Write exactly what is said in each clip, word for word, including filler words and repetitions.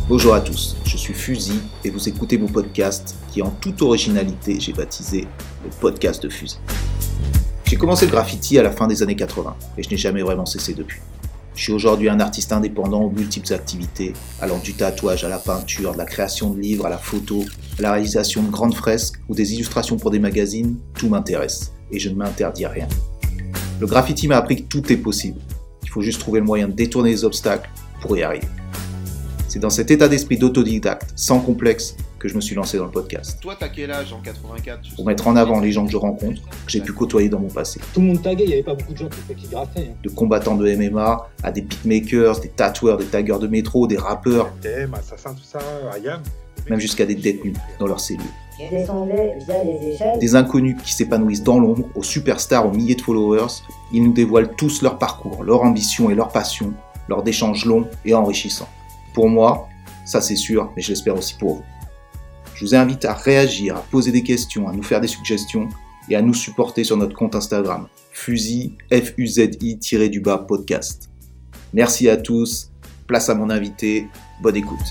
Bonjour à tous, je suis Fusil et vous écoutez mon podcast qui en toute originalité j'ai baptisé le podcast de Fusil. J'ai commencé le graffiti à la fin des années quatre-vingts et je n'ai jamais vraiment cessé depuis. Je suis aujourd'hui un artiste indépendant aux multiples activités, allant du tatouage à la peinture, de la création de livres à la photo, à la réalisation de grandes fresques ou des illustrations pour des magazines, tout m'intéresse et je ne m'interdis rien. Le graffiti m'a appris que tout est possible, il faut juste trouver le moyen de détourner les obstacles pour y arriver. C'est dans cet état d'esprit d'autodidacte, sans complexe, que je me suis lancé dans le podcast. Toi, t'as quel âge en quatre-vingt-quatre? Pour mettre en avant les gens que je rencontre, que j'ai pu côtoyer dans mon passé. Tout le monde taguait, il n'y avait pas beaucoup de gens qui, qui graffaient. Hein. De combattants de M M A, à des beatmakers, des tatoueurs, des taggeurs de métro, des rappeurs, T M, Assassin, tout ça, Ayam. même jusqu'à des détenus dans leurs cellules. Je descendais via les échelles. Des inconnus qui s'épanouissent dans l'ombre, aux superstars, aux milliers de followers, ils nous dévoilent tous leur parcours, leur ambition et leur passion, lors d'échanges longs et enrichissants. Pour moi, ça c'est sûr, mais je l'espère aussi pour vous. Je vous invite à réagir, à poser des questions, à nous faire des suggestions et à nous supporter sur notre compte Instagram, Fusil, F U Z I du bas podcast. Merci à tous, place à mon invité, bonne écoute.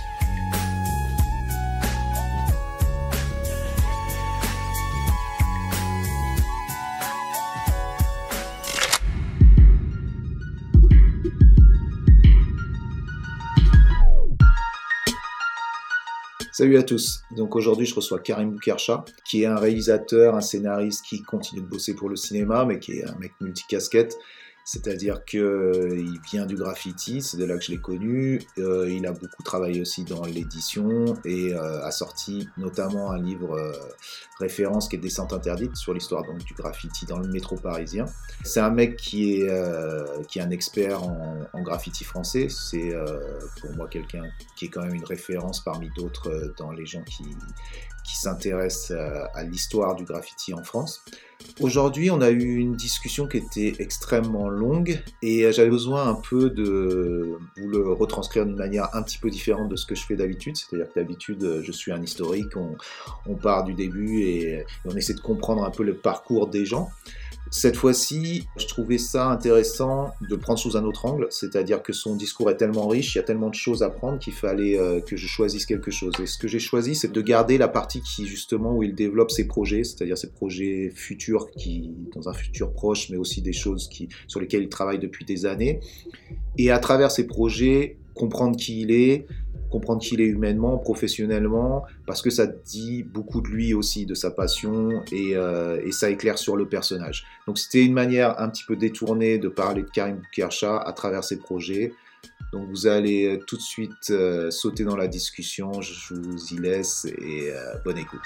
Salut à tous, donc aujourd'hui je reçois Karim Boukercha, qui est un réalisateur, un scénariste qui continue de bosser pour le cinéma, mais qui est un mec multicasquette, c'est-à-dire qu'il vient du graffiti, c'est de là que je l'ai connu, euh, il a beaucoup travaillé aussi dans l'édition et euh, a sorti notamment un livre euh, référence qui est Descente interdite sur l'histoire donc, du graffiti dans le métro parisien. C'est un mec qui est, euh, qui est un expert en, en graffiti français, c'est euh, pour moi quelqu'un qui est quand même une référence parmi d'autres euh, dans les gens qui, qui s'intéressent euh, à l'histoire du graffiti en France. Aujourd'hui, on a eu une discussion qui était extrêmement longue et j'avais besoin un peu de vous le retranscrire d'une manière un petit peu différente de ce que je fais d'habitude. C'est-à-dire que d'habitude, je suis un historique, on, on part du début et, et on essaie de comprendre un peu le parcours des gens. Cette fois-ci, je trouvais ça intéressant de le prendre sous un autre angle, c'est-à-dire que son discours est tellement riche, il y a tellement de choses à prendre qu'il fallait euh, que je choisisse quelque chose. Et ce que j'ai choisi, c'est de garder la partie qui, justement, où il développe ses projets, c'est-à-dire ses projets futurs, qui, dans un futur proche, mais aussi des choses qui, sur lesquelles il travaille depuis des années. Et à travers ces projets, comprendre qui il est, comprendre qui il est humainement, professionnellement, parce que ça dit beaucoup de lui aussi, de sa passion, et, euh, et ça éclaire sur le personnage. Donc c'était une manière un petit peu détournée de parler de Karim Boukercha à travers ses projets. Donc vous allez tout de suite euh, sauter dans la discussion, je vous y laisse, et euh, bonne écoute.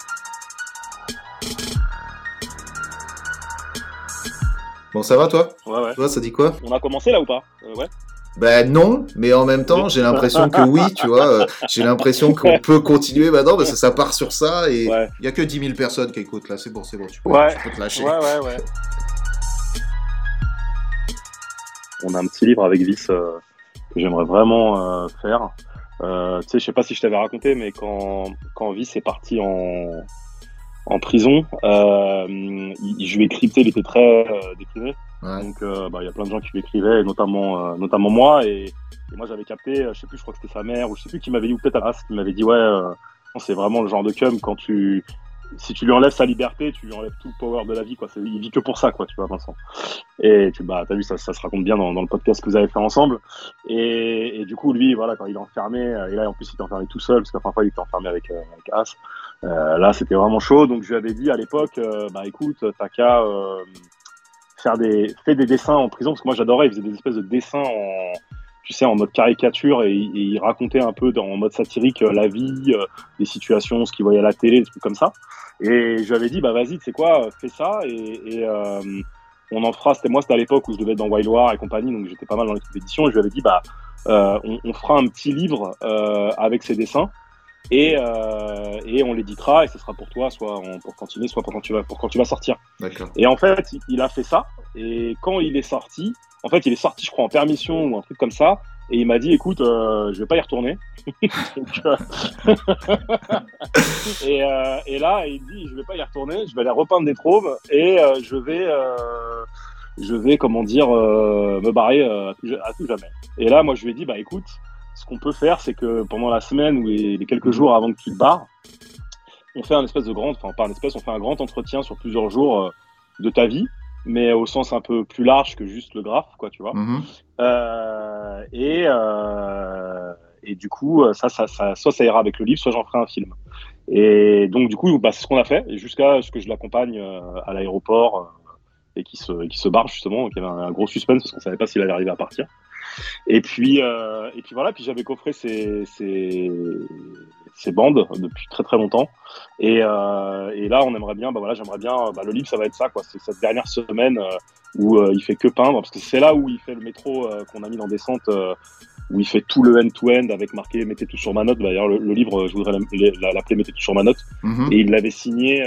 Bon, ça va toi? Ouais, ouais. Toi, ça dit quoi? On a commencé là ou pas? euh, Ouais. Ben non, mais en même temps, j'ai l'impression que oui, tu vois, euh, j'ai l'impression qu'on peut continuer maintenant parce que ça part sur ça et il ouais. y a que dix mille personnes qui écoutent là, c'est bon, c'est bon, tu peux, ouais. tu peux te lâcher. Ouais, ouais, ouais. On a un petit livre avec Vice euh, que j'aimerais vraiment euh, faire. Euh, tu sais, je sais pas si je t'avais raconté, mais quand, quand Vice est parti en, en prison, euh, il, je lui ai crypté, il était très euh, déprimé. Ouais. Donc, il euh, bah, y a plein de gens qui lui écrivaient, notamment, euh, notamment moi. Et, et moi, j'avais capté, je sais plus, je crois que c'était sa mère, ou je sais plus qui m'avait dit, ou peut-être Aras, qui m'avait dit, ouais, euh, c'est vraiment le genre de cum quand tu, si tu lui enlèves sa liberté, tu lui enlèves tout le power de la vie, quoi. C'est, il vit que pour ça, quoi, tu vois, Vincent. Et tu, bah, t'as vu, ça, ça se raconte bien dans, dans le podcast que vous avez fait ensemble. Et, et du coup, lui, voilà, quand il est enfermé, et là, en plus, il était enfermé tout seul, parce qu'à la première fois, il était enfermé avec, euh, avec As. Euh, là, c'était vraiment chaud. Donc, je lui avais dit à l'époque, euh, bah, écoute, t'as qu'à, euh, faire des, fait des dessins en prison, parce que moi j'adorais, il faisait des espèces de dessins en, tu sais, en mode caricature, et, et il racontait un peu dans, en mode satirique euh, la vie, euh, des situations, ce qu'il voyait à la télé, des trucs comme ça. Et je lui avais dit, bah vas-y, tu sais quoi, fais ça, et, et euh, on en fera, c'était moi, c'était à l'époque où je devais être dans Wild War et compagnie, donc j'étais pas mal dans l'équipe d'édition, et je lui avais dit, bah euh, on, on fera un petit livre euh, avec ces dessins, et, euh, et on l'éditera et ce sera pour toi, soit en, pour continuer, soit pour quand tu vas, pour quand tu vas sortir. D'accord. Et en fait, il, il a fait ça. Et quand il est sorti, en fait, il est sorti, je crois, en permission ou un truc comme ça. Et il m'a dit, écoute, euh, je vais pas y retourner. Donc, euh... et, euh, et là, il dit, je vais pas y retourner. Je vais aller repeindre des troves et euh, je vais, euh, je vais, comment dire, euh, me barrer euh, à, tout, à tout jamais. Et là, moi, je lui ai dit, bah écoute. ce qu'on peut faire, c'est que pendant la semaine ou les, les quelques jours avant que tu te barres, on fait un espèce de grand, enfin pas un espèce, on fait un grand entretien sur plusieurs jours euh, de ta vie, mais au sens un peu plus large que juste le graphe, quoi, tu vois. Mhm. Euh, et, euh, et du coup, ça, ça, ça, soit ça ira avec le livre, soit j'en ferai un film. Et donc, du coup, bah, c'est ce qu'on a fait, et jusqu'à ce que je l'accompagne euh, à l'aéroport euh, et qu'il se, qu'il se barre, justement. Donc, il y avait un, un gros suspense parce qu'on savait pas s'il allait arriver à partir. Et puis, euh, et puis voilà, puis j'avais coffré ces, ces, ces bandes depuis très très longtemps. Et, euh, et là, on aimerait bien, bah voilà, j'aimerais bien, bah, le livre, ça va être ça, quoi. C'est cette dernière semaine euh, où euh, il fait que peindre, parce que c'est là où il fait le métro euh, qu'on a mis dans Descente, euh, où il fait tout le end-to-end avec marqué mettez tout sur ma note. D'ailleurs, le, le livre, je voudrais l'appeler mettez tout sur ma note. Mhm. Et il l'avait signé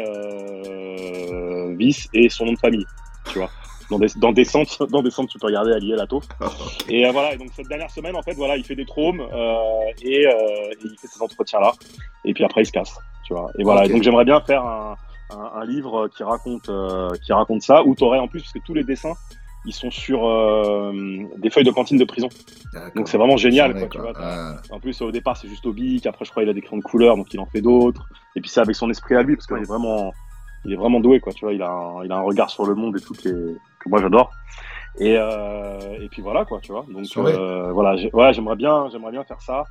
euh, Vice et son nom de famille, tu vois. Dans, des, dans Descente, dans Descente, tu peux regarder Alié la taupe. Et euh, voilà, et donc cette dernière semaine, en fait, voilà, il fait des trômes euh, et, euh, et il fait ces entretiens-là. Et puis après, il se casse, tu vois. Et voilà, Okay. et donc j'aimerais bien faire un, un, un livre qui raconte, euh, qui raconte ça, où tu aurais en plus, parce que tous les dessins, ils sont sur euh, des feuilles de cantine de prison. D'accord. Donc c'est vraiment génial, J'en ai, quoi, tu quoi. vois. Ah. En plus, au départ, c'est juste au bic. Après, je crois qu'il a des crayons de couleur, donc il en fait d'autres. Et puis c'est avec son esprit à lui, parce qu'il est vraiment, il est vraiment doué, quoi. Tu vois, il a, un, il a un regard sur le monde et tout qui est, que moi j'adore. Et euh, et puis voilà, quoi, tu vois. Donc euh, voilà, j'ai, ouais, j'aimerais bien, j'aimerais bien faire ça.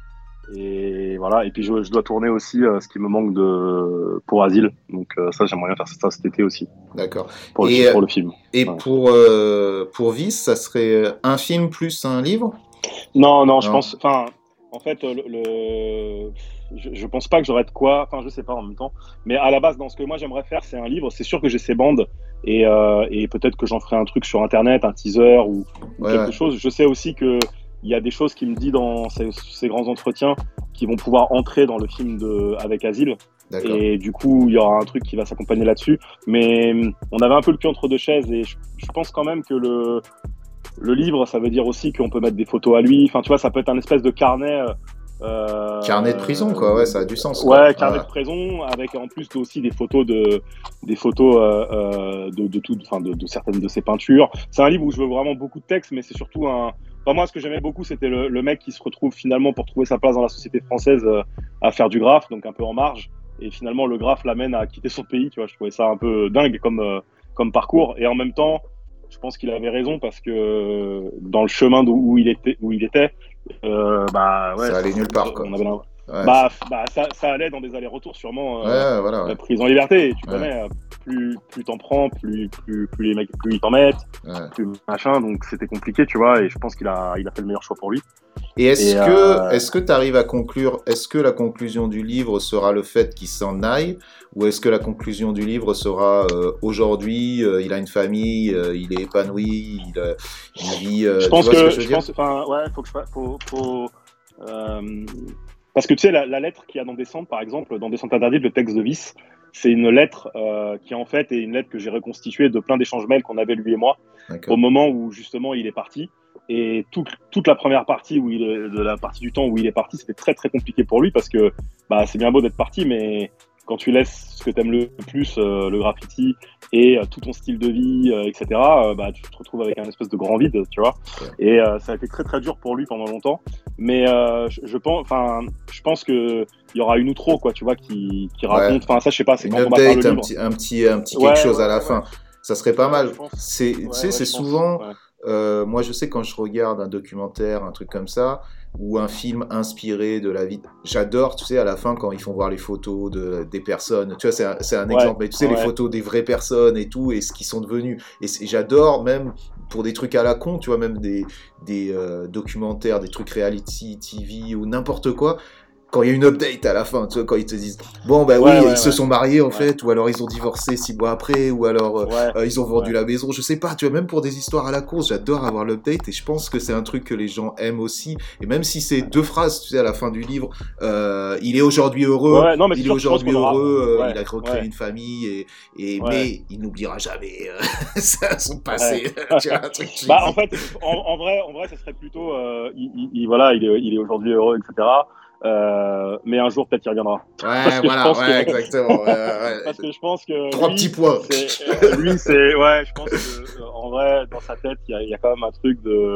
Et voilà. Et puis je, je dois tourner aussi euh, ce qui me manque de pour Asile. Donc euh, ça, j'aimerais bien faire ça cet été aussi. D'accord. Pour, et le, pour le film. Et ouais. pour euh, pour Vice, ça serait un film plus un livre? Non, non, non. je pense. Enfin, en fait, le, le je, je pense pas que j'aurais de quoi. Enfin, je sais pas en même temps. Mais à la base, dans ce que moi j'aimerais faire, c'est un livre. C'est sûr que j'ai ces bandes et, euh, et peut-être que j'en ferai un truc sur Internet, un teaser ou, ou ouais, quelque ouais. chose. Je sais aussi que il y a des choses qui me dit dans ces, ces grands entretiens qui vont pouvoir entrer dans le film de avec Asile. D'accord. Et du coup, il y aura un truc qui va s'accompagner là-dessus. Mais on avait un peu le cul entre deux chaises et je, je pense quand même que le le livre, ça veut dire aussi qu'on peut mettre des photos à lui. Enfin, tu vois, ça peut être un espèce de carnet. Euh, carnet de prison, quoi. Ouais, ça a du sens. Quoi. Ouais, carnet ah. de prison avec en plus aussi des photos de des photos euh, de de tout, enfin de, de certaines de ses peintures. C'est un livre où je veux vraiment beaucoup de texte, mais c'est surtout un. Enfin, moi, ce que j'aimais beaucoup, c'était le, le mec qui se retrouve finalement pour trouver sa place dans la société française euh, à faire du graphe, donc un peu en marge. Et finalement, le graphe l'amène à quitter son pays. Tu vois, je trouvais ça un peu dingue comme euh, comme parcours. Et en même temps, je pense qu'il avait raison parce que dans le chemin où il était, où il était, euh, bah ouais, ça allait nulle part, quoi. On avait un... Ouais, bah, bah ça, ça allait dans des allers-retours sûrement. Euh, ouais, voilà, ouais. Prise en liberté. Et tu ouais. connais, plus plus t'en prends, plus plus plus les mecs plus ils t'en mettent, ouais. plus machin. Donc c'était compliqué, tu vois. Et je pense qu'il a il a fait le meilleur choix pour lui. Et est-ce et que euh... est-ce que tu arrives à conclure, est-ce que la conclusion du livre sera le fait qu'il s'en aille, ou est-ce que la conclusion du livre sera euh, aujourd'hui euh, il a une famille, euh, il est épanoui, il, euh, il vit. Euh, je pense tu vois que, ce que je, je veux pense, enfin ouais, faut que je fasse, faut, faut euh, parce que tu sais la, la lettre qu'il y a dans Descente, par exemple, dans Descente interdite, le texte de Vice, c'est une lettre euh, qui en fait est une lettre que j'ai reconstituée de plein d'échanges mails qu'on avait lui et moi au moment où justement il est parti. Et toute, toute la première partie où il est, de la partie du temps où il est parti, c'était très très compliqué pour lui parce que bah c'est bien beau d'être parti, mais quand tu laisses ce que t'aimes le plus, euh, le graffiti et euh, tout ton style de vie, euh, et cetera, euh, bah tu te retrouves avec un espèce de grand vide, tu vois. Okay. Et euh, ça a été très très dur pour lui pendant longtemps. Mais euh, je, je pense, enfin, je pense que il y aura une outro, quoi, tu vois, qui, qui raconte. Enfin, ouais. ça, je sais pas, c'est une quand update, on va faire le un livre. petit, un petit, un petit quelque ouais, chose ouais, à la ouais, fin. Ouais. Ça serait pas ouais, mal. Pense... C'est, tu ouais, sais, ouais, c'est souvent. Ouais. Euh, moi, je sais quand je regarde un documentaire, un truc comme ça, ou un film inspiré de la vie. J'adore, tu sais, à la fin, quand ils font voir les photos de, des personnes. Tu vois, c'est un, c'est un ouais, exemple. Mais tu sais, ouais. les photos des vraies personnes et tout, et ce qu'ils sont devenus. Et c'est, j'adore, même pour des trucs à la con, tu vois, même des, des euh, documentaires, des trucs reality T V ou n'importe quoi. Quand il y a une update à la fin, tu vois, quand ils te disent bon bah oui, ouais, ouais, ils ouais. se sont mariés en ouais. fait, ou alors ils ont divorcé six mois après, ou alors euh, ouais. euh, ils ont vendu ouais. la maison, je sais pas, tu vois, même pour des histoires à la course, j'adore avoir l'update et je pense que c'est un truc que les gens aiment aussi. Et même si c'est deux phrases, tu sais, à la fin du livre, euh, il est aujourd'hui heureux, ouais, non, mais il est aujourd'hui heureux, aura... euh, ouais. il a recréé ouais. une famille et, et ouais. mais il n'oubliera jamais euh, ça, son passé. Ouais. Tu vois, un truc bah en fait, en, en vrai, en vrai, ça serait plutôt, euh, il, il, il, voilà, il est, il est aujourd'hui heureux, et cetera. Euh, mais un jour peut-être il reviendra. Ouais, voilà, ouais, que... exactement. Ouais, ouais. Parce que je pense que trois lui, petits points. C'est, euh, lui, c'est, ouais, je pense que euh, en vrai, dans sa tête, il y a, il y a quand même un truc de,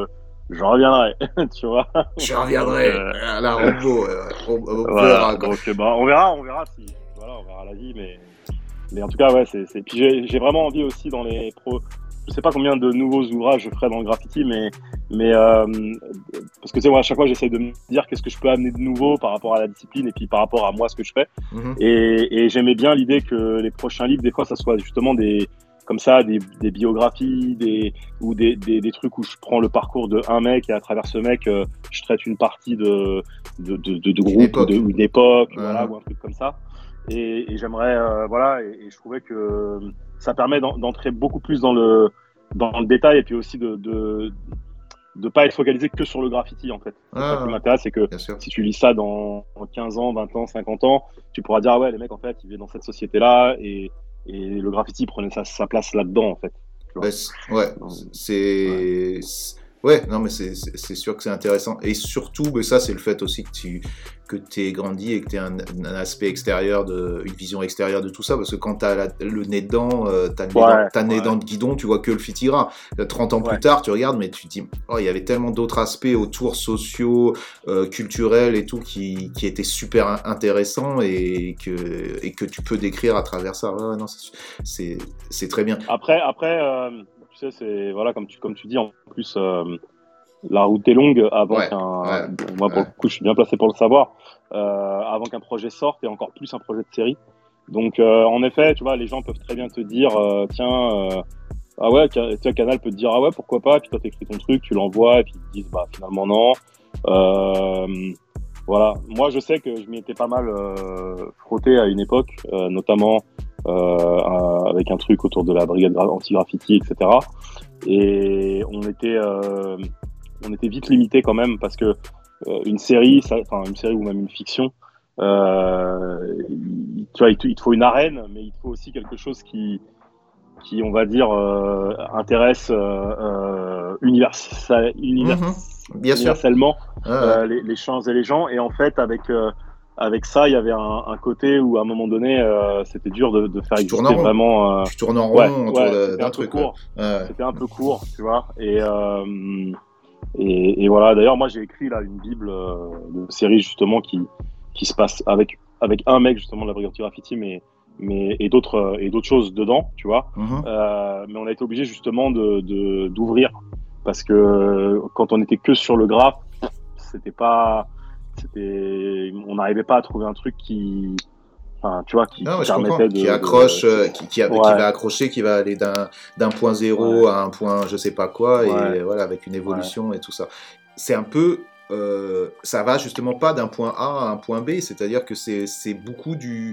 je reviendrai, tu vois. Je reviendrai. Donc, euh, Ah, là, Rambo, euh, on, on voilà, verra, quoi. donc bah, on verra, on verra si, voilà, on verra la vie, mais, mais en tout cas, ouais, c'est, c'est... Puis j'ai, j'ai vraiment envie aussi dans les pros. Je sais pas combien de nouveaux ouvrages je ferai dans le graffiti, mais, mais euh, parce que tu sais, moi, à chaque fois, j'essaie de me dire qu'est-ce que je peux amener de nouveau par rapport à la discipline et puis par rapport à moi, ce que je fais. Mhm. Et, et j'aimais bien l'idée que les prochains livres, des fois, ça soit justement des, comme ça, des, des biographies, des, ou des, des, des trucs où je prends le parcours de un mec et à travers ce mec, euh, je traite une partie de, de, de, de, de groupe ou, de, ou d'époque, Ouais. voilà, ou un truc comme ça. Et, et j'aimerais, euh, voilà, et, et je trouvais que ça permet d'en, d'entrer beaucoup plus dans le, dans le détail et puis aussi de, de, de pas être focalisé que sur le graffiti, en fait. C'est Ah, ça qui m'intéresse, c'est que bien sûr. si tu lis ça dans quinze ans, vingt ans, cinquante ans, tu pourras dire, ah ouais, les mecs, en fait, ils vivaient dans cette société-là et, et le graffiti prenait sa, sa place là-dedans, en fait. Tu vois. Ouais, c'est- ouais, Donc, c'est... c'est- Ouais, non, mais c'est c'est- c'est sûr que c'est intéressant. Et surtout, mais ça, c'est le fait aussi que tu que t'aies grandi et que tu aies un, un aspect extérieur, de, une vision extérieure de tout ça. Parce que quand tu as le nez dedans, euh, tu as le nez, Ouais, dans, t'as le nez ouais. dans le guidon, tu vois que le Fitira. trente ans plus Ouais. tard, tu regardes, mais tu te dis, oh, il y avait tellement d'autres aspects autour, sociaux, euh, culturels et tout, qui, qui étaient super in- intéressants et que, et que tu peux décrire à travers ça. Ouais, ouais, non, c'est- c'est c'est très bien. Après, après euh, tu sais, c'est, voilà, comme tu, comme tu dis, en plus, euh, la route est longue avant Ouais, qu'un. ouais, Bon, moi, pour ouais. le coup, je suis bien placé pour le savoir. Euh, avant qu'un projet sorte et encore plus un projet de série. Donc, euh, en effet, tu vois, les gens peuvent très bien te dire, euh, tiens, euh, ah ouais, tu vois, Canal peut te dire, ah ouais, pourquoi pas. Et puis toi, t'écris ton truc, tu l'envoies, et puis ils te disent, bah finalement non. Euh, voilà. Moi, je sais que je m'y étais pas mal euh, frotté à une époque, euh, notamment euh, avec un truc autour de la brigade anti-graffiti, et cetera. Et on était, euh, on était vite limité quand même parce que euh, une série, ça, enfin une série ou même une fiction, euh, il, tu vois, il te, il te faut une arène, mais il te faut aussi quelque chose qui, qui on va dire, euh, intéresse euh, euh, universal, univers, Mhm. Bien sûr. universellement Ouais, ouais. euh, les, les gens et les gens. Et en fait, avec euh, avec ça, il y avait un, un côté où à un moment donné, euh, c'était dur de, de faire Tu tournes exister en rond. vraiment. Euh, Tu tournes en rond ouais, autour ouais, de- c'était d'un un peu truc. Ouais. court. Ouais. C'était un peu court, tu vois. Et, euh, et, et voilà. D'ailleurs, moi, j'ai écrit là une bible euh, de série justement qui qui se passe avec avec un mec justement de la brigade graffiti, mais mais et d'autres euh, et d'autres choses dedans, tu vois. Mhm. Euh, mais on a été obligé justement de de d'ouvrir parce que quand on était que sur le graphe, c'était pas, c'était, on n'arrivait pas à trouver un truc qui, enfin, tu vois, qui, Non, qui mais je comprends. permettait de, Qui accroche, de- euh, qui, qui, a- qui Ouais. va accrocher, qui va aller d'un d'un point zéro Ouais. à un point je sais pas quoi, et Ouais. voilà, avec une évolution et tout ça. C'est un peu. Euh, ça va justement pas d'un point A à un point B, c'est-à-dire que c'est c'est beaucoup du,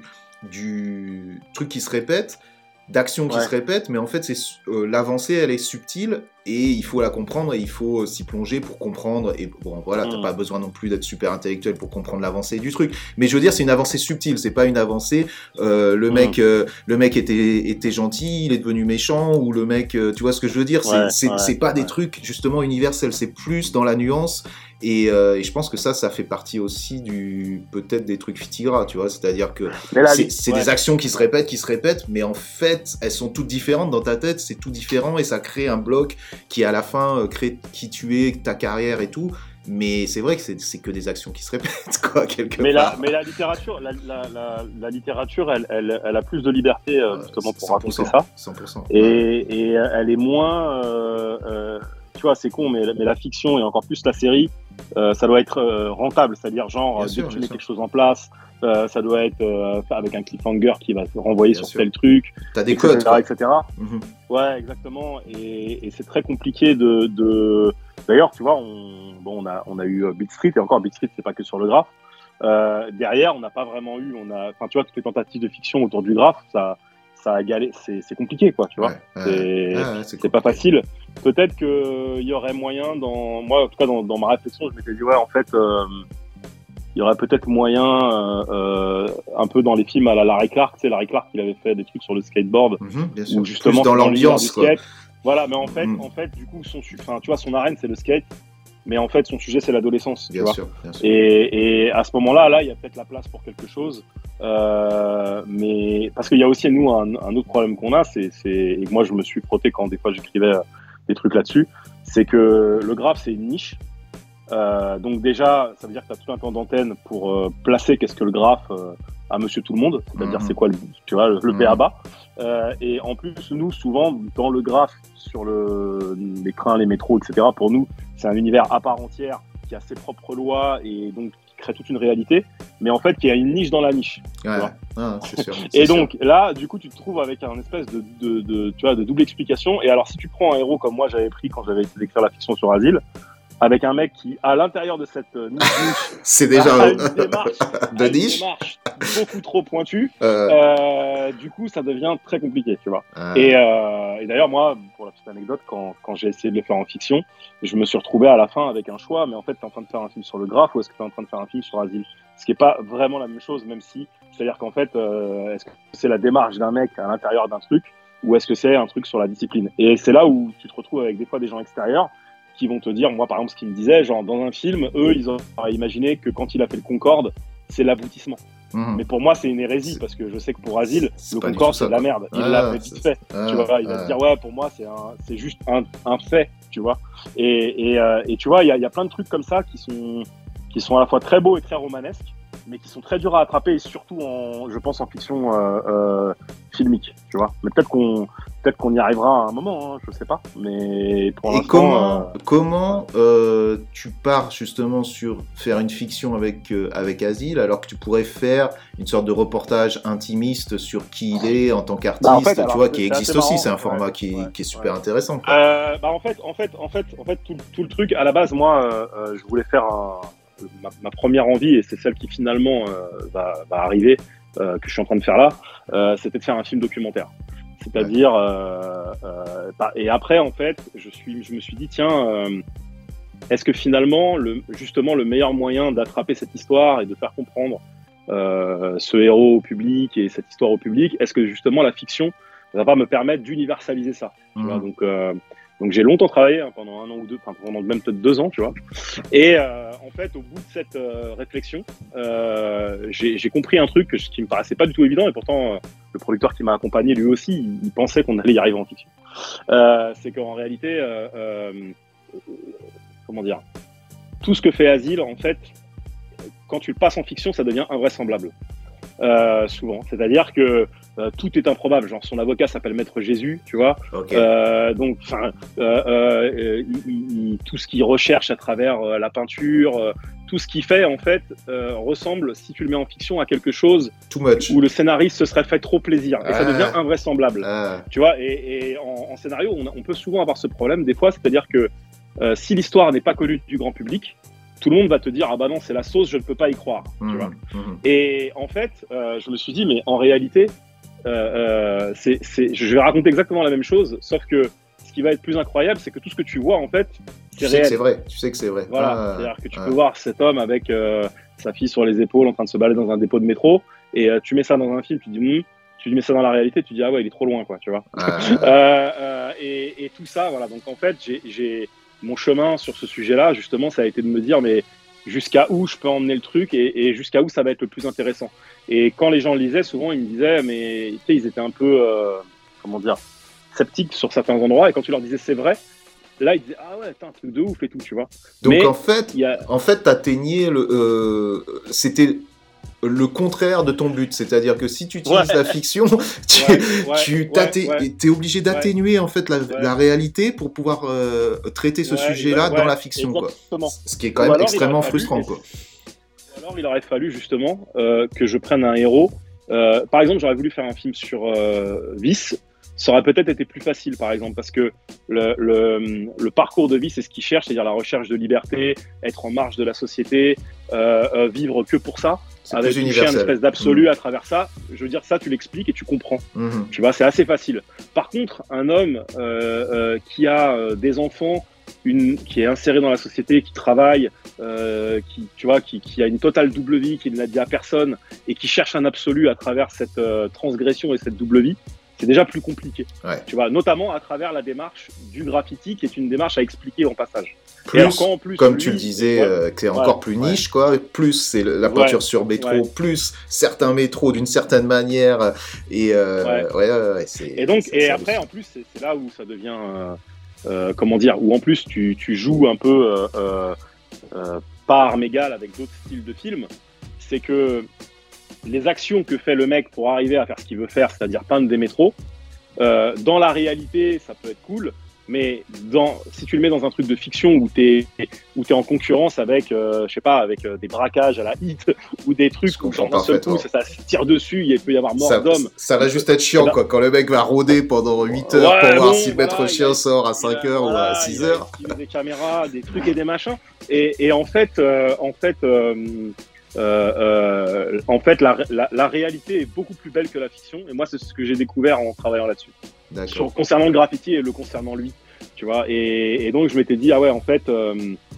du truc qui se répète, d'action qui Ouais. se répète, mais en fait, c'est euh, l'avancée, elle est subtile et il faut la comprendre et il faut s'y plonger pour comprendre. Et bon, voilà, t'as Mm. pas besoin non plus d'être super intellectuel pour comprendre l'avancée du truc. Mais je veux dire, c'est une avancée subtile, c'est pas une avancée. Euh, le Mm. mec, euh, le mec était, était gentil, il est devenu méchant, ou le mec, euh, tu vois ce que je veux dire. C'est Ouais, c'est- ouais, c'est pas ouais. des trucs justement universels, c'est plus dans la nuance. Et, euh, et je pense que ça, ça fait partie aussi du peut-être des trucs Fitira, tu vois. C'est-à-dire que Mais là, c'est c'est ouais. des actions qui se répètent, qui se répètent, mais en fait, elles sont toutes différentes dans ta tête, c'est tout différent et ça crée un bloc qui, à la fin, euh, crée qui tu es, ta carrière et tout. Mais c'est vrai que c'est c'est que des actions qui se répètent, quoi, quelque Mais part. la, mais la littérature, la, la, la, la littérature, elle, elle, elle a plus de liberté euh, justement pour raconter ça. cent pour cent. Et, et elle est moins, euh, euh, tu vois, c'est con, mais, mais la fiction et encore plus la série, euh, ça doit être euh, rentable, c'est-à-dire genre, Bien dès sûr, que tu bien mets sûr. quelque chose en place, euh, ça doit être euh, avec un cliffhanger qui va te renvoyer Bien sur sûr. tel truc, T'as des et cetera, codes, quoi. et cetera. Mhm. Ouais, exactement. Et, et c'est très compliqué de. de... D'ailleurs, tu vois, on, bon, on a, on a eu euh, Beat Street, et encore Beat Street, c'est pas que sur le graphe. Euh, derrière, on n'a pas vraiment eu, on a, enfin, tu vois, toutes les tentatives de fiction autour du graphe, ça, ça a galé, c'est, c'est compliqué, quoi, tu vois. Ouais, ouais, c'est, ouais, ouais, c'est pas facile. Peut-être que il y aurait moyen, dans, moi, en tout cas, dans, dans ma réflexion, je m'étais dit, ouais, en fait, euh, il y aurait peut-être moyen, euh, euh, un peu dans les films à la Larry Clark, tu sais, Larry Clark, il avait fait des trucs sur le skateboard, Mhm, bien sûr. où justement, Plus dans c'est l'univers l'ambiance, du quoi. skate. Voilà, mais en fait, Mm. en fait, du coup, son, su- enfin, tu vois, son arène, c'est le skate, mais en fait, son sujet, c'est l'adolescence, tu Bien vois. sûr, bien sûr. Et, et à ce moment-là, là, il y a peut-être la place pour quelque chose. Euh, mais parce qu'il y a aussi nous un, un autre problème qu'on a, c'est, c'est et que moi je me suis frotté quand des fois j'écrivais euh, des trucs là-dessus, c'est que le graphe, c'est une niche. Euh, donc déjà, ça veut dire que tu as tout un temps d'antenne pour euh, placer qu'est-ce que le graphe euh, à monsieur tout le monde, c'est-à-dire Mmh. c'est quoi le, tu vois, le, le Mmh. B A B A. Euh, et en plus, nous, souvent, dans le graphe, sur le, les trains, les métros, et cetera, pour nous, c'est un univers à part entière qui a ses propres lois et donc qui crée toute une réalité, mais en fait qui a une niche dans la niche. Ouais, tu vois. ah, c'est sûr. c'est Et sûr. donc là, du coup, tu te trouves avec un espèce de, de, de, tu vois, de double explication. Et alors, si tu prends un héros comme moi j'avais pris quand j'avais essayé d'écrire la fiction sur Asile, avec un mec qui, à l'intérieur de cette euh, niche, C'est déjà a un- une démarche, de a une niche. démarche beaucoup trop pointue, Euh, euh, du coup, ça devient très compliqué, tu vois. ah, Et, euh, et d'ailleurs, moi, pour la petite anecdote, quand, quand j'ai essayé de le faire en fiction, je me suis retrouvé à la fin avec un choix, mais en fait, tu es en train de faire un film sur le graphe ou est-ce que tu es en train de faire un film sur Asile? Ce qui n'est pas vraiment la même chose, même si, c'est-à-dire qu'en fait, euh, est-ce que c'est la démarche d'un mec à l'intérieur d'un truc ou est-ce que c'est un truc sur la discipline? Et c'est là où tu te retrouves avec des fois des gens extérieurs qui vont te dire, moi par exemple, ce qu'ils me disaient, genre dans un film, eux, ils auraient imaginé que quand il a fait le Concorde, c'est l'aboutissement. mhm. Mais pour moi, c'est une hérésie C'est- parce que je sais que pour Asile, c'est le pas du Concorde, tout ça, c'est de la quoi. merde. Il Ah, l'a fait c'est- vite fait. ah, Tu vois, il va ah. te dire, ouais, pour moi, c'est un, c'est juste un, un fait, tu vois. Et, et, euh, et tu vois, il y a, il y a plein de trucs comme ça qui sont, qui sont à la fois très beaux et très romanesques, mais qui sont très durs à attraper et surtout, en, je pense, en fiction euh, euh, filmique, tu vois. Mais peut-être qu'on, peut-être qu'on y arrivera à un moment, hein, je sais pas. Mais pour Et l'instant, comment, euh, comment euh, tu pars justement sur faire une fiction avec, euh, avec Asile alors que tu pourrais faire une sorte de reportage intimiste sur qui il est en tant qu'artiste, Bah, en fait, tu alors, vois, c'est- qui c'est existe assez aussi, marrant, c'est un ouais, format qui, ouais, qui est super ouais. intéressant. Quoi. Euh, bah en fait, en fait, en fait, en fait, tout, tout le truc à la base, moi, euh, euh, je voulais faire un, ma, ma première envie et c'est celle qui finalement euh, va, va arriver, euh, que je suis en train de faire là, euh, c'était de faire un film documentaire. C'est-à-dire, euh, euh, bah, et après, en fait, je suis, je me suis dit, tiens, euh, est-ce que finalement, le, justement, le meilleur moyen d'attraper cette histoire et de faire comprendre euh, ce héros au public et cette histoire au public, est-ce que justement la fiction va pas me permettre d'universaliser ça? Tu vois, Mhm. donc, euh, donc j'ai longtemps travaillé, hein, pendant un an ou deux, enfin pendant même peut-être deux ans, tu vois. Et euh, en fait, au bout de cette euh, réflexion, euh, j'ai j'ai compris un truc que je- qui me paraissait pas du tout évident, et pourtant euh, le producteur qui m'a accompagné, lui aussi, il, il pensait qu'on allait y arriver en fiction. Euh, c'est qu'en réalité, euh, euh, comment dire, tout ce que fait Asile, en fait, quand tu le passes en fiction, ça devient invraisemblable. Euh, souvent, c'est-à-dire que euh, tout est improbable. Genre son avocat s'appelle Maître Jésus, tu vois. Ok. Euh, donc, enfin, euh, euh, il- il- il- tout ce qu'il recherche à travers euh, la peinture, euh, tout ce qu'il fait en fait euh, ressemble, si tu le mets en fiction, à quelque chose Too much. où le scénariste se serait fait trop plaisir et ça Ah. devient invraisemblable. Ah, Tu vois, et, et en, en scénario, on, a- on peut souvent avoir ce problème des fois, c'est-à-dire que euh, si l'histoire n'est pas connue du grand public, tout le monde va te dire ah bah non c'est la sauce, je ne peux pas y croire. Tu mhm, vois. mhm. Et en fait, euh, je me suis dit mais en réalité, euh, euh, c'est, c'est, je vais raconter exactement la même chose, sauf que ce qui va être plus incroyable, c'est que tout ce que tu vois en fait, Tu c'est sais que réel. c'est vrai. Tu sais que c'est vrai. Voilà, Ah, c'est-à-dire que tu ah. peux voir cet homme avec euh, sa fille sur les épaules en train de se balader dans un dépôt de métro, et euh, tu mets ça dans un film, tu dis Hm. tu mets ça dans la réalité, tu dis ah ouais il est trop loin quoi, tu vois. Ah, Euh, euh, et, et tout ça, voilà. Donc en fait, j'ai, j'ai mon chemin sur ce sujet-là, justement, ça a été de me dire mais jusqu'à où je peux emmener le truc et, et jusqu'à où ça va être le plus intéressant. Et quand les gens le lisaient, souvent ils me disaient mais tu sais ils étaient un peu euh, comment dire sceptiques sur certains endroits et quand tu leur disais c'est vrai, là ils disaient ah ouais t'as un truc de ouf et tout, tu vois. Donc Mais en fait, il y a en fait, t'atteignais le. euh, c'était le contraire de ton but, c'est-à-dire que si tu utilises Ouais. la fiction, tu, Ouais, ouais, tu ouais, t'atté- ouais. t'es obligé d'atténuer en fait la, Ouais. la réalité pour pouvoir euh, traiter ce Ouais, sujet-là ouais, dans la fiction, quoi. exactement. Ce qui est quand Ou même alors, il extrêmement aurait fallu- frustrant, quoi. Alors, il aurait fallu justement euh, que je prenne un héros. Euh, par exemple, j'aurais voulu faire un film sur euh, Vice. Ça aurait peut-être été plus facile, par exemple, parce que le, le, le parcours de vie, c'est ce qu'il cherche, c'est-à-dire la recherche de liberté, être en marge de la société, euh, euh, vivre que pour ça, C'est avec plus toucher universel. une espèce d'absolu Mmh. à travers ça. Je veux dire, ça, tu l'expliques et tu comprends. Mhm. Tu vois, c'est assez facile. Par contre, un homme euh, euh, qui a euh, des enfants, une, qui est inséré dans la société, qui travaille, euh, qui, tu vois, qui, qui a une totale double vie, qui ne l'a dit à personne, et qui cherche un absolu à travers cette euh, transgression et cette double vie, c'est déjà plus compliqué. Ouais. Tu vois, notamment à travers la démarche du graffiti, qui est une démarche à expliquer en passage. Plus, Et alors, quand en plus, comme lui- tu le disais, Ouais. euh, que c'est Ouais. encore plus Ouais. niche, quoi. Plus c'est le- la peinture Ouais. sur métro, Ouais. plus certains métros d'une certaine manière. Et euh, Ouais. ouais, ouais, ouais, c'est. Et donc, c'est- et c'est après, hallucinant. en plus, c'est c'est là où ça devient, euh, euh, comment dire, où en plus tu, tu joues un peu euh, euh, euh, pas armes égales avec d'autres styles de films, c'est que les actions que fait le mec pour arriver à faire ce qu'il veut faire, c'est-à-dire peindre des métros, euh, dans la réalité, ça peut être cool, mais dans, si tu le mets dans un truc de fiction où t'es où t'es en concurrence avec, euh, je sais pas, avec euh, des braquages à la Hit ou des trucs où d'un seul coup ça, ça se tire dessus, il peut y avoir mort ça, d'hommes. Ça va juste être chiant, là, quoi, quand le mec va rôder pendant huit heures ouais, pour voir bon, si le voilà, maître chien a, sort à cinq heures ou à six heures. Il y a des caméras, des trucs et des machins. Et, et en fait, euh, en fait, euh, euh, euh, en fait, la, la, la réalité est beaucoup plus belle que la fiction. Et moi, c'est ce que j'ai découvert en travaillant là-dessus. Sur, concernant le graffiti et le concernant lui, tu vois. Et, et donc, je m'étais dit, ah ouais, en fait. Euh,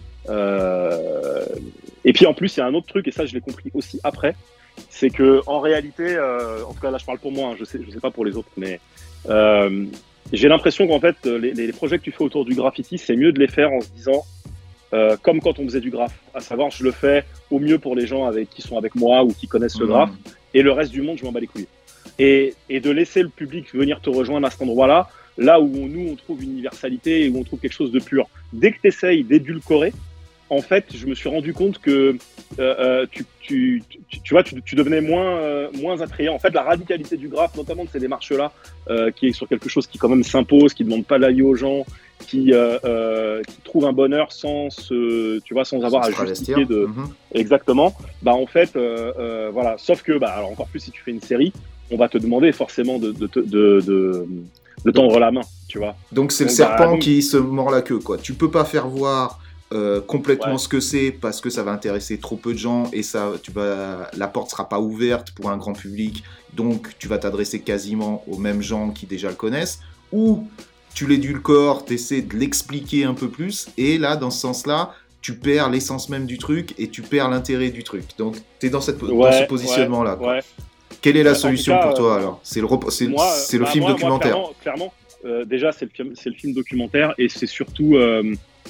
euh, et puis en plus, il y a un autre truc, et ça, je l'ai compris aussi après, c'est que en réalité, euh, en tout cas là, je parle pour moi, hein, je sais, je sais pas pour les autres, mais euh, j'ai l'impression qu'en fait, les, les projets que tu fais autour du graffiti, c'est mieux de les faire en se disant. Euh, comme quand on faisait du graphe, à savoir je le fais au mieux pour les gens avec, qui sont avec moi ou qui connaissent le graphe, mmh. et le reste du monde je m'en bats les couilles. Et, et de laisser le public venir te rejoindre à cet endroit-là, là où on, nous on trouve une universalité et où on trouve quelque chose de pur. Dès que tu essayes d'édulcorer, en fait je me suis rendu compte que euh, tu, tu, tu, tu vois, tu, tu devenais moins, euh, moins attrayant. En fait la radicalité du graphe, notamment de ces démarches-là, euh, qui est sur quelque chose qui quand même s'impose, qui ne demande pas l'avis aux gens, qui, euh, euh, qui trouve un bonheur sans se, tu vois, sans avoir sans à justifier de, mmh. exactement. Bah en fait, euh, euh, voilà. Sauf que, bah alors encore plus si tu fais une série, on va te demander forcément de, de, de, de, de, de tendre la main, tu vois. Donc c'est donc, le serpent bah, donc... qui se mord la queue, quoi. Tu peux pas faire voir euh, complètement ouais. ce que c'est parce que ça va intéresser trop peu de gens et ça, tu vas, la porte sera pas ouverte pour un grand public. Donc tu vas t'adresser quasiment aux mêmes gens qui déjà le connaissent ou tu l'édulcores, tu essaies de l'expliquer un peu plus, et là, dans ce sens-là, tu perds l'essence même du truc, et tu perds l'intérêt du truc. Donc, tu es dans, cette, ouais, dans ce positionnement-là. Ouais, ouais. Quelle est la ouais, solution cas, pour toi, euh, alors ? C'est le, rep- c'est, moi, c'est le bah, film moi, documentaire. Moi, clairement, clairement euh, déjà, c'est le, film, c'est le film documentaire, et c'est surtout euh,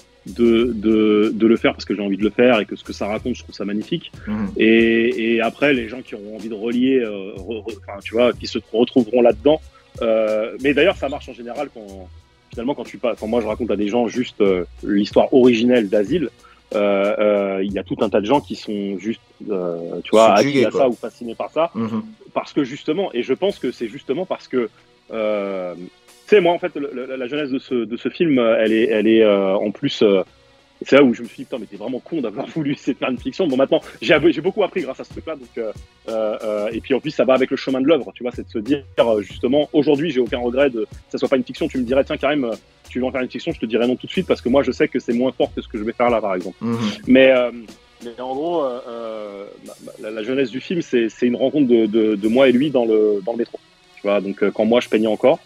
de, de, de le faire parce que j'ai envie de le faire, et que ce que ça raconte, je trouve ça magnifique. Mmh. Et, et après, les gens qui ont envie de relier, euh, re, re, tu vois, qui se retrouveront là-dedans. Euh, mais d'ailleurs, ça marche en général quand, finalement, quand tu quand moi je raconte à des gens juste euh, l'histoire originelle d'Asile, euh, euh, il y a tout un tas de gens qui sont juste, euh, tu vois, acquis à ça ou fascinés par ça, mm-hmm. parce que justement, et je pense que c'est justement parce que, euh, tu sais, moi en fait, le, le, la jeunesse de ce, de ce film, elle est, elle est euh, en plus. Euh, c'est là où je me suis dit, putain, mais t'es vraiment con d'avoir voulu faire une fiction. Bon, maintenant, j'ai, j'ai beaucoup appris grâce à ce truc-là. Donc, euh, euh, et puis, en plus, ça va avec le chemin de l'œuvre, tu vois, c'est de se dire, justement, aujourd'hui, j'ai aucun regret de que ça soit pas une fiction. Tu me dirais, tiens, Karim, tu veux en faire une fiction, je te dirais non tout de suite parce que moi, je sais que c'est moins fort que ce que je vais faire là, par exemple. Mmh. Mais, euh, mais en gros, euh, la, la jeunesse du film, c'est, c'est une rencontre de, de, de moi et lui dans le, dans le métro. Tu vois, donc, quand moi, je peignais encore.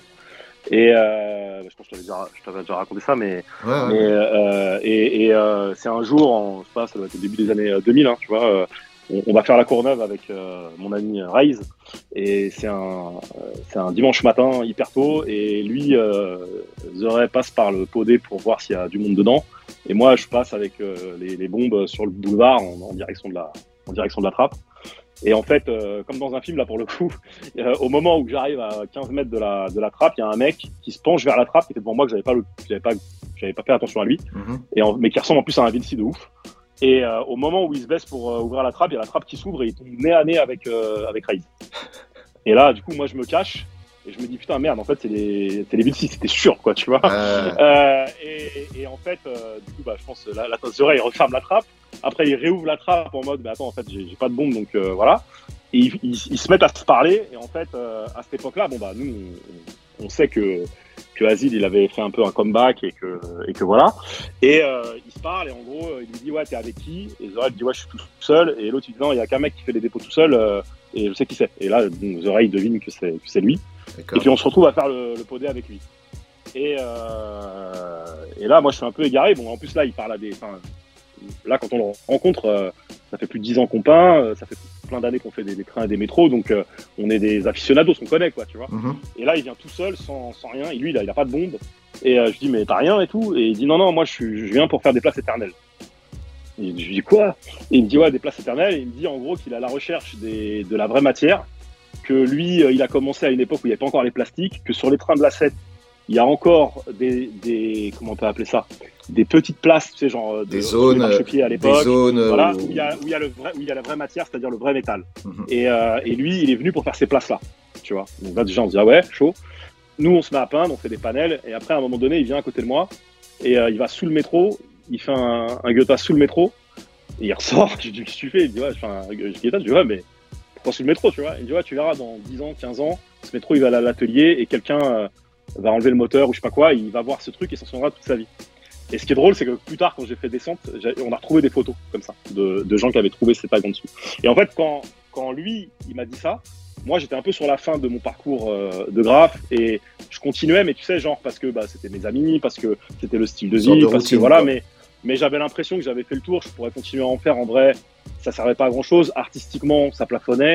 Et euh, je pense que je t'avais déjà, je t'avais déjà raconté ça, mais, ouais, ouais. mais euh, et, et euh, c'est un jour, en, je sais pas, ça doit être au début des années deux mille, hein, tu vois, euh, on, on va faire la Courneuve avec euh, mon ami Raïs, et c'est un, c'est un dimanche matin hyper tôt, et lui, euh, Zeray passe par le Podé pour voir s'il y a du monde dedans, et moi je passe avec euh, les, les bombes sur le boulevard en, en direction de la, en direction de la trappe. Et en fait, euh, comme dans un film, là, pour le coup, euh, au moment où j'arrive à quinze mètres de la, de la trappe, il y a un mec qui se penche vers la trappe, qui était devant moi, que j'avais pas, le, j'avais pas, j'avais pas fait attention à lui, mm-hmm. et en, mais qui ressemble en plus à un Vinci de ouf. Et euh, au moment où il se baisse pour euh, ouvrir la trappe, il y a la trappe qui s'ouvre et il tombe nez à nez avec, euh, avec Raïs. Et là, du coup, moi, je me cache. Et je me dis, putain, merde, en fait, c'est les, c'est les Vinci, c'était sûr, quoi, tu vois. Euh... Euh, et, et, et en fait, euh, du coup, bah, je pense, la, la tasse de il referme la trappe. Après, il réouvre la trappe en mode, bah, attends, en fait, j'ai, j'ai pas de bombe, donc euh, voilà. Et ils, ils, ils se mettent à se parler. Et en fait, euh, à cette époque-là, bon, bah, nous, on, on sait que, que Asile, il avait fait un peu un comeback et que, et que voilà. Et euh, ils se parlent, et en gros, il lui dit, ouais, t'es avec qui? Et Zorel dit, ouais, je suis tout seul. Et l'autre, il dit, non, il y a qu'un mec qui fait des dépôts tout seul, euh, et je sais qui c'est. Et là, Zorel, il devine que c'est, que c'est lui. D'accord. Et puis on se retrouve à faire le, le podé avec lui. Et, euh, et là, moi, je suis un peu égaré. Bon, en plus, là, il parle à des. Enfin, là, quand on le rencontre, euh, ça fait plus de dix ans qu'on peint, euh, ça fait plein d'années qu'on fait des, des trains et des métros, donc euh, on est des aficionados, on connaît, quoi, tu vois. Mm-hmm. Et là, il vient tout seul, sans, sans rien. Et lui, là, il a pas de bombe. Et euh, je dis, mais t'as rien et tout. Et il dit, non, non, moi, je, suis, je viens pour faire des places éternelles. Et je lui dis, quoi? Et il me dit, ouais, des places éternelles. Et il me dit, en gros, qu'il est à la recherche des, de la vraie matière. Que lui, euh, il a commencé à une époque où il n'y avait pas encore les plastiques, que sur les trains de la Seine, il y a encore des, des comment on peut appeler ça, des petites places, tu sais, genre de, des zones, à l'époque, des zones voilà, où... où il y a, où il y a le vrai, où il y a la vraie matière, c'est-à-dire le vrai métal. Mhm. Et, euh, et lui, il est venu pour faire ces places-là, tu vois. Donc là, déjà, on se dit ah ouais, chaud. Nous, on se met à peindre, on fait des panels, et après, à un moment donné, il vient à côté de moi et euh, il va sous le métro, il fait un, un Goethe sous le métro, et il ressort. Je lui dis qu'est-ce que tu fais? Il dit ouais, je fais un Goethe. Je dis ouais, mais pourquoi sous le métro, tu vois? Il dit ouais, tu verras dans dix ans, quinze ans, ce métro, il va à l'atelier et quelqu'un euh, va enlever le moteur ou je sais pas quoi, il va voir ce truc et s'en souviendra toute sa vie. Et ce qui est drôle, c'est que plus tard, quand j'ai fait descente, j'ai, on a retrouvé des photos comme ça, de, de gens qui avaient trouvé ces tags en dessous. Et en fait, quand, quand lui, il m'a dit ça, moi, j'étais un peu sur la fin de mon parcours euh, de graphe et je continuais, mais tu sais, genre, parce que bah, c'était mes amis, parce que c'était le style de vie, de parce routine, que voilà, quoi. mais, mais j'avais l'impression que j'avais fait le tour, je pourrais continuer à en faire. En vrai, ça servait pas à grand chose. Artistiquement, ça plafonnait.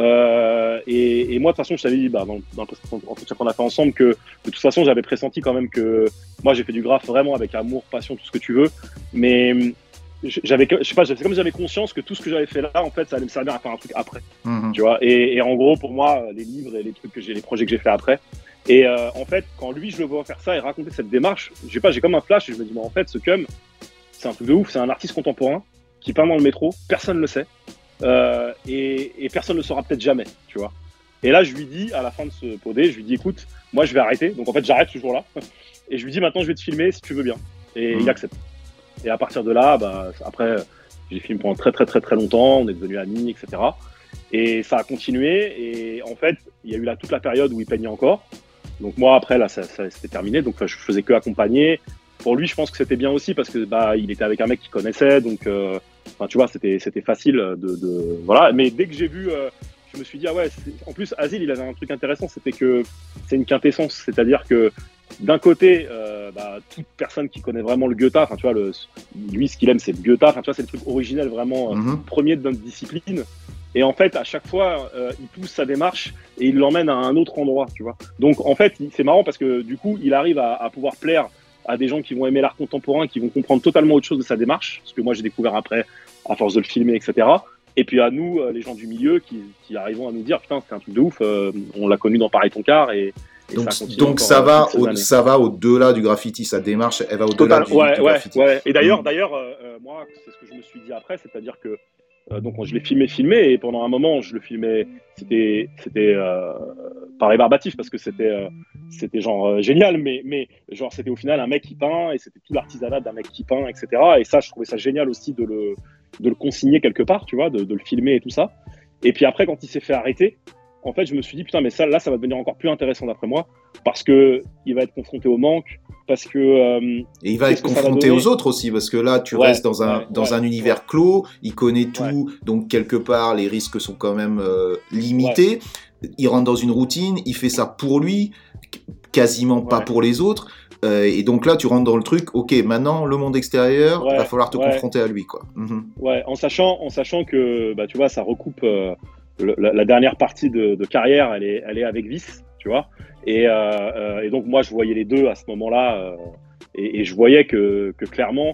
Euh, et, et moi, de toute façon, je t'avais dit, bah, dans, dans l'entretien qu'on a fait ensemble, que de toute façon, j'avais pressenti quand même que moi, j'ai fait du graphe vraiment avec amour, passion, tout ce que tu veux. Mais j'avais, je sais pas, c'est comme j'avais conscience que tout ce que j'avais fait là, en fait, ça allait me servir à faire un truc après. Mhm. Tu vois. Et, et en gros, pour moi, les livres et les trucs que j'ai, les projets que j'ai fait après. Et euh, en fait, quand lui, je le vois faire ça et raconter cette démarche, je sais pas, j'ai comme un flash et je me dis, mais en fait, ce cum, c'est un truc de ouf, c'est un artiste contemporain qui peint dans le métro, personne ne le sait. Euh, et, et personne ne le saura peut-être jamais, tu vois. Et là, je lui dis, à la fin de ce podé, je lui dis, écoute, moi, je vais arrêter. Donc, en fait, j'arrête ce jour-là. Et je lui dis, maintenant, je vais te filmer si tu veux bien. Et mmh. il accepte. Et à partir de là, bah, après, j'ai filmé pendant très, très, très, très longtemps. On est devenus amis, et cetera. Et ça a continué. Et en fait, il y a eu là toute la période où il peignait encore. Donc, moi, après, là, ça, ça c'était terminé. Donc, je faisais que accompagner. Pour lui, je pense que c'était bien aussi parce que bah, il était avec un mec qu'il connaissait. Donc, euh, enfin, tu vois, c'était, c'était facile de, de, voilà. Mais dès que j'ai vu, euh, je me suis dit, ah ouais, c'est... en plus, Asile, il avait un truc intéressant, c'était que c'est une quintessence. C'est-à-dire que d'un côté, euh, bah, toute personne qui connaît vraiment le Goethe, enfin, tu vois, le, lui, ce qu'il aime, c'est le Goethe. Enfin, tu vois, c'est le truc originel, vraiment mm-hmm. euh, premier de notre discipline. Et en fait, à chaque fois, euh, il pousse sa démarche et il l'emmène à un autre endroit, tu vois. Donc, en fait, c'est marrant parce que du coup, il arrive à, à pouvoir plaire à des gens qui vont aimer l'art contemporain, qui vont comprendre totalement autre chose de sa démarche, ce que moi j'ai découvert après, à force de le filmer, et cetera. Et puis à nous, les gens du milieu, qui, qui arrivons à nous dire, putain, c'est un truc de ouf, euh, on l'a connu dans Pareil ton quart, et, et donc ça continue. Donc ça va, au, ça va au-delà du graffiti, sa démarche, elle va au-delà du, ouais, du ouais, graffiti. Ouais. Et d'ailleurs, mmh. d'ailleurs euh, moi, c'est ce que je me suis dit après, c'est-à-dire que Euh, donc je l'ai filmé, filmé, et pendant un moment je le filmais, c'était, c'était euh, pas rébarbatif parce que c'était, euh, c'était genre euh, génial, mais, mais genre c'était au final un mec qui peint et c'était tout l'artisanat d'un mec qui peint, et cetera. Et ça, je trouvais ça génial aussi de le, de le consigner quelque part, tu vois, de, de le filmer et tout ça. Et puis après, quand il s'est fait arrêter, en fait, je me suis dit putain, mais ça, là, ça va devenir encore plus intéressant d'après moi parce que il va être confronté au manque. Parce que, euh, et il va être confronté aux autres aussi, parce que là, tu ouais, restes dans un, ouais, dans ouais, un univers ouais. clos, il connaît tout, ouais. donc quelque part, les risques sont quand même euh, limités. Ouais. Il rentre dans une routine, il fait ça pour lui, quasiment ouais. pas pour les autres. Euh, et donc là, tu rentres dans le truc, ok, maintenant, le monde extérieur, il ouais, va falloir te ouais. confronter à lui, quoi. Mm-hmm. Ouais, en sachant, en sachant que, bah, tu vois, ça recoupe euh, le, la, la dernière partie de, de carrière, elle est, elle est avec Vice, tu vois. Et, euh, euh, et donc, moi, je voyais les deux à ce moment-là. Euh, Et, et je voyais que, que clairement,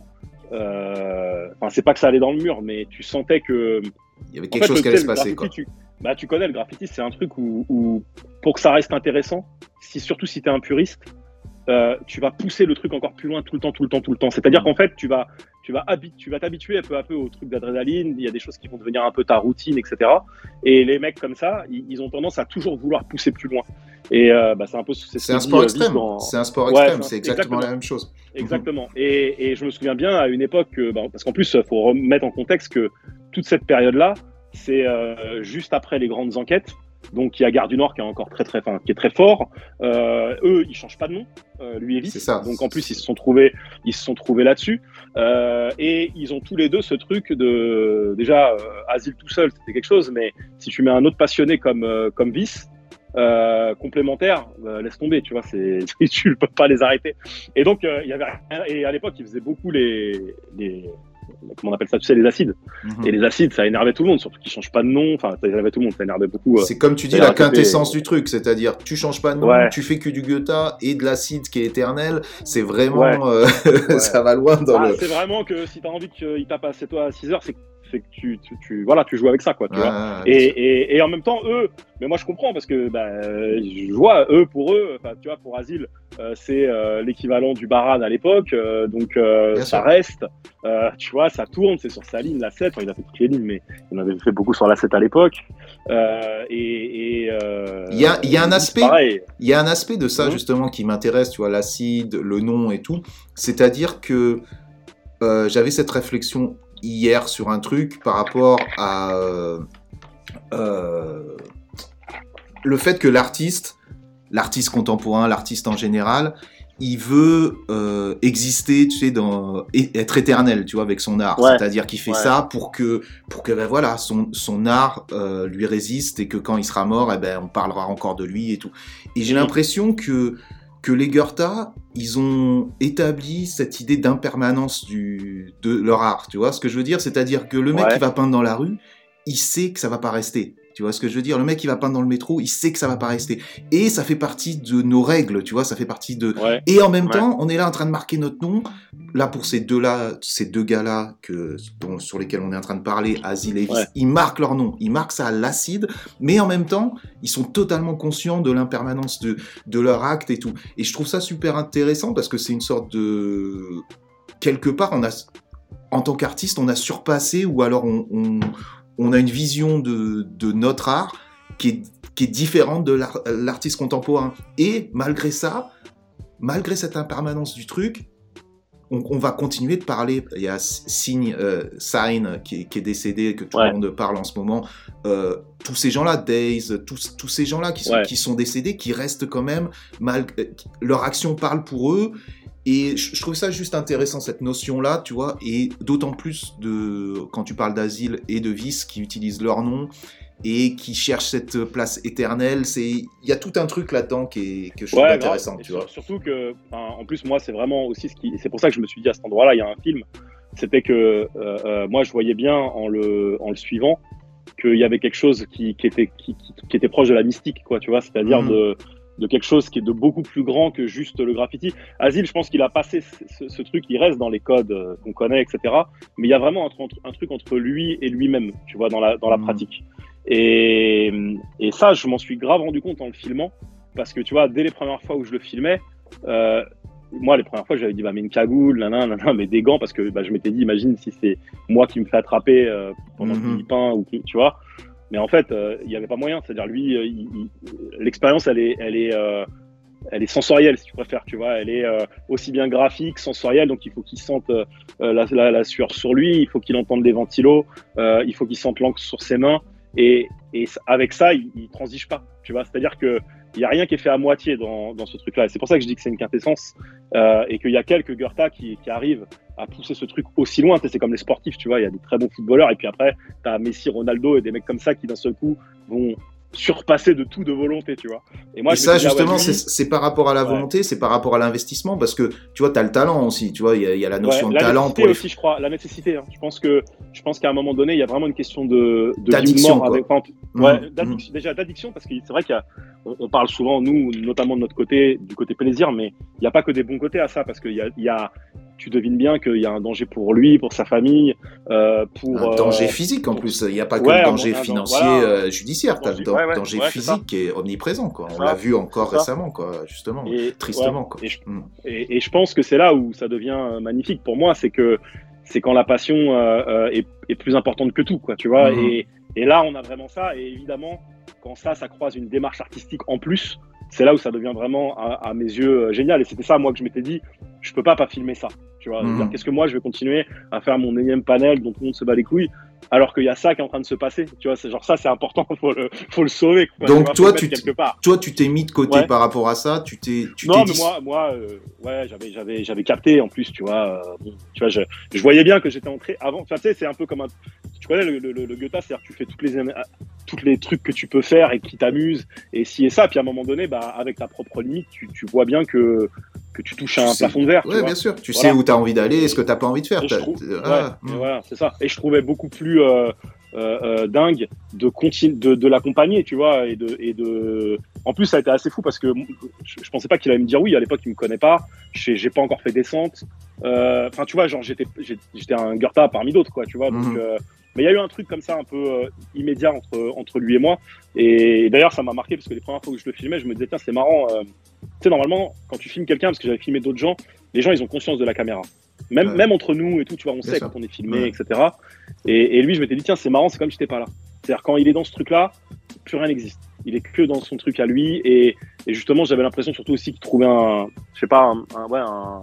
euh, enfin, c'est pas que ça allait dans le mur, mais tu sentais que il y avait quelque en fait, chose qui allait se passer, quoi. Tu, bah, tu connais le graffiti, c'est un truc où, où pour que ça reste intéressant, si surtout si t'es un puriste, euh, tu vas pousser le truc encore plus loin tout le temps, tout le temps, tout le temps. C'est-à-dire qu'en fait, tu vas, tu vas, habi- tu vas t'habituer peu à peu au truc d'adrénaline. Il y a des choses qui vont devenir un peu ta routine, et cetera. Et les mecs comme ça, ils, ils ont tendance à toujours vouloir pousser plus loin. Et euh, bah, c'est un peu c'est, c'est un sport extrême. Dans... C'est un sport extrême. Ouais, c'est, c'est exactement, exactement la même chose. Exactement. Mm-hmm. Et, et je me souviens bien à une époque, que, bah, parce qu'en plus, il faut remettre en contexte que toute cette période-là, c'est euh, juste après les grandes enquêtes. Donc il y a Gare du Nord qui est encore très très, enfin, qui est très fort. Euh, eux, ils changent pas de nom. Euh, lui et Vice. C'est ça. Donc en plus, ils se sont trouvés, ils se sont trouvés là-dessus. Euh, et ils ont tous les deux ce truc de déjà euh, Asile tout seul, c'était quelque chose. Mais si tu mets un autre passionné comme euh, comme Vice. Euh, complémentaire, euh, laisse tomber, tu vois, c'est, tu ne peux pas les arrêter. Et donc, euh, il y avait, et à l'époque, ils faisaient beaucoup les, les, comment on appelle ça, tu sais, les acides. Mm-hmm. Et les acides, ça énervait tout le monde, surtout qu'ils changent pas de nom. Enfin, ça énervait tout le monde, ça énervait beaucoup. Euh, c'est comme tu dis, la quintessence du truc, c'est-à-dire, tu changes pas de nom, ouais. tu fais que du Goethe et de l'acide qui est éternel. C'est vraiment, ouais. euh, ouais. ça va loin dans ah, le. C'est vraiment que si t'as envie qu'il tape à toi à six heures, c'est c'est que tu, tu, tu, voilà, tu joues avec ça, quoi, tu Ah, vois. bien Et, sûr. et, et en même temps, eux, mais moi je comprends parce que bah, euh, je vois, eux, pour eux, enfin, tu vois, pour Asile, euh, c'est euh, l'équivalent du Baran à l'époque, euh, donc euh, Bien ça sûr. reste, euh, tu vois, ça tourne, c'est sur sa ligne, la sept, enfin, il a fait toutes les lignes, mais il en avait fait beaucoup sur la sept à l'époque. Euh, et et euh, Il y a, il y a un Vis, aspect, pareil. il y a un aspect de ça Mhm. justement qui m'intéresse, tu vois, l'acide, le nom et tout. C'est-à-dire que euh, j'avais cette réflexion hier sur un truc par rapport à euh, euh, le fait que l'artiste, l'artiste contemporain, l'artiste en général, il veut euh, exister, tu sais, dans, et être éternel, tu vois, avec son art. Ouais. C'est-à-dire qu'il fait Ouais. ça pour que, pour que, ben voilà, son, son art euh, lui résiste et que quand il sera mort, eh ben, on parlera encore de lui et tout. Et j'ai Mhm. l'impression que que les Goethe, ils ont établi cette idée d'impermanence du de leur art. Tu vois ce que je veux dire? C'est-à-dire que le mec Ouais. qui va peindre dans la rue, il sait que ça va pas rester. Tu vois ce que je veux dire? Le mec qui va peindre dans le métro, il sait que ça va pas rester. Et ça fait partie de nos règles, tu vois, ça fait partie de... Ouais. Et en même Ouais. temps, on est là en train de marquer notre nom. Là, pour ces deux-là, ces deux gars-là que, dont, sur lesquels on est en train de parler, Asile et Vis, Ouais. ils marquent leur nom. Ils marquent ça à l'acide, mais en même temps, ils sont totalement conscients de l'impermanence de, de leur acte et tout. Et je trouve ça super intéressant parce que c'est une sorte de... Quelque part, on a... En tant qu'artiste, on a surpassé ou alors on... on on a une vision de, de notre art qui est, qui est différente de l'art, l'artiste contemporain. Et malgré ça, malgré cette impermanence du truc, on, on va continuer de parler. Il y a Sign, euh, Sign qui, est, qui est décédé, que tout Ouais. le monde parle en ce moment. Euh, tous ces gens-là, Days, tous, tous ces gens-là qui sont, Ouais. qui sont décédés, qui restent quand même, mal, leur action parle pour eux. Et je, je trouve ça juste intéressant, cette notion-là, tu vois, et d'autant plus de, quand tu parles d'Asile et de Vis qui utilisent leur nom et qui cherchent cette place éternelle, c'est, il y a tout un truc là-dedans qui est, que je trouve Ouais, intéressant, grave. Et tu sur- vois. Surtout que, enfin, en plus, moi, c'est vraiment aussi ce qui. C'est pour ça que je me suis dit à cet endroit-là, il y a un film. C'était que euh, euh, moi, je voyais bien en le, en le suivant qu'il y avait quelque chose qui, qui, était, qui, qui, qui était proche de la mystique, quoi, tu vois, c'est-à-dire Mhm. de, de quelque chose qui est de beaucoup plus grand que juste le graffiti. Asile, je pense qu'il a passé ce, ce, ce truc, il reste dans les codes euh, qu'on connaît, et cetera. Mais il y a vraiment un, un truc entre lui et lui-même, tu vois, dans la, dans la Mhm. pratique. Et, et ça, je m'en suis grave rendu compte en le filmant, parce que tu vois, dès les premières fois où je le filmais, euh, moi, les premières fois, j'avais dit, bah, mais une cagoule, nanana, nanana, mais des gants, parce que bah, je m'étais dit, imagine si c'est moi qui me fais attraper euh, pendant Mhm. qu'il peint, ou que- tu vois. Mais en fait, euh, il n'y avait pas moyen. C'est-à-dire, lui, euh, il- il- l'expérience, elle est, elle, est, euh, elle est sensorielle, si tu préfères, tu vois. Elle est euh, aussi bien graphique, sensorielle, donc il faut qu'il sente euh, la, la, la sueur sur lui, il faut qu'il entende les ventilos, euh, il faut qu'il sente l'encre sur ses mains. Et, et avec ça, il ne transige pas, tu vois. C'est-à-dire qu'il n'y a rien qui est fait à moitié dans, dans ce truc-là. Et c'est pour ça que je dis que c'est une quintessence euh, et qu'il y a quelques Goethe qui, qui arrivent à pousser ce truc aussi loin. C'est comme les sportifs, tu vois. Il y a des très bons footballeurs et puis après, tu as Messi, Ronaldo et des mecs comme ça qui, d'un seul coup, vont surpasser de tout de volonté, tu vois. Et moi, Et je ça, me dis, ah ouais, justement, lui, c'est, c'est par rapport à la Ouais. volonté, c'est par rapport à l'investissement, parce que, tu vois, tu as le talent aussi, tu vois, il y, a- il y a la notion ouais, de la talent nécessité pour les... aussi, je crois. La nécessité. Hein. Je pense que, je pense qu'à un moment donné, il y a vraiment une question de, de D'addiction, vie ou de mort quoi. avec. Enfin, ouais, Mhm. d'addiction, déjà d'addiction, parce que c'est vrai qu'il y a, on, on parle souvent, nous, notamment de notre côté, du côté plaisir, mais il n'y a pas que des bons côtés à ça, parce qu'il y a, il y a, tu devines bien qu'il y a un danger pour lui, pour sa famille, euh, pour. Un euh, danger physique en pour- plus, il n'y a pas que Ouais, le un- danger un- financier, voilà. euh, judiciaire, tu as le Danger- dan- ouais, ouais, danger ouais, c'est ça. physique qui est omniprésent, quoi. C'est On ça, l'a vu encore c'est ça. récemment, quoi, justement, Et, tristement, ouais, quoi. et je, Mm. Et, et je pense que c'est là où ça devient euh, magnifique pour moi, c'est que c'est quand la passion euh, euh, est, est plus importante que tout, quoi, tu vois. Mhm. Et, et là, on a vraiment ça. Et évidemment, quand ça, ça croise une démarche artistique en plus, c'est là où ça devient vraiment, à, à mes yeux, euh, génial. Et c'était ça, moi, que je m'étais dit, je peux pas pas filmer ça, tu vois. Mhm. Dire, qu'est-ce que moi, je vais continuer à faire mon énième panel dont tout le monde se bat les couilles, alors qu'il y a ça qui est en train de se passer, tu vois. C'est genre ça, c'est important, faut le, faut le sauver, quoi, Donc, tu vois, toi, faut le tu mettre t- quelque part. Toi, tu t'es mis de côté Ouais. par rapport à ça, tu t'es, tu Non, t'es mais dit... moi, moi, euh, ouais, j'avais, j'avais, j'avais capté en plus, tu vois. Euh, bon, tu vois, je, je voyais bien que j'étais entré avant. Enfin, tu sais, c'est un peu comme un. Tu connais le, le, le, le Goethe, c'est-à-dire que tu fais toutes les, toutes les trucs que tu peux faire et qui t'amusent et ci et ça. Puis à un moment donné, bah, avec ta propre limite, tu, tu vois bien que que tu touches à Tu un sais- plafond de verre. tu Ouais, vois. bien sûr, tu Voilà. sais où tu as envie d'aller et ce que tu n'as pas envie de faire. Et je T'as- trouve, t'as- ouais, ah, et mm. voilà, c'est ça. Et je trouvais beaucoup plus euh, euh, euh, dingue de, continu- de, de l'accompagner, tu vois, et de, et de. En plus, ça a été assez fou parce que je, je pensais pas qu'il allait me dire oui. À l'époque, il me connaît pas. J'ai, j'ai pas encore fait descente. Euh, Enfin, tu vois, genre j'étais, j'ai- j'étais un Goethe parmi d'autres, quoi, tu vois. Donc, Mhm. euh, Mais il y a eu un truc comme ça un peu euh, immédiat entre, entre lui et moi. Et, et d'ailleurs, ça m'a marqué parce que les premières fois que je le filmais, je me disais, tiens, c'est marrant. Euh, tu sais, normalement, quand tu filmes quelqu'un, parce que j'avais filmé d'autres gens, les gens, ils ont conscience de la caméra. Même, ouais. même entre nous et tout, tu vois, on Bien sait sûr. Quand on est filmé, ouais. et cetera. Et, et lui, je m'étais dit, tiens, c'est marrant, c'est comme si t'étais pas là. C'est-à-dire, quand il est dans ce truc-là, plus rien n'existe. Il est que dans son truc à lui. Et, et justement, j'avais l'impression surtout aussi qu'il trouvait un, je sais pas, un, un ouais, un,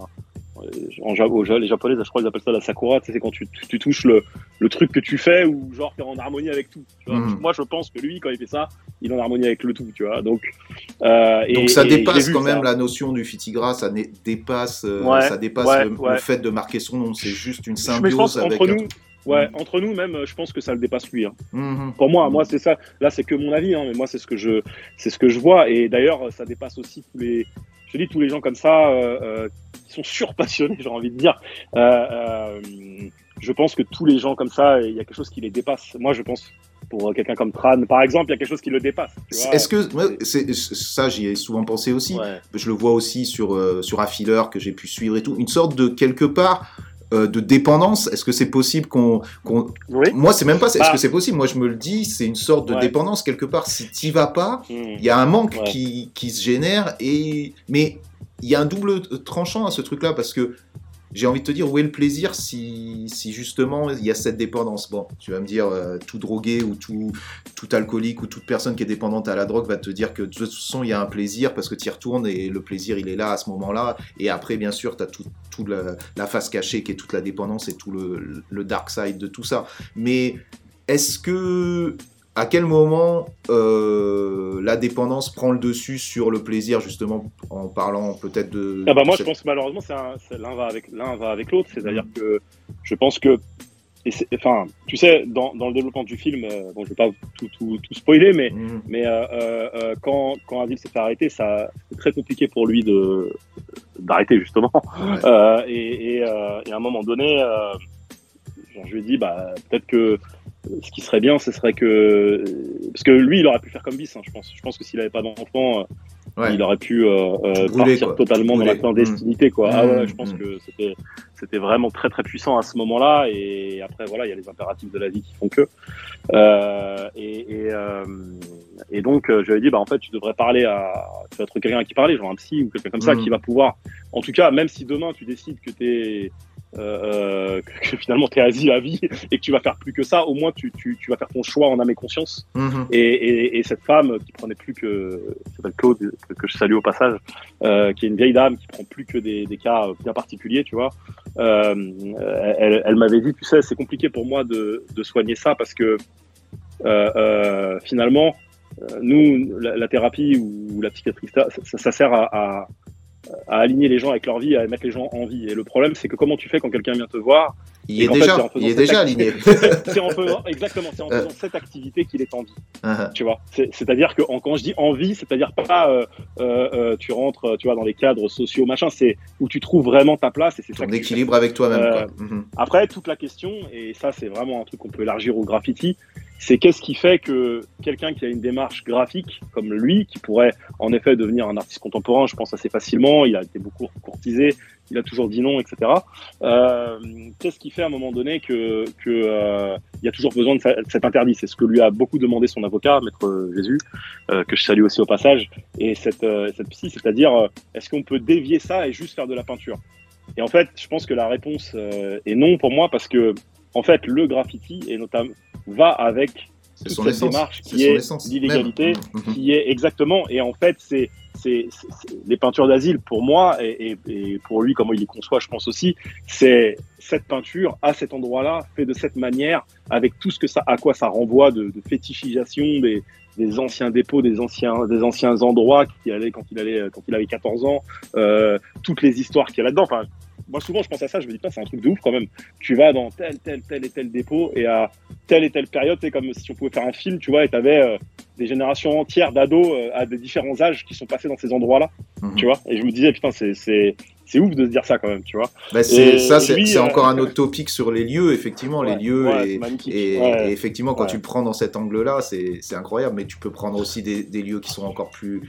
en Jap- les Japonais, je crois qu'ils appellent ça la sakura, tu sais, c'est quand tu, tu, tu touches le, le truc que tu fais ou genre t'es en harmonie avec tout. Tu vois. Mmh. Moi, je pense que lui, quand il fait ça, il est en harmonie avec le tout, tu vois. Donc, euh, et, Donc ça et dépasse vu, quand ça. même la notion du Fitigra, ça né- dépasse, euh, ouais, ça dépasse ouais, le, ouais. le fait de marquer son nom. C'est juste une symbiose Mais je pense avec entre un nous. Ouais, mmh. entre nous même, je pense que ça le dépasse lui. Hein. Mmh. Pour moi, moi c'est ça. Là, c'est que mon avis, hein, mais moi c'est ce que je, c'est ce que je vois. Et d'ailleurs, ça dépasse aussi tous les, je dis tous les gens comme ça euh, euh, qui sont surpassionnés, j'ai envie de dire. Euh, euh, je pense que tous les gens comme ça, il y a quelque chose qui les dépasse. Moi, je pense pour quelqu'un comme Tran, par exemple, il y a quelque chose qui le dépasse. Tu vois. Est-ce que ouais, c'est, ça, j'y ai souvent pensé aussi. Ouais. Je le vois aussi sur euh, sur Affiller que j'ai pu suivre et tout. Une sorte de quelque part. De dépendance, est-ce que c'est possible qu'on, qu'on... Oui. Moi c'est même pas, est-ce ah. que c'est possible, moi je me le dis, c'est une sorte de ouais. dépendance quelque part, si t'y vas pas, il mmh. y a un manque ouais. qui, qui se génère, et... mais il y a un double tranchant à ce truc-là, parce que j'ai envie de te dire, où est le plaisir si, si justement il y a cette dépendance. Bon, tu vas me dire, euh, tout drogué ou tout, tout alcoolique ou toute personne qui est dépendante à la drogue va te dire que de toute façon il y a un plaisir parce que tu y retournes et le plaisir il est là à ce moment-là. Et après, bien sûr, tu as tout, tout la, la face cachée qui est toute la dépendance et tout le, le dark side de tout ça. Mais est-ce que... À quel moment euh, la dépendance prend le dessus sur le plaisir, justement, en parlant peut-être de... Ah bah moi, cette... je pense que malheureusement, c'est un, c'est, l'un, va avec, l'un va avec l'autre. C'est-à-dire mmh. que je pense que... Et c'est, enfin, tu sais, dans, dans le développement du film, euh, bon, je vais pas tout, tout, tout spoiler, mais, mmh. mais euh, euh, quand, quand Adil s'est fait arrêter, ça, c'est très compliqué pour lui de, d'arrêter, justement. Ouais. Euh, et, et, euh, et à un moment donné, euh, genre, je lui ai dit, bah, peut-être que ce qui serait bien, ce serait que... Parce que lui, il aurait pu faire comme Vice, hein, je pense. Je pense que s'il n'avait pas d'enfant, euh, ouais. il aurait pu euh, euh, brûler, partir quoi. totalement brûler. Dans la clandestinité. Quoi. Mmh. Ah ouais, je pense mmh. que c'était, c'était vraiment très très puissant à ce moment-là. Et après, voilà, il y a les impératifs de la vie qui font que. Euh, et, et, euh, et donc, euh, je lui ai dit, bah, en fait, tu devrais parler à... Tu vas être quelqu'un à qui parler, genre un psy ou quelqu'un comme ça, mmh. qui va pouvoir... En tout cas, même si demain, tu décides que t'es... Euh, que, que finalement t'es asile à vie et que tu vas faire plus que ça, au moins tu, tu, tu vas faire ton choix en âme et conscience. Mmh. Et, et, et cette femme qui prenait plus que, qui s'appelle Claude, que, que je salue au passage, euh, qui est une vieille dame qui prend plus que des, des cas bien particuliers, tu vois, euh, elle, elle m'avait dit, tu sais, c'est compliqué pour moi de, de soigner ça parce que euh, euh, finalement, nous, la, la thérapie ou la psychiatrie, ça, ça, ça sert à, à à aligner les gens avec leur vie, à mettre les gens en vie. Et le problème, c'est que comment tu fais quand quelqu'un vient te voir? Il est déjà, fait, il est déjà aligné. c'est en faisant, exactement, c'est en faisant euh. cette activité qu'il est en vie. Uh-huh. Tu vois, c'est, c'est-à-dire que en, quand je dis en vie, c'est-à-dire pas euh, euh, tu rentres, tu vois, dans les cadres sociaux, machin, c'est où tu trouves vraiment ta place. Et c'est ton équilibre avec toi-même. Euh, quoi. Mm-hmm. Après, toute la question, et ça, c'est vraiment un truc qu'on peut élargir au graffiti, c'est qu'est-ce qui fait que quelqu'un qui a une démarche graphique comme lui, qui pourrait en effet devenir un artiste contemporain, je pense assez facilement, il a été beaucoup courtisé, il a toujours dit non, et cetera. Euh, qu'est-ce qui fait à un moment donné que que euh, il y a toujours besoin de, sa, de cet interdit? C'est ce que lui a beaucoup demandé son avocat, Maître Jésus, euh, que je salue aussi au passage, et cette euh, cette psy, c'est-à-dire euh, est-ce qu'on peut dévier ça et juste faire de la peinture? Et en fait, je pense que la réponse euh, est non pour moi parce que en fait, le graffiti et notamment va avec c'est toute son cette essence. démarche qui c'est est l'illégalité, mmh. qui est exactement, et en fait, c'est, c'est, c'est, c'est les peintures d'asile pour moi, et, et, et pour lui, comment il les conçoit, je pense aussi, c'est cette peinture à cet endroit-là, fait de cette manière, avec tout ce que ça, à quoi ça renvoie de, de fétichisation des, des anciens dépôts, des anciens, des anciens endroits qu'il allait quand il allait, quand il avait quatorze ans, euh, toutes les histoires qu'il y a là-dedans, enfin, moi, souvent, je pense à ça, je me dis, pas, c'est un truc de ouf quand même. Tu vas dans tel, tel, tel et tel dépôt et à telle et telle période, c'est comme si on pouvait faire un film, tu vois, et t'avais euh, des générations entières d'ados euh, à des différents âges qui sont passés dans ces endroits-là, mmh. tu vois. Et je me disais, putain, c'est, c'est, c'est ouf de se dire ça quand même, tu vois. Bah c'est, ça, c'est, lui, c'est euh... encore un autre topic sur les lieux, effectivement, ouais, les lieux. Ouais, et, et, ouais. et effectivement, quand ouais. tu le prends dans cet angle-là, c'est, c'est incroyable, mais tu peux prendre aussi des, des lieux qui sont encore plus.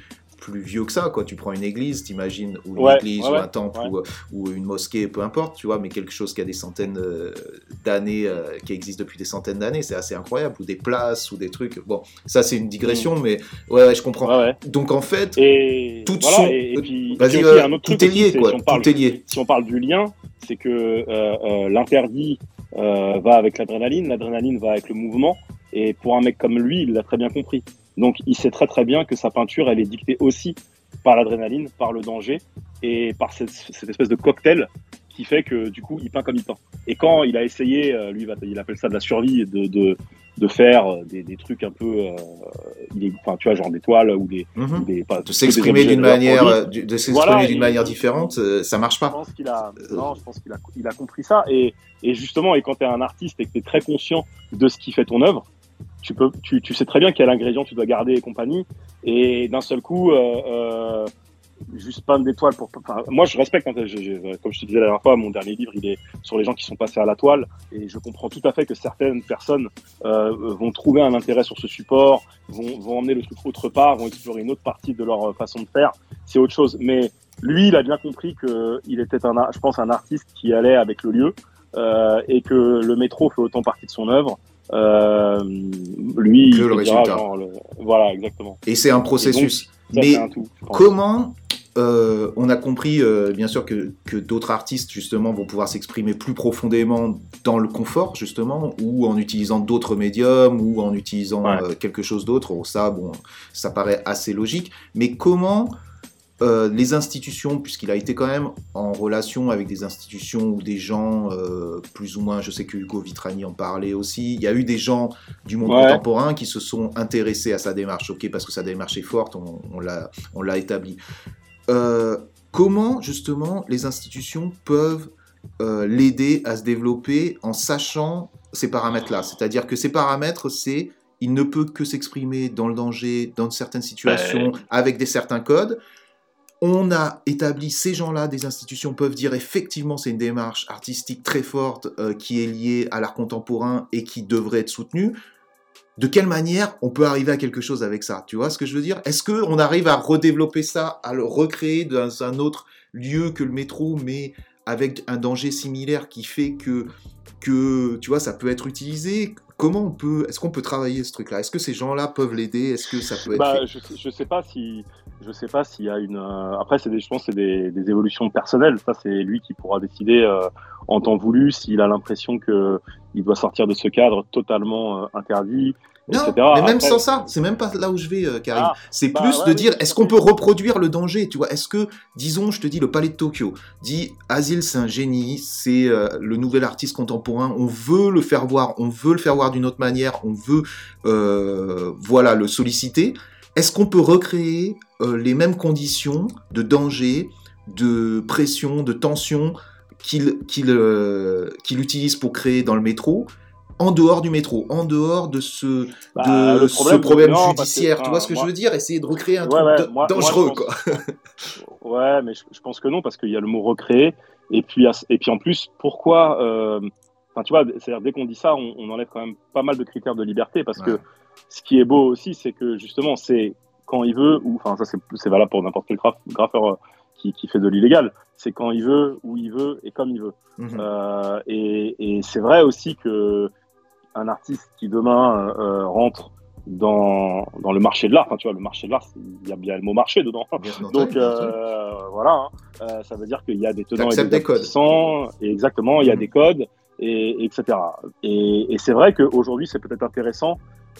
plus vieux que ça, quoi. Tu prends une église, t'imagines, ou une Ouais, église, ouais, ou ouais, un temple, ouais. ou, ou une mosquée, peu importe, tu vois, mais quelque chose qui a des centaines euh, d'années, euh, qui existe depuis des centaines d'années, c'est assez incroyable, ou des places, ou des trucs. Bon, ça c'est une digression, mais ouais, ouais, je comprends. Ouais, ouais. Donc en fait, Et toutes voilà, sont. et, et puis, Vas-y, puis aussi, il y a euh, un autre tout truc est aussi, lié, c'est quoi. si on parle, Tout est lié. si on parle du lien, c'est que euh, euh, l'interdit euh, va avec l'adrénaline, l'adrénaline va avec le mouvement, et pour un mec comme lui, il l'a très bien compris. Donc il sait très très bien que sa peinture, elle est dictée aussi par l'adrénaline, par le danger, et par cette, cette espèce de cocktail qui fait que du coup, il peint comme il peint. Et quand il a essayé, euh, lui, il va- il appelle ça de la survie, de, de, de faire des, des trucs un peu, euh, il est, enfin, tu vois, genre des toiles ou des, Mhm. ou des pas, De s'exprimer d'une manière, euh, du- de s'exprimer Voilà, d'une et- manière différente, euh, ça marche je pas. pense qu'il a, non, je pense qu'il a, il a compris ça. Et, et justement, et quand tu es un artiste et que tu es très conscient de ce qui fait ton œuvre, tu, peux, tu, tu sais très bien quel ingrédient tu dois garder et compagnie. Et d'un seul coup, euh, euh, juste peindre des toiles pour. Enfin, moi, je respecte, hein, j'ai- j'ai- comme je te disais la dernière fois, mon dernier livre, il est sur les gens qui sont passés à la toile. Et je comprends tout à fait que certaines personnes euh, vont trouver un intérêt sur ce support, vont, vont emmener le truc autre part, vont explorer une autre partie de leur euh, façon de faire. C'est autre chose. Mais lui, il a bien compris qu'il était, un, ar- je pense, un artiste qui allait avec le lieu euh, et que le métro fait autant partie de son œuvre. Euh, lui, Que il le te dira, résultat. genre, le- voilà, exactement. Et c'est un Et donc, processus. ça, Mais c'est un tout, je pense. comment euh, on a compris, euh, bien sûr, que, que d'autres artistes, justement, vont pouvoir s'exprimer plus profondément dans le confort, justement, ou en utilisant d'autres médiums, ou en utilisant Ouais. euh, quelque chose d'autre. Bon, ça, bon, ça paraît assez logique. Mais comment euh, les institutions, puisqu'il a été quand même en relation avec des institutions ou des gens euh, plus ou moins, je sais que Hugo Vitrani en parlait aussi, il y a eu des gens du monde Ouais. contemporain qui se sont intéressés à sa démarche, ok, parce que sa démarche est forte, on, on l'a, on l'a établi. Euh, comment justement les institutions peuvent euh, l'aider à se développer en sachant ces paramètres-là, c'est-à-dire que ces paramètres, c'est il ne peut que s'exprimer dans le danger, dans certaines situations, Ouais. avec des certains codes. On a établi ces gens-là, des institutions peuvent dire effectivement c'est une démarche artistique très forte euh, qui est liée à l'art contemporain et qui devrait être soutenue. De quelle manière on peut arriver à quelque chose avec ça? Tu vois ce que je veux dire? Est-ce qu'on arrive à redévelopper ça, à le recréer dans un autre lieu que le métro, mais avec un danger similaire qui fait que, que tu vois, ça peut être utilisé? Comment on peut, est-ce qu'on peut travailler ce truc-là? Est-ce que ces gens-là peuvent l'aider? Est-ce que ça peut être Bah, fait? je, sais- je sais pas si, je sais pas s'il y a une. euh, Après, c'est des, je pense, que c'est des, des évolutions personnelles. Ça, c'est lui qui pourra décider euh, en temps voulu s'il a l'impression que il doit sortir de ce cadre totalement euh, interdit, Non, et cetera. mais même Après, sans ça, c'est même pas là où je vais, euh, Karim. ah, C'est bah plus ouais, de oui, dire, tout à est-ce qu'on fait. peut reproduire le danger, tu vois? Est-ce que, disons, je te dis, le Palais de Tokyo, dit, Asile, c'est un génie, c'est euh, le nouvel artiste contemporain, on veut le faire voir, on veut le faire voir d'une autre manière, on veut, euh, voilà, le solliciter. Est-ce qu'on peut recréer euh, les mêmes conditions de danger, de pression, de tension qu'il qu'il euh, qu'il utilise pour créer dans le métro, en dehors du métro, en dehors de ce, Bah, de le ce problème, problème non, parce que, judiciaire, tu vois ce enfin, que je moi, veux dire? Essayer de recréer un ouais, truc ouais, de- moi, moi, je dangereux, pense, quoi. je pense- ouais, mais je, je pense que non, parce qu'il y a le mot recréer, et puis, à- et puis en plus, pourquoi, euh, enfin, tu vois, c'est-à-dire, dès qu'on dit ça, on, on enlève quand même pas mal de critères de liberté, parce Ouais. que ce qui est beau aussi, c'est que justement, c'est quand il veut, ou, enfin, ça, c'est c'est valable pour n'importe quel graph- graffeur euh, qui, qui fait de l'illégal, c'est quand il veut, où il veut, et comme il veut. Mhm. Euh, et et c'est vrai aussi que un artiste qui demain euh, rentre dans, dans le marché de l'art, enfin, tu vois, le marché de l'art, c'est- il y a bien le mot marché dedans. Bien entendu, Donc bien entendu. euh, voilà, hein. Euh, ça veut dire qu'il y a des tenants et T'acceptes des des codes. aboutissants, et exactement, il y a Mhm. des codes, et, etc. Et, et c'est vrai qu'aujourd'hui, c'est peut-être intéressant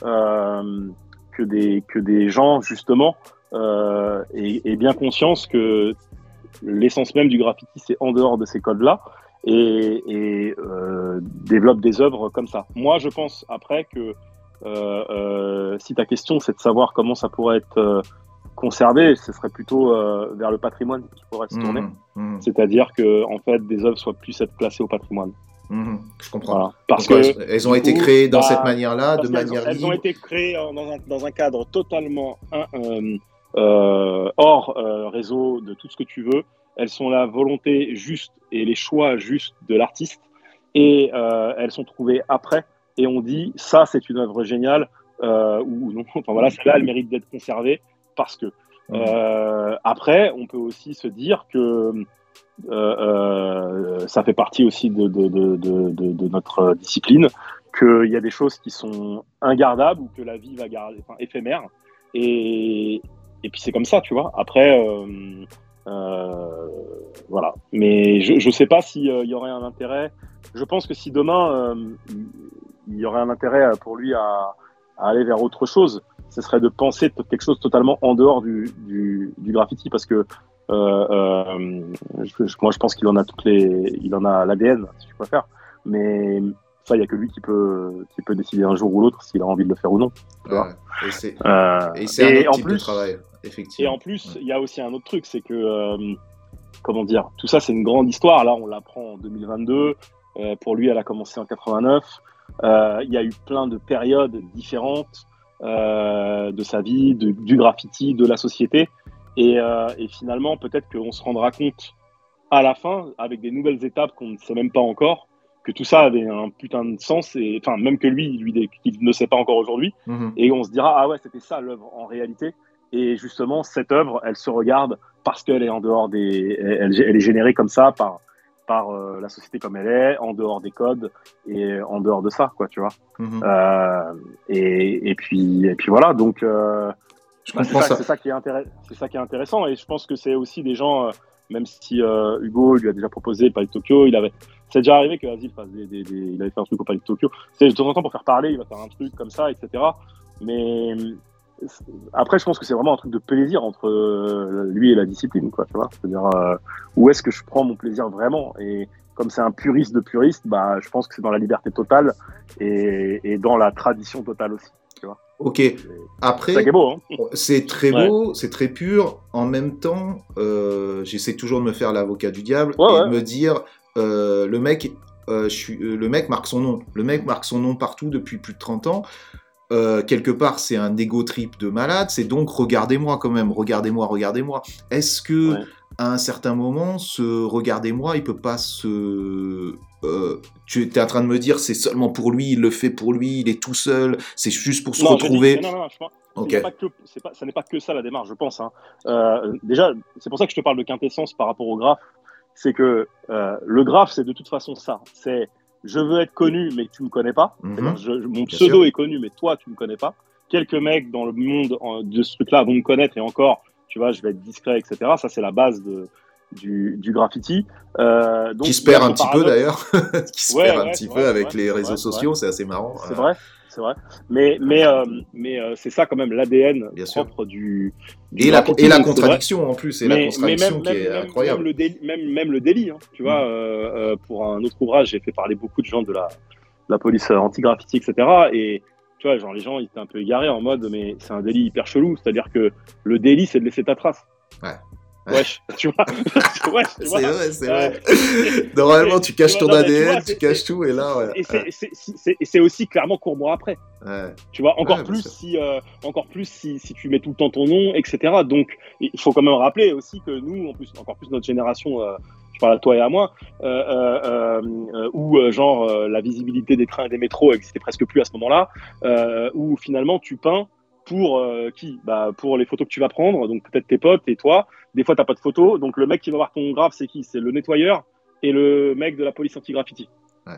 euh, que, des, que des gens, justement, euh, aient, aient bien conscience que l'essence même du graffiti, c'est en dehors de ces codes-là, et, et euh, développe des œuvres comme ça. Moi, je pense après que euh, euh, si ta question c'est de savoir comment ça pourrait être euh, conservé, ce serait plutôt euh, vers le patrimoine qui pourrait se tourner. Mhm. Mhm. C'est-à-dire que en fait, des œuvres soient puissent être classées au patrimoine. Mhm. Je comprends. Voilà. Parce Donc, que elles, elles ont du été coup, créées dans bah, cette manière-là, de parce qu'elles ont, manière elles ont libre. été créées en- dans un, dans un cadre totalement hein, euh, euh, hors euh, réseau de tout ce que tu veux. Elles sont la volonté juste et les choix justes de l'artiste. Et euh, elles sont trouvées après. Et on dit, ça, c'est une œuvre géniale. Euh, ou non. Enfin voilà, celle-là, elle mérite d'être conservée parce que. Mmh. Euh, après, on peut aussi se dire que euh, euh, ça fait partie aussi de, de, de, de, de, de notre discipline, qu'il y a des choses qui sont ingardables ou que la vie va garder, enfin, éphémère. Et, et puis c'est comme ça, tu vois. Après, euh, euh, voilà. Mais je ne sais pas s'il euh, y aurait un intérêt. Je pense que si demain, euh, il y aurait un intérêt pour lui à, à aller vers autre chose, ce serait de penser quelque chose totalement en dehors du, du, du graffiti, parce que euh, euh, je, moi je pense qu'il en a toutes les, il en a l'A D N, si tu préfères. Mais ça, il n'y a que lui qui peut, qui peut décider un jour ou l'autre s'il a envie de le faire ou non. Tu Ouais, vois. et c'est, Euh, et c'est un et autre en type plus, de travail, effectivement. Et en plus, Ouais. il y a aussi un autre truc, c'est que, euh, comment dire, tout ça, c'est une grande histoire. Là, on l'apprend en deux mille vingt-deux. Euh, pour lui, elle a commencé en quatre-vingt-neuf. Euh, il y a eu plein de périodes différentes euh, de sa vie, de, du graffiti, de la société. Et, euh, et finalement, peut-être qu'on se rendra compte à la fin, avec des nouvelles étapes qu'on ne sait même pas encore, que tout ça avait un putain de sens, et enfin même que lui, lui, il ne sait pas encore aujourd'hui, Mhm. et on se dira ah ouais, c'était ça l'œuvre en réalité. Et justement, cette œuvre, elle se regarde parce qu'elle est en dehors des, elle, elle est générée comme ça par par euh, la société comme elle est, en dehors des codes et en dehors de ça, quoi, tu vois. Mhm. Euh, et, et puis et puis voilà, donc euh, Je bah, c'est comprends ça, ça. c'est ça qui est intéressant, c'est ça qui est intéressant, et je pense que c'est aussi des gens. Euh, Même si euh, Hugo lui a déjà proposé le Palais de Tokyo, il avait, c'est déjà arrivé que Asile fasse des, des, des, il avait fait un truc au Palais de Tokyo. C'est de temps en temps pour faire parler, il va faire un truc comme ça, et cetera. Mais après, je pense que c'est vraiment un truc de plaisir entre euh, lui et la discipline, quoi. Tu vois, c'est-à-dire euh, où est-ce que je prends mon plaisir vraiment. Et comme c'est un puriste de puriste, bah, je pense que c'est dans la liberté totale et, et dans la tradition totale aussi. Tu vois. Ok. C'est Après, ça qui est beau, hein. c'est très Ouais. beau, c'est très pur. En même temps, euh, j'essaie toujours de me faire l'avocat du diable Ouais, et ouais. de me dire, euh, le mec, euh, je suis, euh, le mec marque son nom. Le mec marque son nom partout depuis plus de trente ans. Euh, quelque part, c'est un ego trip de malade. C'est donc regardez-moi quand même, regardez-moi, regardez-moi. Est-ce que Ouais. à un certain moment, ce regardez-moi, il peut pas se euh, tu es en train de me dire c'est seulement pour lui, il le fait pour lui, il est tout seul, c'est juste pour se Non, j'ai dit- retrouver. non, non, non, je pense. Ok. Il y a pas que, c'est pas, ça n'est pas que ça la démarche, je pense. Hein. Euh, déjà, c'est pour ça que je te parle de quintessence par rapport au graphe. C'est que euh, le graphe, c'est de toute façon ça. C'est je veux être connu, mais que tu me connais pas. Mhm. C'est-à-dire, je- je- mon Bien pseudo sûr. est connu, mais toi, tu me connais pas. Quelques mecs dans le monde en- de ce truc-là vont me connaître, et encore, tu vois, je vais être discret, et cetera. Ça, c'est la base de, du, du graffiti. Euh, donc, Qui se il y a perd ce un petit peu paradoxe. d'ailleurs, qui se Ouais, perd un ouais, petit c'est peu vrai, c'est avec vrai, les c'est réseaux vrai, c'est sociaux, vrai. c'est assez marrant. C'est Euh, vrai, c'est vrai. Mais, mais, euh, mais euh, c'est ça quand même l'A D N Bien sûr. propre du, du Et la, graffiti, et la donc c'est vrai. contradiction en plus, et la Mais, mais contradiction même, qui même, est même, incroyable. même le délit, même, même le délit, hein, tu vois, Mhm. euh, euh, pour un autre ouvrage, j'ai fait parler beaucoup de gens de la, de la police euh, anti-graffiti, et cetera. Et tu vois, genre les gens, ils étaient un peu égarés en mode, mais c'est un délit hyper chelou. C'est-à-dire que le délit, c'est de laisser ta trace. Ouais. Wesh, tu vois. Wesh, tu vois. C'est vrai, c'est Euh, vrai. Normalement, tu caches tu ton vois, non, mais tu A D N, vois, tu c'est- caches c'est- tout, et là, ouais. Et c'est- c'est c'est- c'est aussi clairement cours-moi après. Ouais. Tu vois, encore Ouais, bien plus sûr. si, euh, encore plus si, si tu mets tout le temps ton nom, et cetera. Donc, il faut quand même rappeler aussi que nous, en plus, encore plus notre génération, euh, je parle à toi et à moi, euh, euh, euh, où euh, genre euh, la visibilité des trains et des métros n'existait presque plus à ce moment-là, euh, où finalement tu peins pour euh, qui bah, pour les photos que tu vas prendre, donc peut-être tes potes et toi. Des fois, t'as pas de photos, donc le mec qui va voir ton graphe, c'est qui? C'est le nettoyeur et le mec de la police anti-graffiti. Ouais.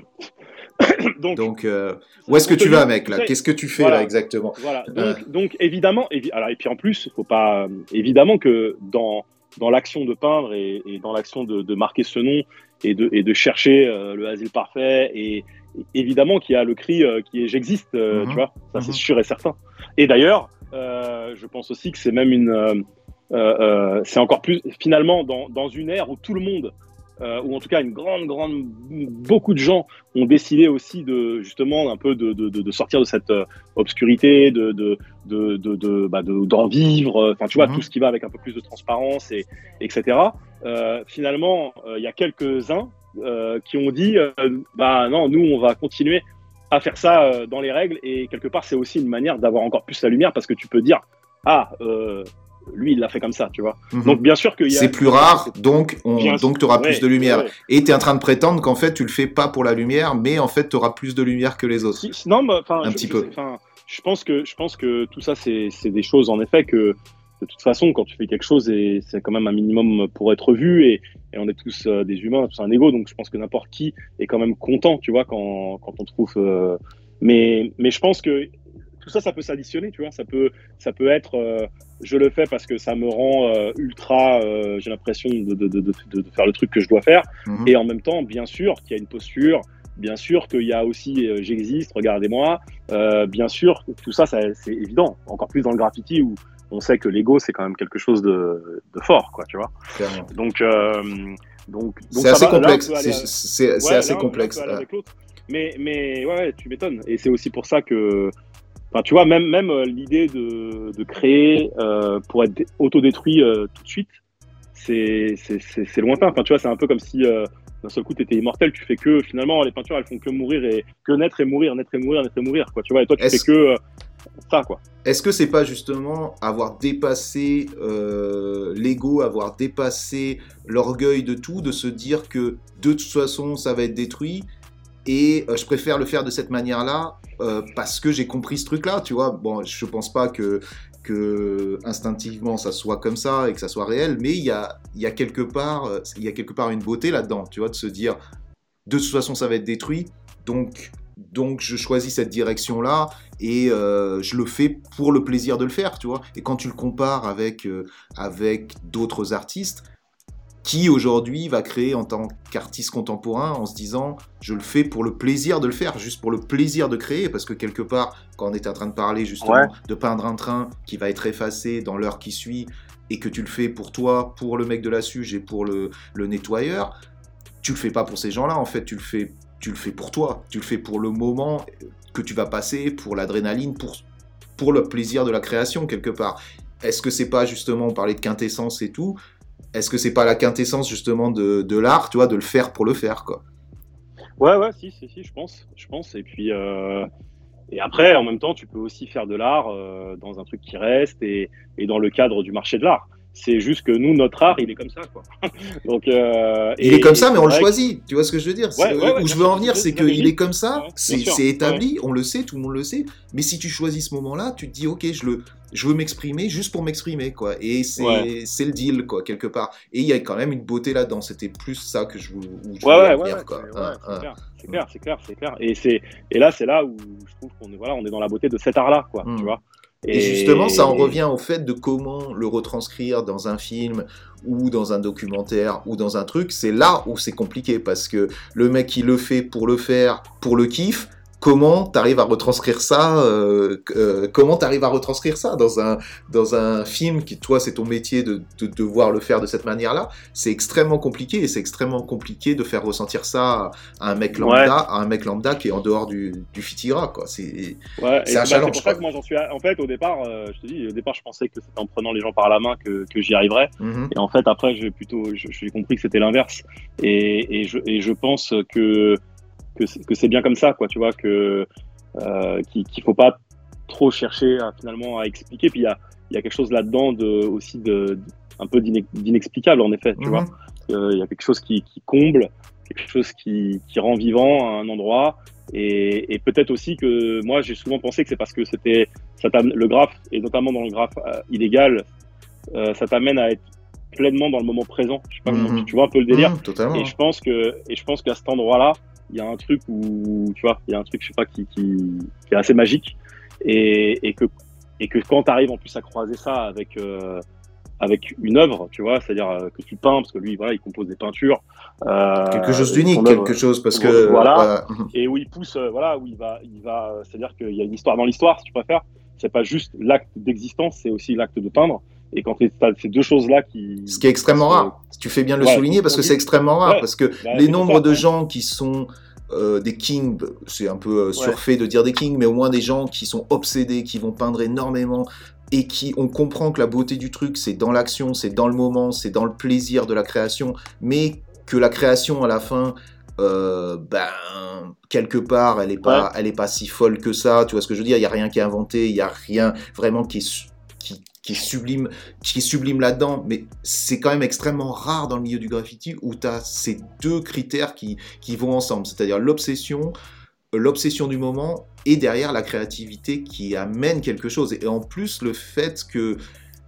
donc, Donc, euh, où est-ce que on te tu vas, dit- mec, là? tu sais, Qu'est-ce que tu fais, voilà. là, exactement? Voilà, donc, Euh. donc évidemment, évi- alors, et puis en plus, faut pas, euh, évidemment que dans, dans l'action de peindre et, et dans l'action de, de marquer ce nom et de, et de chercher euh, le asile parfait, et, et évidemment qu'il y a le cri euh, qui est j'existe, euh, Mhm. tu vois, ça Mhm. c'est sûr et certain. Et d'ailleurs, euh, je pense aussi que c'est même une, euh, euh, euh, c'est encore plus, finalement, dans, dans une ère où tout le monde, euh, ou en tout cas une grande, grande, beaucoup de gens ont décidé aussi de justement un peu de, de, de, de sortir de cette euh, obscurité, de, de, de, de, de, bah, de, d'en vivre, enfin tu vois, Mhm. tout ce qui va avec un peu plus de transparence, et, etc. Euh, finalement, il euh, y a quelques-uns euh, qui ont dit, euh, bah non, nous on va continuer à faire ça euh, dans les règles, et quelque part c'est aussi une manière d'avoir encore plus la lumière, parce que tu peux dire, ah, euh, lui il l'a fait comme ça, tu vois. Mhm. Donc bien sûr qu'il y a... C'est plus rare, donc on, Bien donc sûr, tu auras ouais, plus de lumière. ouais, ouais. Et tu es en train de prétendre qu'en fait, tu le fais pas pour la lumière, mais en fait, tu auras plus de lumière que les autres. Si, si- non, bah, enfin, Un je, petit je peu. sais- enfin, je pense que je pense que tout ça, c'est c'est des choses en effet que de toute façon, quand tu fais quelque chose, et c'est quand même un minimum pour être vu, et, et on est tous euh, des humains, tous un ego, donc je pense que n'importe qui est quand même content, tu vois, quand, quand on trouve. Euh... Mais, mais je pense que tout ça, ça peut s'additionner, tu vois. Ça peut, ça peut être, euh, je le fais parce que ça me rend euh, ultra, euh, j'ai l'impression de, de, de, de, de faire le truc que je dois faire. Mmh. Et en même temps, bien sûr qu'il y a une posture, bien sûr qu'il y a aussi, euh, j'existe, regardez-moi. Euh, bien sûr, tout ça, ça, c'est évident. Encore plus dans le graffiti où on sait que l'ego, c'est quand même quelque chose de, de fort, quoi, tu vois. Clairement. Donc, euh, donc, donc c'est assez va, complexe. Là, c'est, c'est, c'est ouais, assez là, complexe. Là, avec l'autre. Mais, mais ouais, tu m'étonnes. Et c'est aussi pour ça que, enfin, tu vois, même, même euh, l'idée de, de créer euh, pour être autodétruit euh, tout de suite, c'est, c'est, c'est, c'est lointain. Enfin, tu vois, c'est un peu comme si euh, d'un seul coup, tu étais immortel. Tu fais que, finalement, les peintures, elles font que mourir et que naître et mourir, naître et mourir, naître et mourir, quoi. Tu vois, et toi, tu Est-ce... fais que euh, ça, quoi. Est-ce que c'est pas justement avoir dépassé euh, l'ego, avoir dépassé l'orgueil de tout, de se dire que de toute façon, ça va être détruit? Et euh, je préfère le faire de cette manière-là euh, parce que j'ai compris ce truc-là, tu vois. Bon, je pense pas que, que instinctivement ça soit comme ça et que ça soit réel, mais il y a, y a quelque part, euh, il y a quelque part une beauté là-dedans, tu vois, de se dire de toute façon ça va être détruit, donc donc je choisis cette direction-là et euh, je le fais pour le plaisir de le faire, tu vois. Et quand tu le compares avec euh, avec d'autres artistes, qui aujourd'hui va créer en tant qu'artiste contemporain en se disant je le fais pour le plaisir de le faire, juste pour le plaisir de créer, parce que quelque part, quand on était en train de parler justement ouais. de peindre un train qui va être effacé dans l'heure qui suit, et que tu le fais pour toi, pour le mec de la Suge et pour le, le nettoyeur, tu le fais pas pour ces gens-là, en fait, tu le fais, tu le fais pour toi, tu le fais pour le moment que tu vas passer, pour l'adrénaline, pour, pour le plaisir de la création, quelque part. Est-ce que c'est pas justement, on parlait de quintessence et tout, est-ce que c'est pas la quintessence justement de, de l'art, tu vois, de le faire pour le faire, quoi? Ouais, ouais, si, si, si, je pense, je pense. Et puis, euh, et après, en même temps, tu peux aussi faire de l'art euh, dans un truc qui reste et, et dans le cadre du marché de l'art. C'est juste que nous, notre art, il est comme ça, quoi. Donc, euh, il et, est comme ça, mais on le que... choisit. Tu vois ce que je veux dire? Ouais, ouais, ouais, où je veux en venir, c'est qu'il est comme ça, ouais, c'est, c'est établi, ouais. On le sait, tout le monde le sait. Mais si tu choisis ce moment-là, tu te dis, ok, je le, je veux m'exprimer juste pour m'exprimer, quoi. Et c'est, ouais. c'est le deal, quoi, quelque part. Et il y a quand même une beauté là-dedans. C'était plus ça que je, où je ouais, voulais ouais, en venir, ouais, quoi. Ouais, hein, c'est, hein. clair, c'est clair, c'est clair, c'est clair. Et c'est, et là, c'est là où je trouve qu'on est, voilà, on est dans la beauté de cet art-là, quoi. Mm. Tu vois. Et, et justement, ça en revient au fait de comment le retranscrire dans un film ou dans un documentaire ou dans un truc. C'est là où c'est compliqué parce que le mec qui le fait pour le faire, pour le kiff, comment t'arrives à retranscrire ça euh, euh, comment t'arrives à retranscrire ça dans un dans un film qui, toi, c'est ton métier de, de, de devoir le faire de cette manière-là. C'est extrêmement compliqué et c'est extrêmement compliqué de faire ressentir ça à un mec lambda, ouais. à un mec lambda qui est en dehors du du fitigra, quoi. C'est ouais, c'est un bah, challenge. C'est pour ça que moi j'en suis. En fait, au départ, euh, je te dis, au départ, je pensais que c'était en prenant les gens par la main que que j'y arriverais. Mm-hmm. Et en fait, après, j'ai plutôt, j'ai compris que c'était l'inverse. Et et je et je pense que Que c'est, que c'est bien comme ça, quoi, tu vois, que euh, qu'il, qu'il faut pas trop chercher à, finalement à expliquer. Puis il y a il y a quelque chose là-dedans de aussi de, de un peu d'inex, d'inexplicable en effet, tu mm-hmm. vois. Il euh, y a quelque chose qui, qui comble, quelque chose qui, qui rend vivant à un endroit. Et, et peut-être aussi que moi j'ai souvent pensé que c'est parce que c'était ça le graphe, et notamment dans le graphe euh, illégal, euh, ça t'amène à être pleinement dans le moment présent. Je sais pas, mm-hmm. comment, tu, tu vois un peu le délire. Mm, totalement. Et je pense que et je pense qu'à cet endroit-là, il y a un truc où, tu vois, il y a un truc, je sais pas, qui, qui, qui est assez magique, et, et que, et que quand tu arrives en plus à croiser ça avec, euh, avec une œuvre, tu vois, c'est-à-dire euh, que tu peins, parce que lui, voilà, il compose des peintures. Euh, quelque chose d'unique, quelque œuvre, chose, parce que. Voilà, euh, et où il pousse, euh, voilà, où il va, il va, c'est-à-dire qu'il y a une histoire dans l'histoire, si tu préfères. C'est pas juste l'acte d'existence, c'est aussi l'acte de peindre. Et quand tu as ces deux choses-là qui... Ce qui est extrêmement que... rare. Tu fais bien de le ouais, souligner parce que c'est extrêmement rare. Ouais, parce que bah, les nombres de gens qui sont euh, des kings, c'est un peu euh, surfait ouais. de dire des kings, mais au moins des gens qui sont obsédés, qui vont peindre énormément et qui, on comprend que la beauté du truc, c'est dans l'action, c'est dans le moment, c'est dans le plaisir de la création, mais que la création, à la fin... Euh, ben quelque part elle est pas ouais. elle est pas si folle que ça, tu vois ce que je veux dire, il y a rien qui est inventé, il y a rien vraiment qui est qui, qui est sublime qui est sublime là-dedans, mais c'est quand même extrêmement rare dans le milieu du graffiti où tu as ces deux critères qui qui vont ensemble, c'est-à-dire l'obsession l'obsession du moment et derrière la créativité qui amène quelque chose, et en plus le fait que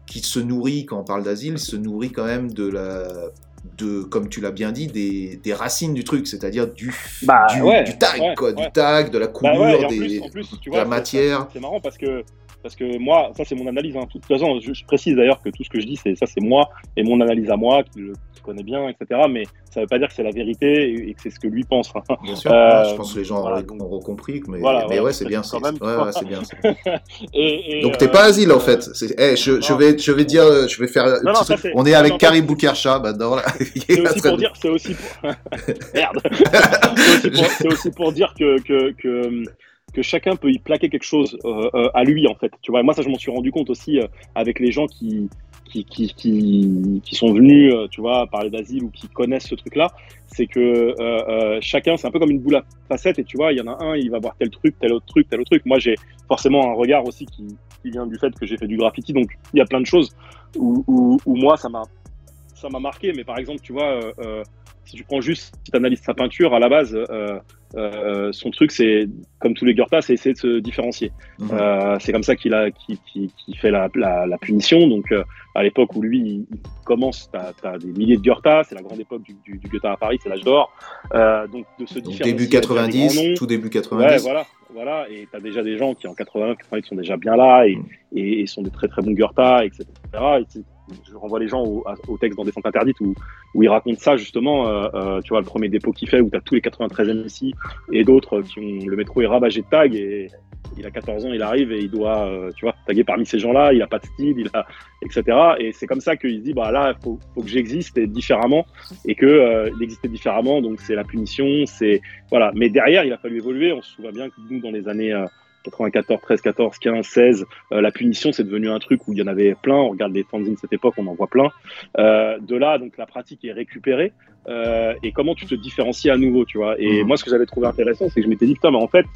qui se nourrit, quand on parle d'asile, se nourrit quand même de la, de, comme tu l'as bien dit, des, des racines du truc, c'est-à-dire du, Bah, du, ouais, du tag, ouais, quoi, ouais. du tag, de la Bah coulure, ouais, et en des, plus, en plus, tu de vois, la c'est- matière. C'est, c'est marrant parce que, parce que moi, ça c'est mon analyse. Hein. De toute façon, je, je précise d'ailleurs que tout ce que je dis, c'est ça, c'est moi et mon analyse à moi, qui le qui connaît bien, et cetera. Mais ça veut pas dire que c'est la vérité et, et que c'est ce que lui pense. Hein. Bien sûr, Euh, ouais, je pense que les gens voilà, auraient, donc- auront compris, mais, Voilà, mais voilà, ouais, je c'est bien. précise C'est, quand même, ouais, tu vois. ouais, c'est bien. c'est- et, et, Donc t'es euh, pas asile en euh, fait. C'est, hey, je, je non. vais, je vais dire, euh, je vais faire. un Non, petit non, ça, truc. c'est- On est non, avec mais en Karim fait, Boukercha maintenant. Là. c'est aussi pour dire, c'est aussi pour... Merde. c'est, aussi pour, c'est aussi pour dire que, que, que, que chacun peut y plaquer quelque chose euh, euh, à lui, en fait. Tu vois, moi, ça, je m'en suis rendu compte aussi euh, avec les gens qui, qui, qui, qui, qui sont venus, euh, tu vois, parler d'asile ou qui connaissent ce truc-là. C'est que euh, euh, chacun, c'est un peu comme une boule à facettes. Et tu vois, il y en a un, il va voir tel truc, tel autre truc, tel autre truc. Moi, j'ai forcément un regard aussi qui, qui vient du fait que j'ai fait du graffiti. Donc, il y a plein de choses où, où, où moi, ça m'a, ça m'a marqué. Mais par exemple, tu vois, euh, euh, si tu prends juste, si tu analyses sa peinture, à la base, euh, euh, son truc, c'est, comme tous les Goethe, c'est essayer de se différencier. Mhm. Euh, c'est comme ça qu'il a, qu'il, qu'il, qu'il fait la, la, la punition. Donc, euh, à l'époque où lui, il, il commence, t'as, t'as des milliers de Goethe, c'est la grande époque du, du, du Goethe à Paris, c'est l'âge d'or. Euh, donc, de se Donc différencier. début avec des grands quatre-vingt-dix, noms. tout début Ouais, quatre-vingt-dix. voilà, voilà. Et t'as déjà des gens qui, en quatre-vingts, quatre-vingt-dix, sont déjà bien là et, Mm. et, et sont des très très bons Goethe, et cetera. Et tu- je renvoie les gens au, à- au texte dans Descente Interdite où, où il raconte ça justement. Euh, euh, tu vois, le premier dépôt qu'il fait où t'as tous les quatre-vingt-treize M C et d'autres qui ont le métro est ravagé de tags et il a quatorze ans, il arrive et il doit, euh, tu vois, taguer parmi ces gens-là. Il a pas de style, il a, et cetera. Et c'est comme ça qu'il se dit, bah là, faut, faut que j'existe différemment et que euh, il existait différemment. Donc c'est la punition, c'est voilà. Mais derrière, il a fallu évoluer. On se souvient bien que nous, dans les années euh, quatre-vingt-quatorze, treize, quatorze, quinze, seize, euh, la punition, c'est devenu un truc où il y en avait plein. On regarde les fanzines de cette époque, on en voit plein. Euh, de là, donc la pratique est récupérée. Euh, et comment tu te différencies à nouveau, tu vois. Et Mhm. moi, ce que j'avais trouvé intéressant, c'est que je m'étais dit, putain, mais en fait,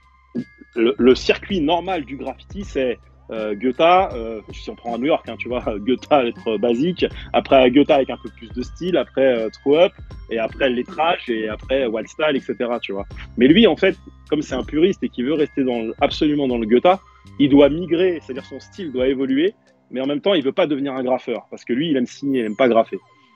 le, le circuit normal du graffiti, c'est euh, Goethe, euh, si on prend à New York, hein, tu vois, Goethe être basique, après Goethe avec un peu plus de style, après euh, Throw Up, et après le lettrage, et après Wild Style, et cetera. Tu vois. Mais lui, en fait, comme c'est un puriste et qui veut rester dans, le- absolument dans le Goethe, il doit migrer, c'est-à-dire son style doit évoluer, mais en même temps, il veut pas devenir un graffeur, parce que lui, il aime signer, il aime pas graffer.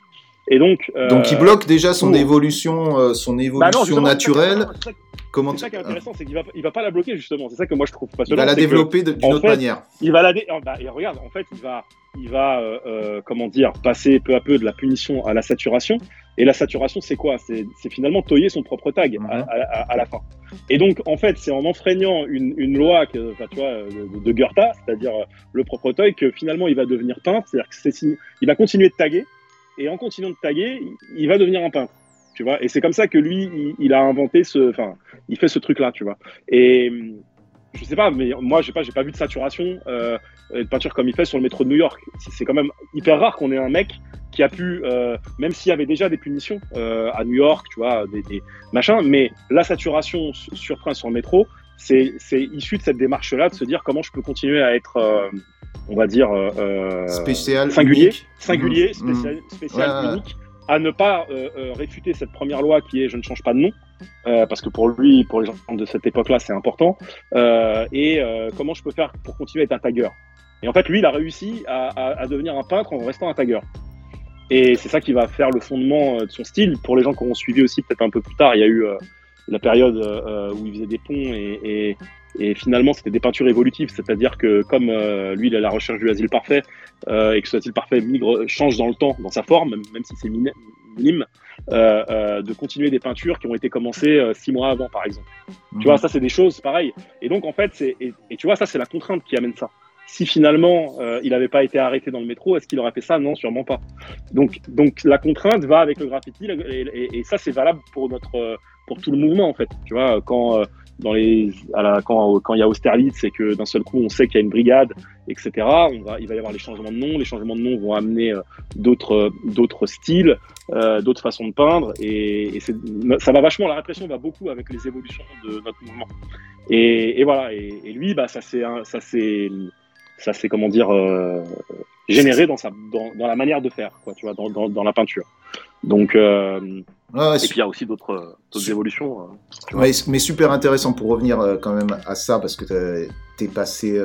Et donc, euh, Donc il bloque déjà son pour- évolution, euh, son bah non, évolution justement, c'est ça qui est- naturelle. non, c'est ça- Comment c'est ça tu- qui est intéressant, c'est qu'il va, il va pas la bloquer justement. C'est ça que moi je trouve Il passionnant. va la c'est que développer de- d'une en autre fait, manière. Il va la dé... oh, bah, et regarde, en fait, il va, il va, euh, euh, comment dire, passer peu à peu de la punition à la saturation. Et la saturation, c'est quoi? C'est, c'est finalement toyer son propre tag Mhm. à, à- à la fin. Et donc, en fait, c'est en enfreignant une, une loi que, enfin, tu vois, de, de Goethe, c'est-à-dire euh, le propre toy, que finalement, il va devenir peintre. C'est-à-dire que c'est, signé- il va continuer de taguer. Et en continuant de taguer, il- il va devenir un peintre. Tu vois, et c'est comme ça que lui, il, il a inventé ce, enfin, il fait ce truc-là, tu vois. Et je sais pas, mais moi, j'ai pas, j'ai pas vu de saturation euh, de peinture comme il fait sur le métro de New York. C'est, c'est quand même hyper rare qu'on ait un mec qui a pu, euh, même s'il y avait déjà des punitions euh, à New York, tu vois, des, des machins, mais la saturation sur, sur train sur le métro, c'est, c'est issu de cette démarche-là, de se dire comment je peux continuer à être, euh, on va dire, euh, Spécial, singulier, unique. singulier, Mhm. spécial, spécial, Ouais, ouais. unique, à ne pas euh, euh, réfuter cette première loi qui est je ne change pas de nom, euh, parce que pour lui, pour les gens de cette époque-là, c'est important. Euh, et euh, comment je peux faire pour continuer à être un tagger. Et en fait, lui, il a réussi à, à, à devenir un peintre en restant un tagger. Et c'est ça qui va faire le fondement euh, de son style. Pour les gens qui ont suivi aussi, peut-être un peu plus tard, il y a eu euh, la période euh, où il faisait des ponts et, et, et finalement, c'était des peintures évolutives. C'est-à-dire que comme euh, lui, il est à la recherche du asile parfait euh, et que ce asile parfait migre, change dans le temps, dans sa forme, même, même si c'est minime, minime euh, euh, de continuer des peintures qui ont été commencées euh, six mois avant, par exemple. Mhm. Tu vois, ça, c'est des choses pareilles. Et donc, en fait, c'est, et, et tu vois, ça, c'est la contrainte qui amène ça. Si finalement, euh, il n'avait pas été arrêté dans le métro, est-ce qu'il aurait fait ça? Non, sûrement pas. Donc, donc la contrainte va avec le graffiti, et, et, et ça, c'est valable pour notre, euh, pour tout le mouvement, en fait. Tu vois, quand, euh, dans les, à la, quand, quand il y a Austerlitz, c'est que d'un seul coup, on sait qu'il y a une brigade, et cetera. On va, il va y avoir les changements de nom. Les changements de nom vont amener euh, d'autres, d'autres styles, euh, d'autres façons de peindre, et, et c'est, ça va vachement. La répression va beaucoup avec les évolutions de notre mouvement. Et, et voilà. Et, et lui, bah, ça c'est, ça c'est ça c'est comment dire euh, généré dans sa dans, dans la manière de faire, quoi, tu vois, dans, dans, dans la peinture. Donc euh, Ouais, ouais, et puis il y a aussi d'autres d'autres su- évolutions, euh, tu vois. Ouais, mais super intéressant pour revenir euh, quand même à ça, parce que t'as- t'es passé euh,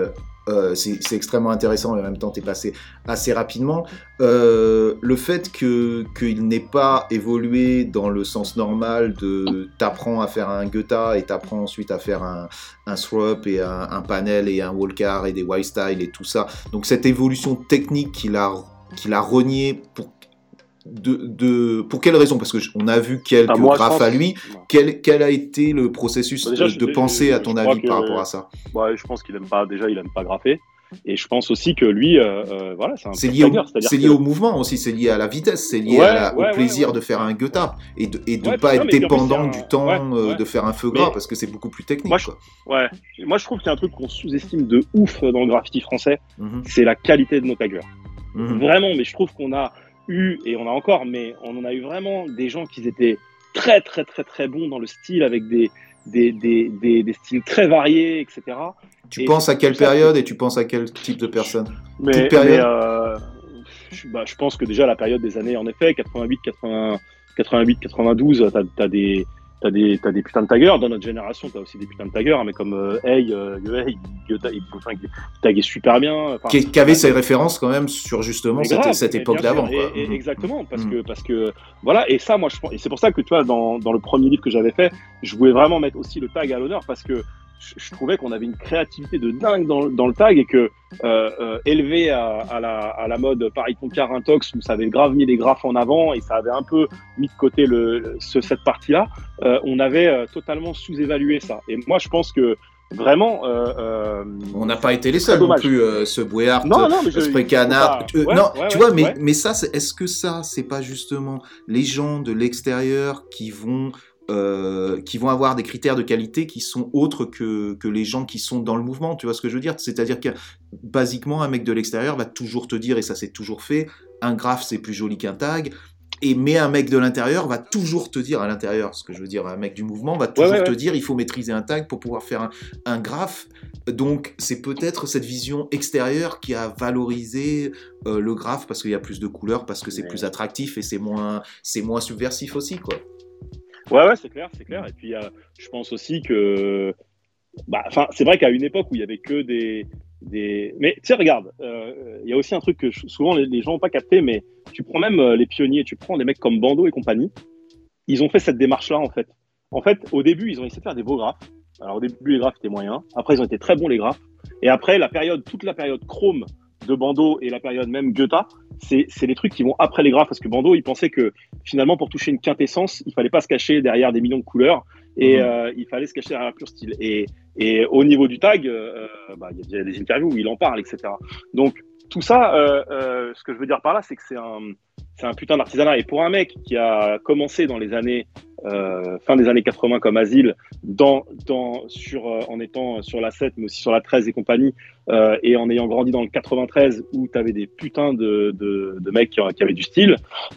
Euh, c'est, c'est extrêmement intéressant et en même temps t'es passé assez rapidement. Euh, le fait que qu'il n'ait pas évolué dans le sens normal de t'apprends à faire un Gutha et t'apprends ensuite à faire un, un throw-up et un, un panel et un wall-car et des Y-style et tout ça. Donc cette évolution technique qu'il a, qu'il a renié pour De, de, pour quelle raison? Parce qu'on a vu quelques Ah, moi, je graphes pense- à lui. Quel, quel a été le processus Bah, déjà, de, je- de je- pensée, je- à ton je crois avis, que- par rapport à ça? Ouais, je pense qu'il aime pas. Déjà, il aime pas grapher. Et je pense aussi que lui, euh, euh, voilà, c'est un C'est pur lié, au, tagger, c'est-à-dire c'est lié que- au mouvement aussi, c'est lié à la vitesse, c'est lié Ouais, à la- ouais, au ouais, plaisir ouais. de faire un Gutha et de et de Ouais, pas non, être mais puis en plus, dépendant il y a un- du temps ouais, euh, ouais. de faire un feu gras Mais- parce que c'est beaucoup plus technique. Moi, je- quoi. Ouais. Moi, je trouve qu'il y a un truc qu'on sous-estime de ouf dans le graffiti français, Mhm, c'est la qualité de nos taggers. mhm. Vraiment, mais je trouve qu'on a eu, et on a encore, mais on en a eu vraiment des gens qui étaient très, très, très, très bons dans le style, avec des, des, des, des, des styles très variés, et cetera. Tu Et penses c'est à quelle tout ça période que- et tu penses à quel type de personne? Mais, Toute période mais, euh, je, bah, je pense que déjà la période des années, en effet, quatre-vingt-huit, quatre-vingts, quatre-vingt-huit, quatre-vingt-douze, t'as, t'as des, t'as des, t'as des putains de taggers. Dans notre génération, t'as aussi des putains de taggers, mais comme euh, Hey, euh, Hey, il, il, enfin, il taguait super bien. Enfin, qui, qui avait ses références quand même sur justement mais cette, grave, cette mais époque bien sûr, d'avant. Quoi. et- et Mhm. exactement, parce Mhm. que parce que voilà, et ça, moi, je pense, et c'est pour ça que tu vois, dans, dans le premier livre que j'avais fait, je voulais vraiment mettre aussi le tag à l'honneur parce que je, je trouvais qu'on avait une créativité de dingue dans, dans le tag et que euh, euh, élevé à, à la à la mode Paris Concar Intox où ça avait grave mis les graphes en avant et ça avait un peu mis de côté le, le- ce, cette partie-là, euh, on avait euh, totalement sous-évalué ça. Et moi, je pense que vraiment. Euh, euh, On n'a pas été les très seuls non dommage. plus, euh, ce Bouéart, Non, non, mais je. Spray faut Canard. pas- Tu- euh, ouais, non, ouais, tu ouais, vois, mais, ouais. mais ça, c'est- est-ce que ça, c'est pas justement les gens de l'extérieur qui vont, euh, qui vont avoir des critères de qualité qui sont autres que, que les gens qui sont dans le mouvement? Tu vois ce que je veux dire? C'est-à-dire que, basiquement, un mec de l'extérieur va toujours te dire, et ça c'est toujours fait, un graphe c'est plus joli qu'un tag. Et mais un mec de l'intérieur va toujours te dire, à l'intérieur, ce que je veux dire, un mec du mouvement va toujours ouais, te ouais. dire, il faut maîtriser un tag pour pouvoir faire un, un graphe. Donc c'est peut-être cette vision extérieure qui a valorisé euh, le graphe parce qu'il y a plus de couleurs, parce que c'est Mais- plus attractif et c'est moins, c'est moins subversif aussi, quoi. Ouais, ouais, c'est clair, c'est clair. Et puis, euh, je pense aussi que, bah, enfin, c'est vrai qu'à une époque où il y avait que des, des, mais tu sais, regarde, euh, il y a aussi un truc que je- souvent les, les gens n'ont pas capté, mais tu prends même euh, les pionniers, tu prends des mecs comme Bando et compagnie, ils ont fait cette démarche-là en fait. En fait, au début, ils ont essayé de faire des beaux graphes. Alors au début, les graphes étaient moyens. Après, ils ont été très bons les graphes. Et après, la période, toute la période Chrome de Bando et la période même Gutha, c'est c'est les trucs qui vont après les graphes parce que Bando, il pensait que finalement, pour toucher une quintessence, il fallait pas se cacher derrière des millions de couleurs et Mhm. euh, il fallait se cacher derrière un pur style. Et, et au niveau du tag, euh, bah, il y a des interviews où il en parle, et cetera. Donc tout ça, euh, euh, ce que je veux dire par là, c'est que c'est un, c'est un putain d'artisanat. Et pour un mec qui a commencé dans les années euh, fin des années quatre-vingts comme Asile, dans, dans, sur, euh, en étant sur la sept, mais aussi sur la treize et compagnie, euh, et en ayant grandi dans le quatre-vingt-treize où tu avais des putains de, de, de mecs qui, qui avaient du style,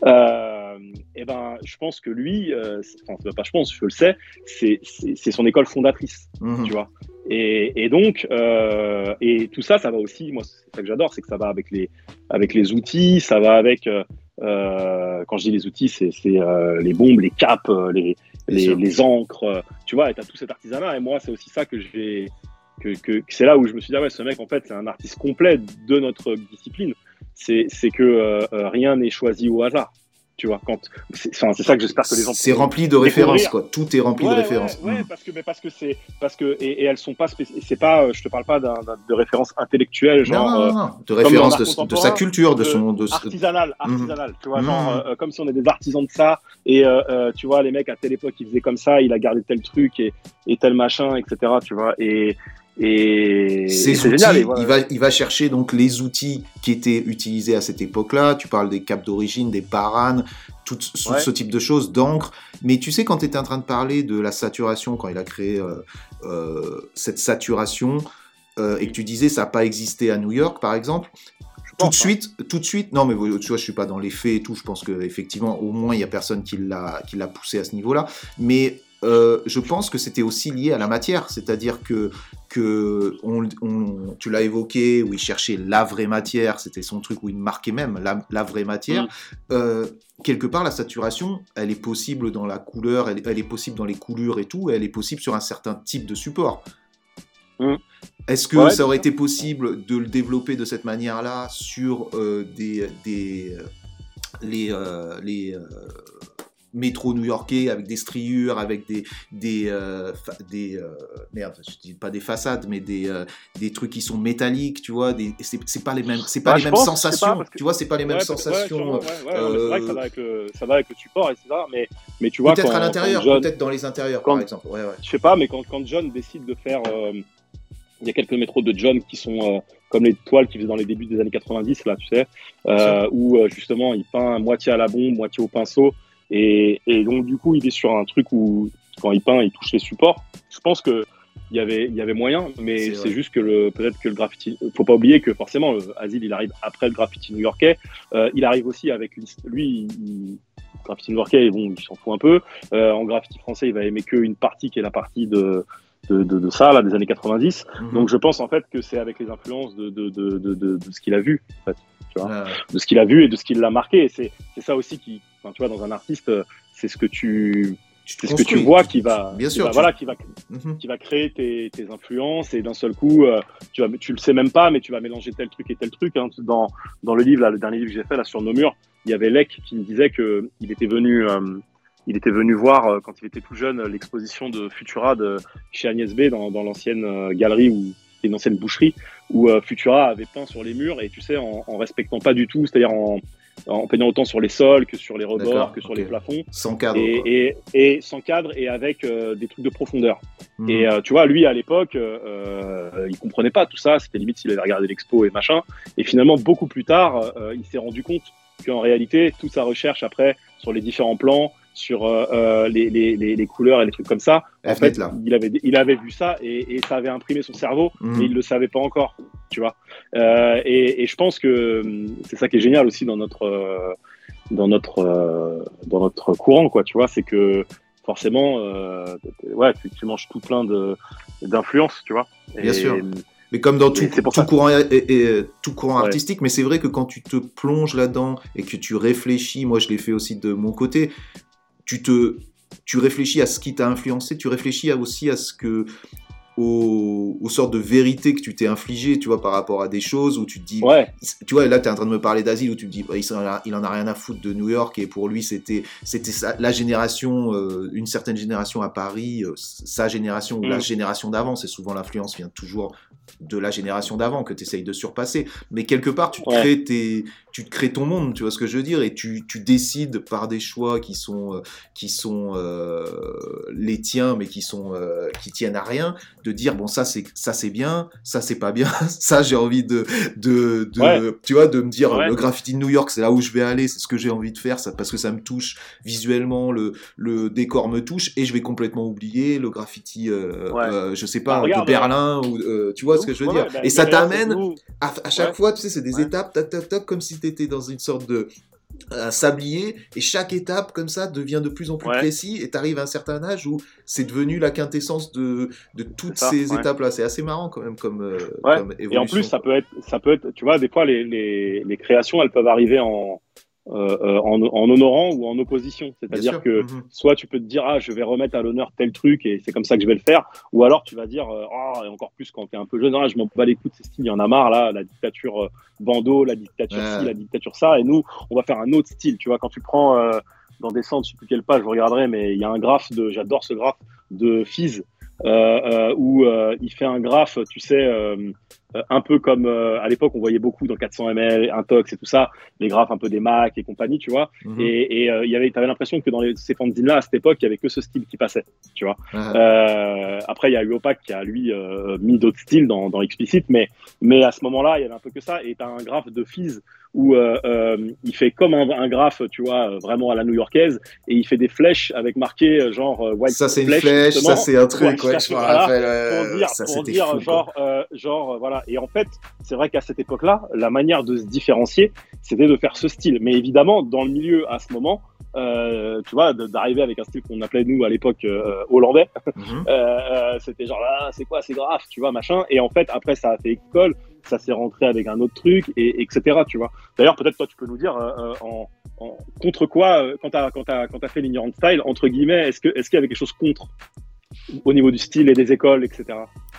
euh, et ben, je pense que lui, euh, enfin, c'est pas je pense, je le sais, c'est, c'est, c'est son école fondatrice, Mhm. tu vois. Et, et donc, euh, et tout ça, ça va aussi, moi, c'est ça que j'adore, c'est que ça va avec les, avec les outils, ça va avec, euh, euh, quand je dis les outils, c'est, c'est euh, les bombes, les capes, euh, les, Bien les, sûr. les encres, euh, tu vois, et t'as tout cet artisanat. Et moi, c'est aussi ça que j'ai, que, que, que c'est là où je me suis dit, ah ouais, ce mec, en fait, c'est un artiste complet de notre discipline. C'est, c'est que euh, euh, rien n'est choisi au hasard. Tu vois, quand c'est, enfin, c'est ça que j'espère que les gens. C'est rempli de découvrir. références, quoi. Tout est rempli Ouais, de références. Ouais, ouais, Mhm. parce que, mais parce que c'est, parce que, et, et elles sont pas spéci- c'est pas, euh, je te parle pas d'un, d'un- de références intellectuelles, genre. Non, non, euh, non, non. De références l'art de, de sa contemporain, culture, de de son. De, artisanal, artisanal, tu vois, Mhm. genre euh, comme si on était des artisans de ça, et euh, euh, tu vois, les mecs à telle époque ils faisaient comme ça, il a gardé tel truc et, et tel machin, et cetera. Tu vois, et et, et Ces c'est outils, génial. Et voilà. il, va, il va chercher donc les outils qui étaient utilisés à cette époque-là. Tu parles des capes d'origine, des paranes, tout ce, Ouais. ce type de choses, d'encre. Mais tu sais, quand tu étais en train de parler de la saturation, quand il a créé euh, euh, cette saturation, euh, et que tu disais ça n'a pas existé à New York, par exemple, tout de pense, suite, tout de suite, non mais tu vois, je suis pas dans les faits et tout, je pense qu'effectivement, au moins, il y a personne qui l'a, qui l'a poussé à ce niveau-là. Mais euh, je pense que c'était aussi lié à la matière, c'est-à-dire que, que on, on, tu l'as évoqué, où il cherchait la vraie matière, c'était son truc où il marquait même la, la vraie matière. Mm. Euh, quelque part, la saturation, elle est possible dans la couleur, elle, elle est possible dans les coulures et tout, et elle est possible sur un certain type de support. Mm. Est-ce que Ouais, ça aurait bien été possible de le développer de cette manière-là sur euh, des, des, euh, les, euh, les euh, métros new-yorkais avec des striures, avec des, des, euh, fa- des euh, merde, je dis pas des façades, mais des, euh, des trucs qui sont métalliques, tu vois, des, c'est, c'est pas les mêmes, c'est pas Bah, les je mêmes pense, je sais pas, sensations, parce que- tu vois, c'est pas les mêmes Ouais, peut-être- ouais, sensations. sûrement, ouais, ouais, non, mais c'est vrai que ça euh, va avec le, ça va avec le support, et cetera. Mais, mais tu vois, peut-être quand, à l'intérieur, quand John, peut-être dans les intérieurs, quand- par exemple. Ouais, ouais. je sais pas, mais quand, quand John décide de faire, euh, il y a quelques métros de John qui sont euh, comme les toiles qu'il faisait dans les débuts des années quatre-vingt-dix, là, tu sais, euh, où euh, justement il peint moitié à la bombe, moitié au pinceau, et, et donc du coup il est sur un truc où quand il peint, il touche les supports. Je pense que il y avait, il y avait moyen, mais C'est c'est, vrai. juste que le, peut-être que le graffiti, faut pas oublier que forcément, euh, Asile, il arrive après le graffiti new-yorkais, euh, il arrive aussi avec, lui, il, il- graffiti new-yorkais, bon, il s'en fout un peu, euh, en graffiti français, il va aimer qu'une partie qui est la partie de, de, de, de ça, là, des années quatre-vingt-dix. Mhm. Donc je pense en fait que c'est avec les influences de, de, de, de, de, de ce qu'il a vu, en fait, tu vois, Ouais, ouais. de ce qu'il a vu et de ce qui l'a marqué. Et c'est, c'est ça aussi qui, enfin, tu vois, dans un artiste, euh, c'est ce que tu, Tu te c'est ce que tu construis, vois tu- qui va, bien qui sûr, va- tu- voilà, qui va, Mhm. qui va créer tes, tes influences, et d'un seul coup, euh, tu vas, tu le sais même pas, mais tu vas mélanger tel truc et tel truc. Hein. Dans, dans le livre, là, le dernier livre que j'ai fait là sur nos murs, il y avait Lec qui me disait que il était venu, euh, il était venu voir euh, quand il était tout jeune l'exposition de Futura de chez Agnès B dans, dans l'ancienne euh, galerie où c'était une ancienne boucherie où euh, Futura avait peint sur les murs, et tu sais, en, en respectant pas du tout, c'est-à-dire en, en peignant autant sur les sols que sur les rebords, D'accord, que sur ok. les plafonds. Sans cadre. quoi. Et, et, et sans cadre et avec euh, des trucs de profondeur. Mhm. Et euh, tu vois, lui à l'époque, euh, il comprenait pas tout ça. C'était limite s'il avait regardé l'expo et machin. Et finalement, beaucoup plus tard, euh, il s'est rendu compte qu'en réalité, toute sa recherche après sur les différents plans, sur euh, euh, les, les, les, les couleurs et les trucs comme ça, La en fait, fenêtre, là. il avait, il avait vu ça, et, et ça avait imprimé son cerveau, Mhm. mais il le savait pas encore. Tu vois. Euh, et, et je pense que hum, c'est ça qui est génial aussi dans notre euh, dans notre euh, dans notre courant, quoi, tu vois, c'est que forcément euh, ouais, tu, tu manges tout plein de d'influences, tu vois. Bien Et- sûr. Mais comme dans tout, Et c'est pour tout ça. courant, et, et- tout courant Ouais. artistique, mais c'est vrai que quand tu te plonges là-dedans et que tu réfléchis, moi je l'ai fait aussi de mon côté, tu te, tu réfléchis à ce qui t'a influencé, tu réfléchis à- aussi à ce que, aux, aux sortes de vérités que tu t'es infligées, tu vois, par rapport à des choses où tu te dis, Ouais, tu vois, là tu es en train de me parler d'Asile où tu te dis, bah, il, s'en a- il en a rien à foutre de New York, et pour lui c'était, c'était sa- la génération, euh, une certaine génération à Paris, euh, sa génération ou la Mm. génération d'avant, c'est souvent l'influence vient toujours de la génération d'avant que tu essayes de surpasser, mais quelque part tu te, Ouais. crées tes, tu te crées ton monde, tu vois ce que je veux dire, et tu, tu décides par des choix qui sont, euh, qui sont euh, les tiens, mais qui, sont, euh, qui tiennent à rien, de dire bon ça c'est, ça c'est bien, ça c'est pas bien, ça j'ai envie de, de, de Ouais. tu vois, de me dire Ouais. le graffiti de New York c'est là où je vais aller, c'est ce que j'ai envie de faire, ça, parce que ça me touche visuellement, le, le décor me touche, et je vais complètement oublier le graffiti euh, Ouais. euh, je sais pas, Bah, regarde, de Berlin, ou euh, tu vois ce que je veux Ouais, dire, ouais, bah, et ça mais regarde, t'amène nous- à, à chaque Ouais. fois, tu sais, c'est des Ouais. étapes, tac, tac, tac, comme si tu étais dans une sorte de un sablier, et chaque étape comme ça devient de plus en plus Ouais. précis, et tu arrives à un certain âge où c'est devenu la quintessence de, de toutes C'est ça, ces ouais. étapes-là. C'est assez marrant quand même comme, euh, Ouais. comme évolution. Et en plus, ça peut être, ça peut être, tu vois, des fois, les, les, les créations, elles peuvent arriver en, euh, euh, en, en honorant ou en opposition. Bien C'est-à-dire sûr. que Mhm. soit tu peux te dire, ah, je vais remettre à l'honneur tel truc et c'est comme ça que je vais le faire, ou alors tu vas dire, euh, oh, et encore plus quand tu es un peu jeune, ah, je m'en bats les coups de ces styles, il y en a marre, là, la dictature euh, Bando, la dictature Ouais. ci, la dictature ça, et nous, on va faire un autre style. Tu vois, quand tu prends euh, dans Descente, je sais plus quelle page, je regarderai, mais il y a un graphe de, j'adore ce graphe, de Fizz, euh, euh, où euh, il fait un graphe, tu sais, euh, euh, un peu comme euh, à l'époque on voyait beaucoup dans quatre cents millilitres, Intox et tout ça, les graphes un peu des Mac et compagnie, tu vois. Mhm. Et, et euh, il y avait, t'avais l'impression que dans les, ces fanzines-là, à cette époque, il y avait que ce style qui passait, tu vois. Ah. Euh, après, il y a eu Opac qui a lui euh, mis d'autres styles dans, dans Explicit, mais, mais à ce moment-là, il y avait un peu que ça. Et t'as un graphe de Fizz où euh, euh, il fait comme un, un graphe, tu vois, euh, vraiment à la new-yorkaise, et il fait des flèches avec marqué euh, genre euh, White Ça c'est une Flèche, flèche, justement, ça c'est un truc, pour ouais, acheter- je me voilà, rappelle, euh, pour dire, ça pour c'était dire fou, quoi. genre, euh, genre, euh, voilà. Et en fait, c'est vrai qu'à cette époque-là, la manière de se différencier, c'était de faire ce style. Mais évidemment, dans le milieu à ce moment, euh, tu vois, de- d'arriver avec un style qu'on appelait nous à l'époque euh, hollandais, Mhm. euh, euh, c'était genre là, c'est quoi, c'est grave, tu vois, machin. Et en fait, après, ça a fait école, ça s'est rentré avec un autre truc, et etc. Tu vois. D'ailleurs, peut-être toi, tu peux nous dire euh, euh, en, en- contre quoi, euh, quand t'as quand t'as quand t'as fait l'ignorant style, entre guillemets, est-ce que est-ce qu'il y avait quelque chose contre au niveau du style et des écoles, et cetera.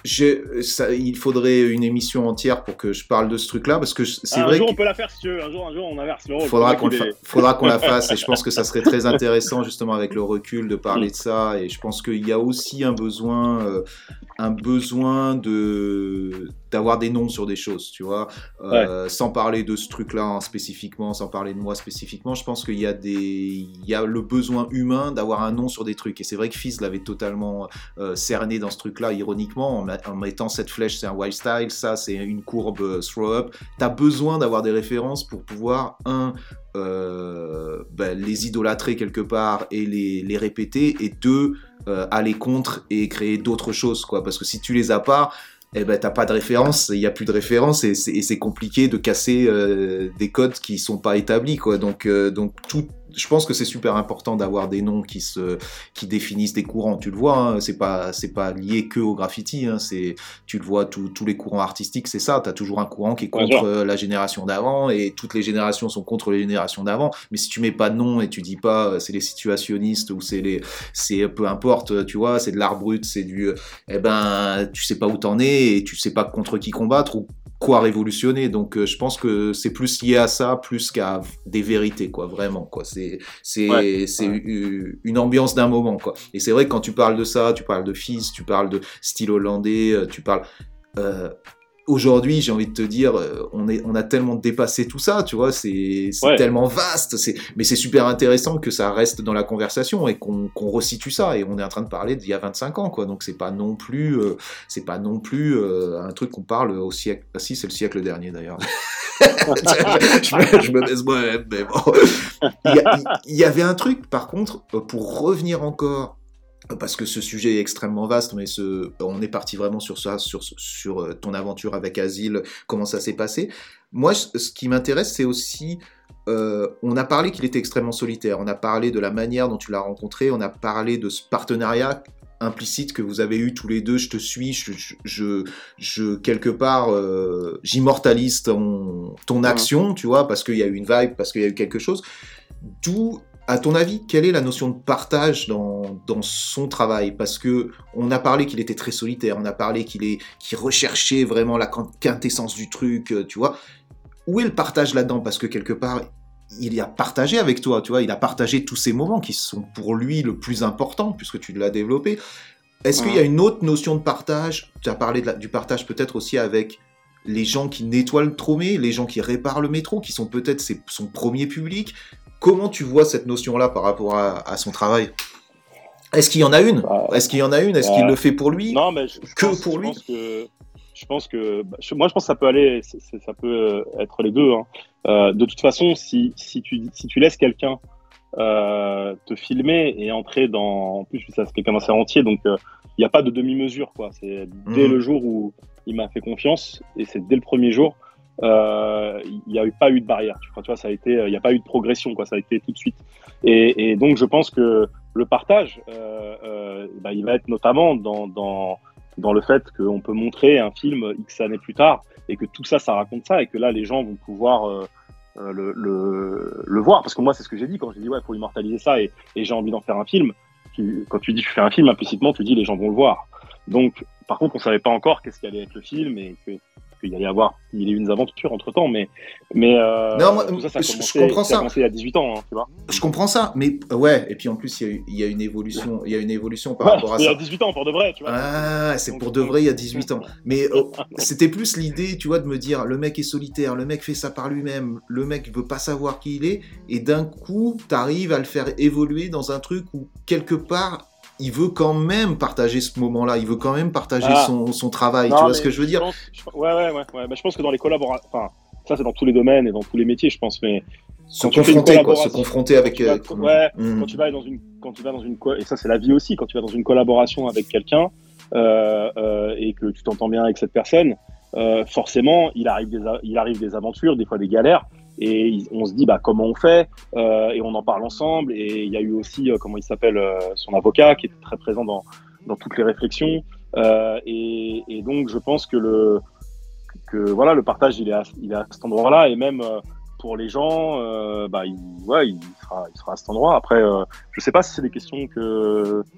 Je, ça, il faudrait une émission entière pour que je parle de ce truc-là, parce que c'est ah, vrai un jour que... on peut la faire si tu veux, un jour, un jour on inverse le rôle. Faudra qu'on, fa... faudra qu'on la fasse, et je pense que ça serait très intéressant justement avec le recul de parler de ça, et je pense qu'il y a aussi un besoin, euh, un besoin de... d'avoir des noms sur des choses, tu vois, euh, ouais. Sans parler de ce truc-là hein, spécifiquement, sans parler de moi spécifiquement, je pense qu'il y a des, il y a le besoin humain d'avoir un nom sur des trucs, et c'est vrai que Fizz l'avait totalement euh, cerné dans ce truc-là, ironiquement, en, en mettant cette flèche, c'est un wild style, ça c'est une courbe euh, throw up, t'as besoin d'avoir des références pour pouvoir, un, euh, ben, les idolâtrer quelque part et les, les répéter, et deux, euh, aller contre et créer d'autres choses, quoi, parce que si tu les as pas, eh ben, t'as pas de référence, il y a plus de référence et c'est, et c'est compliqué de casser euh, des codes qui sont pas établis, quoi. Donc, euh, donc tout, je pense que c'est super important d'avoir des noms qui se, qui définissent des courants. Tu le vois, hein, c'est pas, c'est pas lié que au graffiti. Hein, c'est, tu le vois, tous tous les courants artistiques, c'est ça. T'as toujours un courant qui est contre euh, la génération d'avant et toutes les générations sont contre les générations d'avant. Mais si tu mets pas de nom et tu dis pas, euh, c'est les situationnistes ou c'est les, c'est peu importe, tu vois, c'est de l'art brut, c'est du, euh, eh ben, tu sais pas où t'en es et tu sais pas contre qui combattre ou quoi révolutionner, donc euh, je pense que c'est plus lié à ça plus qu'à des vérités, quoi, vraiment, quoi. C'est c'est ouais, c'est ouais. une ambiance d'un moment, quoi. Et c'est vrai que quand tu parles de ça, tu parles de Fizz, tu parles de style hollandais, tu parles euh, aujourd'hui, j'ai envie de te dire, on est, on a tellement dépassé tout ça, tu vois, c'est, c'est ouais. tellement vaste, c'est, mais c'est super intéressant que ça reste dans la conversation et qu'on, qu'on resitue ça. Et on est en train de parler d'il y a vingt-cinq ans, quoi. Donc c'est pas non plus, euh, c'est pas non plus euh, un truc qu'on parle au siècle. Ah si, c'est le siècle dernier d'ailleurs. je, me, je me baisse moi-même, mais bon. Il y, a, il y avait un truc, par contre, pour revenir encore. Parce que ce sujet est extrêmement vaste, mais ce, on est parti vraiment sur ça, sur, sur ton aventure avec Asile, comment ça s'est passé. Moi, ce qui m'intéresse, c'est aussi, euh, on a parlé qu'il était extrêmement solitaire, on a parlé de la manière dont tu l'as rencontré, on a parlé de ce partenariat implicite que vous avez eu tous les deux, je te suis, je, je, je, je quelque part, euh, j'immortalise ton, ton action, tu vois, parce qu'il y a eu une vibe, parce qu'il y a eu quelque chose, d'où... À ton avis, quelle est la notion de partage dans, dans son travail ? Parce que on a parlé qu'il était très solitaire, on a parlé qu'il, est, qu'il recherchait vraiment la quintessence du truc, tu vois. Où est le partage là-dedans ? Parce que quelque part, il a partagé avec toi, tu vois, il a partagé tous ces moments qui sont pour lui le plus important, puisque tu l'as développé. Est-ce mmh. qu'il y a une autre notion de partage ? Tu as parlé de la, du partage peut-être aussi avec les gens qui nettoient le tromé, les gens qui réparent le métro, qui sont peut-être ses, son premier public. Comment tu vois cette notion-là par rapport à, à son travail ? Est-ce qu'il y en a une ? bah, Est-ce qu'il y en a une ? Est-ce euh, qu'il le fait pour lui ? Non, mais je, je que pense, pour je lui pense que, Je pense que... Bah, je, moi, je pense que ça peut aller... C'est, c'est, ça peut être les deux. Hein. Euh, de toute façon, si, si, tu, si tu laisses quelqu'un euh, te filmer et entrer dans... En plus, ça, c'est quelqu'un d'assez entier, donc il euh, n'y a pas de demi-mesure, quoi. C'est dès mmh. le jour où il m'a fait confiance, et c'est dès le premier jour, il euh, n'y a eu, pas eu de barrière, tu vois, tu vois, ça a été, il n'y a pas eu de progression, quoi, ça a été tout de suite. Et, et donc, je pense que le partage, euh, euh, bah, il va être notamment dans, dans, dans le fait qu'on peut montrer un film X années plus tard et que tout ça, ça raconte ça et que là, les gens vont pouvoir euh, le, le, le voir. Parce que moi, c'est ce que j'ai dit quand j'ai dit, ouais, il faut immortaliser ça et, et j'ai envie d'en faire un film. Tu, quand tu dis, je fais un film, implicitement, tu dis, les gens vont le voir. Donc, par contre, on ne savait pas encore qu'est-ce qu'allait être le film et que qu'il y allait y avoir mille et une aventures entre temps, mais, mais euh, non, moi, tout ça, ça a je, commencé, je comprends ça. ça. a commencé il y a dix-huit ans, hein, tu vois. Je comprends ça, mais ouais, et puis en plus, il y a, il y a une évolution, il y a une évolution par ouais, rapport à ça. Il y a dix-huit ans, pour de vrai, tu vois. Ah, c'est donc, pour de vrai, il y a dix-huit ans. Mais oh, c'était plus l'idée, tu vois, de me dire, le mec est solitaire, le mec fait ça par lui-même, le mec veut pas savoir qui il est, et d'un coup, t'arrives à le faire évoluer dans un truc où, quelque part, il veut quand même partager ce moment-là, il veut quand même partager ah. son, son travail, non, tu vois ce que je veux dire ? je pense, je, Ouais, ouais, ouais. ouais. Bah, je pense que dans les collaborations, enfin, ça c'est dans tous les domaines et dans tous les métiers, je pense, mais... Se confronter, quoi, se confronter avec... Quand tu vas, euh, ouais, mmh. quand tu vas dans une... Quand tu vas dans une... Et ça, c'est la vie aussi, quand tu vas dans une collaboration avec quelqu'un euh, euh, et que tu t'entends bien avec cette personne, euh, forcément, il arrive, des, il arrive des aventures, des fois des galères, et on se dit bah comment on fait euh, et on en parle ensemble et il y a eu aussi euh, comment il s'appelle euh, son avocat qui était très présent dans dans toutes les réflexions euh, et, et donc je pense que le que voilà le partage il est à, il est à cet endroit-là et même euh, pour les gens euh, bah il ouais il sera il sera à cet endroit après euh, je sais pas si c'est des questions que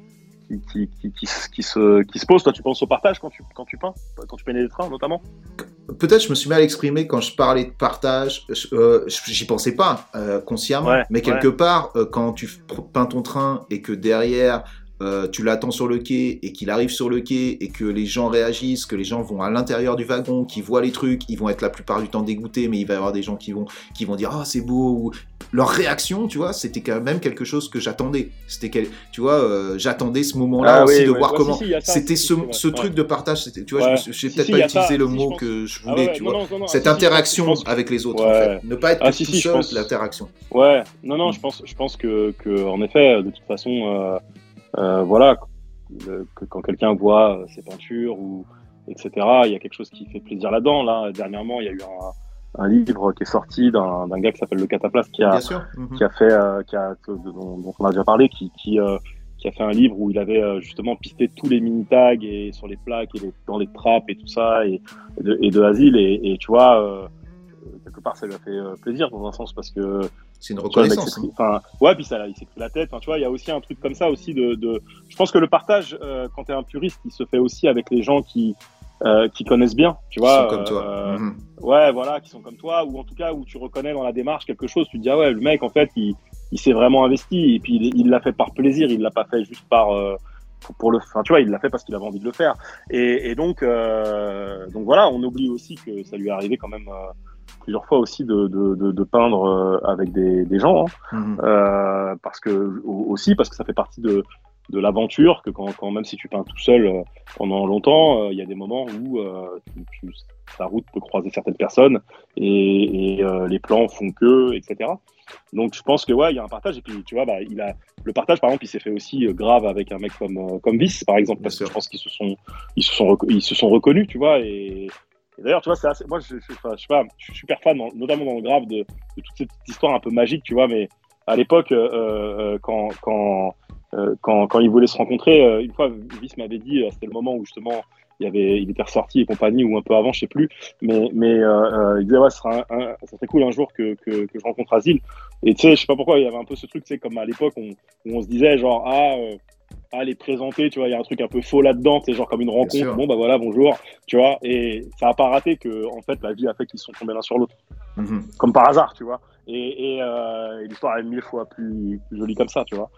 qui, qui, qui, qui, qui, se, qui se pose. Toi, tu penses au partage quand tu, quand tu peins, quand tu peignais des trains, notamment? Peut-être je me suis mal exprimé quand je parlais de partage, euh, j'y pensais pas euh, consciemment, Ouais, mais quelque ouais. part, euh, quand tu peins ton train et que derrière, euh, tu l'attends sur le quai et qu'il arrive sur le quai et que les gens réagissent, que les gens vont à l'intérieur du wagon, qui voient les trucs, ils vont être la plupart du temps dégoûtés, mais il va y avoir des gens qui vont, qui vont dire « Ah, oh, c'est beau !» ou leur réaction, tu vois, c'était quand même quelque chose que j'attendais. C'était, quel... tu vois, euh, j'attendais ce moment-là Ah aussi oui, de ouais, voir ouais, comment... si, si, y a ça, c'était si, ce, si, ouais, ce ouais. truc de partage, c'était, tu vois, Ouais. je n'ai Si, peut-être si, pas y a utilisé ça, le si, mot je pense. que je Ah voulais, ouais, tu non, vois. non, non, non, Cette si, si, je pense- interaction je pense- avec les autres, Ouais. en fait. Ne pas être Ah, que si, tout si, je seul, pense- l'interaction. Ouais, non, non, Mm. je pense, je pense que, que, en effet, de toute façon, euh, euh, voilà, que, que quand quelqu'un voit euh, ses peintures ou et cetera, il y a quelque chose qui fait plaisir là-dedans. Là, dernièrement, il y a eu un, un livre qui est sorti d'un, d'un gars qui s'appelle Le Cataplasme, qui a, Bien sûr. Mm-hmm. qui a fait, euh, qui a, dont, dont on a déjà parlé, qui, qui, euh, qui a fait un livre où il avait euh, justement pisté tous les mini tags et sur les plaques et les, dans les trappes et tout ça et, et de, et de Asile et, et tu vois. Euh, quelque part ça lui a fait euh, plaisir dans un sens parce que c'est une tu vois, le mec reconnaissance. s'est pris- enfin ouais, puis ça il s'est pris la tête, enfin tu vois, il y a aussi un truc comme ça aussi de, de... je pense que le partage euh, quand t'es un puriste il se fait aussi avec les gens qui euh, qui connaissent bien, tu Ils vois, sont comme toi. euh, Mm-hmm. ouais, voilà, qui sont comme toi, ou en tout cas où tu reconnais dans la démarche quelque chose, tu te dis ah ouais, le mec en fait il, il s'est vraiment investi et puis il, il l'a fait par plaisir, il l'a pas fait juste par euh, pour, pour le, enfin tu vois, il l'a fait parce qu'il avait envie de le faire et, et donc euh, donc voilà, on oublie aussi que ça lui est arrivé quand même euh, plusieurs fois aussi de, de, de, de peindre euh, avec des, des gens, hein. Mm-hmm. euh, parce que aussi parce que ça fait partie de, de l'aventure, que quand, quand même si tu peins tout seul euh, pendant longtemps, il euh, y a des moments où euh, tu, tu, ta route peut croiser certaines personnes et, et euh, les plans font que, et cetera. Donc je pense que ouais, il y a un partage et puis tu vois, bah, il a le partage par exemple, il s'est fait aussi euh, grave avec un mec comme euh, comme Vice par exemple, parce que je pense qu'ils se sont ils se sont rec- ils se sont reconnus, tu vois, et Et d'ailleurs, tu vois, c'est assez... moi, je, je, enfin, je sais pas, je suis super fan, notamment dans le grave, de, de toute cette histoire un peu magique, tu vois. Mais à l'époque, euh, euh, quand, quand, euh, quand, quand ils voulaient se rencontrer, euh, une fois, Vice m'avait dit, euh, c'était le moment où justement il y avait, il était ressorti et compagnie, ou un peu avant, je sais plus. Mais, mais euh, euh, il disait ouais, ce serait, un, un, ça serait cool un jour que, que, que je rencontre Asile. Et tu sais, je sais pas pourquoi, il y avait un peu ce truc, tu sais, comme à l'époque, on, où on se disait genre ah. Euh, à les présenter, tu vois, il y a un truc un peu faux là-dedans, c'est genre comme une rencontre, bon bah voilà, bonjour, tu vois, et ça a pas raté que, en fait, la vie a fait qu'ils se sont tombés l'un sur l'autre, mm-hmm. comme par hasard, tu vois, et, et, euh, et l'histoire est mille fois plus, plus jolie comme ça, tu vois,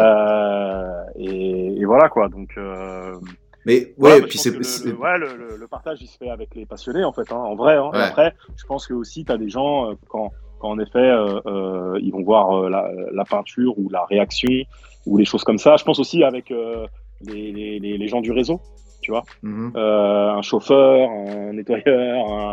euh, et, et voilà quoi, donc. Euh, mais voilà, ouais, mais puis c'est, c'est, le, c'est... Le, ouais, le, le, le partage il se fait avec les passionnés en fait, hein, en vrai, hein, ouais. Et après, je pense que aussi t'as des gens euh, quand, quand en effet euh, euh, ils vont voir euh, la, la peinture ou la réaction ou les choses comme ça. Je pense aussi avec euh, les, les, les gens du réseau, tu vois, mm-hmm. euh, un chauffeur, un nettoyeur, un,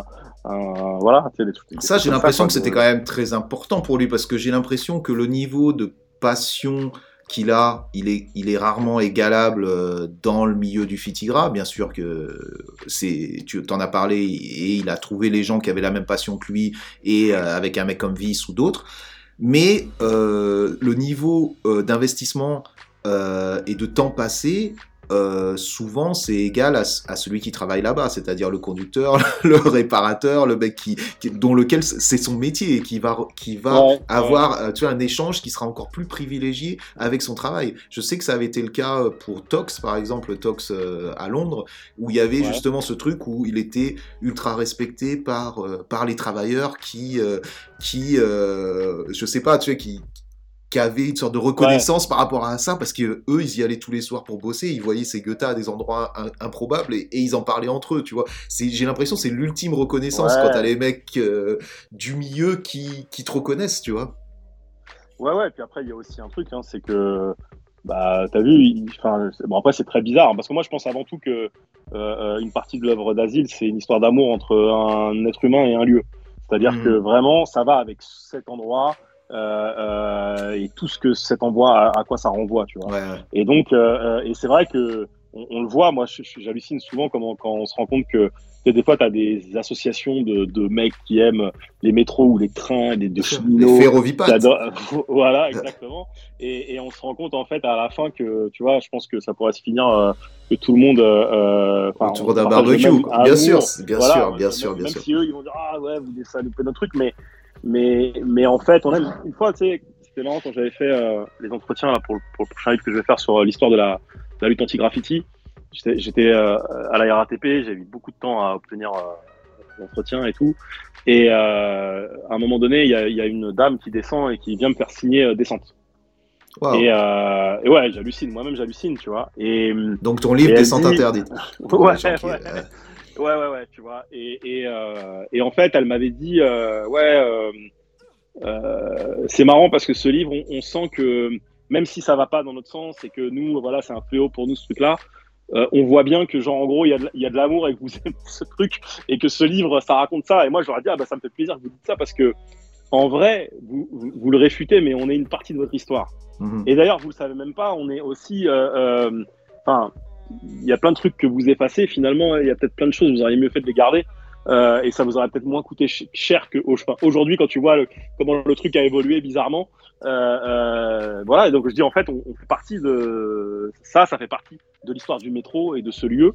un voilà. Tu sais, des trucs, des ça, j'ai l'impression ça, que c'était de... quand même très important pour lui parce que j'ai l'impression que le niveau de passion qu'il a, il est, il est rarement égalable dans le milieu du Fitigra. Bien sûr que c'est, tu t'en as parlé et il a trouvé les gens qui avaient la même passion que lui et euh, avec un mec comme Vice ou d'autres. Mais euh, le niveau euh, d'investissement euh, et de temps passé, euh, souvent c'est égal à, à celui qui travaille là-bas, c'est-à-dire le conducteur, le réparateur, le mec qui, qui dont lequel c'est son métier et qui va qui va ouais, avoir ouais. tu vois, un échange qui sera encore plus privilégié avec son travail. Je sais que ça avait été le cas pour Tox par exemple, Tox euh, à Londres, où il y avait ouais. justement ce truc où il était ultra respecté par euh, par les travailleurs qui euh, qui euh, je sais pas, tu vois, qui qui avaient une sorte de reconnaissance ouais. par rapport à ça, parce que eux, ils y allaient tous les soirs pour bosser, ils voyaient ces Goethe à des endroits in- improbables et, et ils en parlaient entre eux, tu vois. C'est, j'ai l'impression que c'est l'ultime reconnaissance ouais. quand t'as les mecs euh, du milieu qui, qui te reconnaissent, tu vois. Ouais, ouais, et puis après, il y a aussi un truc, hein, c'est que, bah, t'as vu, enfin, bon, après, c'est très bizarre, hein, parce que moi, je pense avant tout que euh, une partie de l'œuvre d'Asile, c'est une histoire d'amour entre un être humain et un lieu. C'est-à-dire mmh. que vraiment, ça va avec cet endroit. Euh, euh, et tout ce que cet endroit à, à quoi ça renvoie, tu vois. Ouais, ouais. Et donc, euh, et c'est vrai que on, on le voit. Moi, je, je, j'hallucine souvent comment, quand on se rend compte que des fois, t'as des associations de, de mecs qui aiment les métros ou les trains, des de cheminots, les ferrovipates. Voilà, exactement. Et, et on se rend compte en fait à la fin que, tu vois, je pense que ça pourrait se finir euh, que tout le monde euh, autour d'un barbecue. Bien sûr, bien voilà, sûr, bien même, sûr, bien même sûr. si eux, ils vont dire ah ouais, vous ça loupez notre truc, mais Mais, mais en fait, on a une fois, tu sais, c'était marrant quand j'avais fait euh, les entretiens là pour, pour le prochain livre que je vais faire sur euh, l'histoire de la, la lutte anti-graffiti. J'étais, j'étais euh, à la R A T P, j'ai mis beaucoup de temps à obtenir euh, l'entretien et tout. Et euh, à un moment donné, il y a, y a une dame qui descend et qui vient me faire signer euh, descente. Wow. Et, euh, et ouais, j'hallucine, moi-même j'hallucine, tu vois. Et, donc ton livre Descente dit... interdite. ouais, ouais, qui, ouais. Euh... ouais, ouais, ouais, tu vois. Et, et, euh, et en fait, elle m'avait dit, euh, ouais, euh, euh, c'est marrant parce que ce livre, on, on sent que même si ça va pas dans notre sens et que nous, voilà, c'est un fléau pour nous ce truc-là, euh, on voit bien que genre en gros, il y a de, il y a de l'amour et que vous aimez ce truc et que ce livre, ça raconte ça. Et moi, je leur ai dit, ah bah ça me fait plaisir que vous dites ça parce que en vrai, vous, vous, vous le réfutez, mais on est une partie de votre histoire. Mmh. Et d'ailleurs, vous le savez même pas, on est aussi, enfin, euh, il y a plein de trucs que vous effacez. Finalement, il y a peut-être plein de choses, vous auriez mieux fait de les garder, euh, et ça vous aurait peut-être moins coûté cher que enfin, aujourd'hui quand tu vois le, comment le truc a évolué bizarrement. Euh, euh, voilà, et donc je dis en fait, on, on fait partie de ça, ça fait partie de l'histoire du métro et de ce lieu,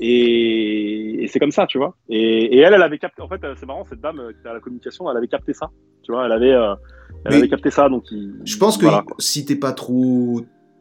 et, et c'est comme ça, tu vois. Et, et elle, elle avait capté. En fait, c'est marrant, cette dame qui était à la communication, elle avait capté ça, tu vois. Elle avait, euh, elle avait capté ça, donc. Il, je pense voilà, que si t'es pas trop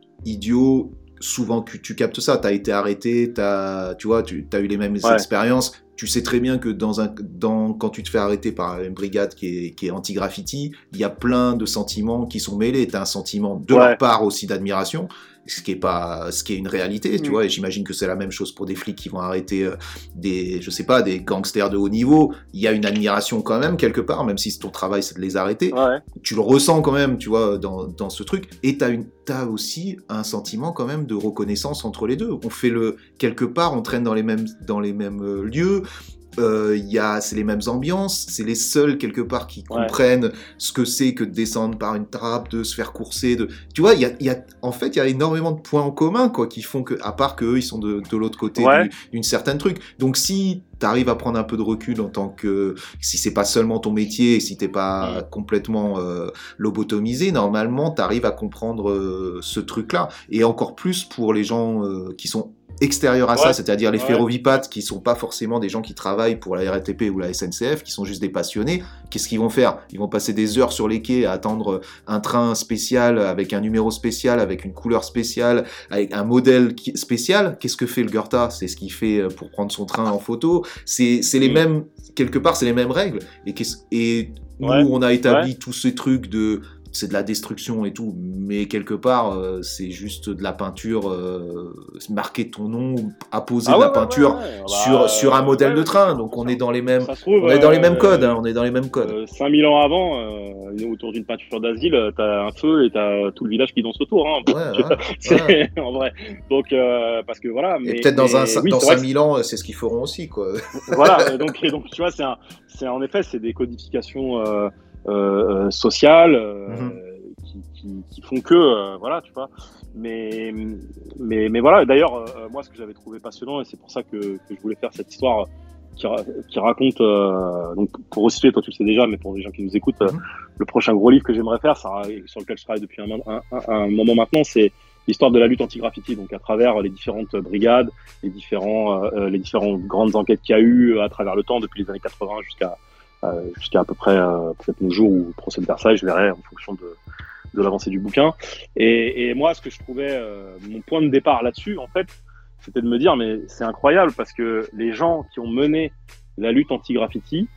idiot, souvent que tu captes ça. T'as été arrêté, t'as, tu vois, tu as eu les mêmes ouais. expériences. Tu sais très bien que dans un, dans, quand tu te fais arrêter par une brigade qui est, qui est anti-graffiti, il y a plein de sentiments qui sont mêlés. T'as un sentiment de ouais. leur part aussi d'admiration, ce qui est pas, ce qui est une réalité, mmh. tu vois. Et j'imagine que c'est la même chose pour des flics qui vont arrêter euh, des, je sais pas, des gangsters de haut niveau. Il y a une admiration quand même quelque part, même si ton travail c'est de les arrêter. Ouais. Tu le ressens quand même, tu vois, dans, dans ce truc. Et t'as une, t'as aussi un sentiment quand même de reconnaissance entre les deux. On fait le, quelque part, on traîne dans les mêmes, dans les mêmes euh, lieux. Euh, y a, c'est les mêmes ambiances, c'est les seuls quelque part qui ouais. comprennent ce que c'est que de descendre par une trappe, de se faire courser, de, tu vois, il y a, y a, en fait, il y a énormément de points en commun, quoi, qui font que, à part qu'eux, ils sont de, de l'autre côté ouais. du, d'une certaine truc. Donc, si t'arrives à prendre un peu de recul en tant que, si c'est pas seulement ton métier, si t'es pas mmh. complètement euh, lobotomisé, normalement, t'arrives à comprendre euh, ce truc-là. Et encore plus pour les gens euh, qui sont extérieurs à ouais. ça, c'est-à-dire les ouais. ferrovipates qui sont pas forcément des gens qui travaillent pour la R A T P ou la S N C F, qui sont juste des passionnés. Qu'est-ce qu'ils vont faire ? Ils vont passer des heures sur les quais à attendre un train spécial avec un numéro spécial, avec une couleur spéciale, avec un modèle spécial. Qu'est-ce que fait le Gurta ? C'est ce qu'il fait pour prendre son train en photo. C'est, c'est les mmh. mêmes, quelque part, c'est les mêmes règles. Et, et nous, ouais. on a établi ouais. tous ces trucs de c'est de la destruction et tout, mais quelque part, euh, c'est juste de la peinture, euh, marquer ton nom, apposer ah de ouais, la peinture ouais, ouais, ouais. sur, bah, sur un modèle ouais, de train, donc on est dans les mêmes, trouve, on est dans les mêmes euh, codes, hein, on est dans les mêmes codes. Euh, cinq mille ans avant, euh, autour d'une peinture d'asile, t'as un feu et t'as tout le village qui danse autour, hein. Ouais, ouais, c'est, ouais. en vrai. Donc, euh, parce que voilà. Mais, et peut-être dans, mais, un, oui, dans cinq mille ans, c'est ce qu'ils feront aussi, quoi. Voilà, donc, et donc tu vois, c'est, un, c'est en effet, c'est des codifications euh, euh, sociales, euh, mm-hmm. Qui, qui, qui font que euh, voilà, tu vois, mais mais mais voilà, d'ailleurs euh, moi ce que j'avais trouvé passionnant, et c'est pour ça que, que je voulais faire cette histoire qui, qui raconte euh, donc pour resituer, toi tu le sais déjà, mais pour les gens qui nous écoutent, mm-hmm. euh, le prochain gros livre que j'aimerais faire, ça, sur lequel je travaille depuis un, un, un, un moment maintenant, c'est l'histoire de la lutte anti-graffiti, donc à travers les différentes brigades, les différents euh, les différentes grandes enquêtes qu'il y a eu à travers le temps depuis les années quatre-vingts jusqu'à euh, jusqu'à à peu près euh, peut-être nos jours où le procès de Versailles, je verrai en fonction de de l'avancée du bouquin. Et, et moi, ce que je trouvais, euh, mon point de départ là-dessus, en fait, c'était de me dire, mais c'est incroyable parce que les gens qui ont mené la lutte anti-graffiti,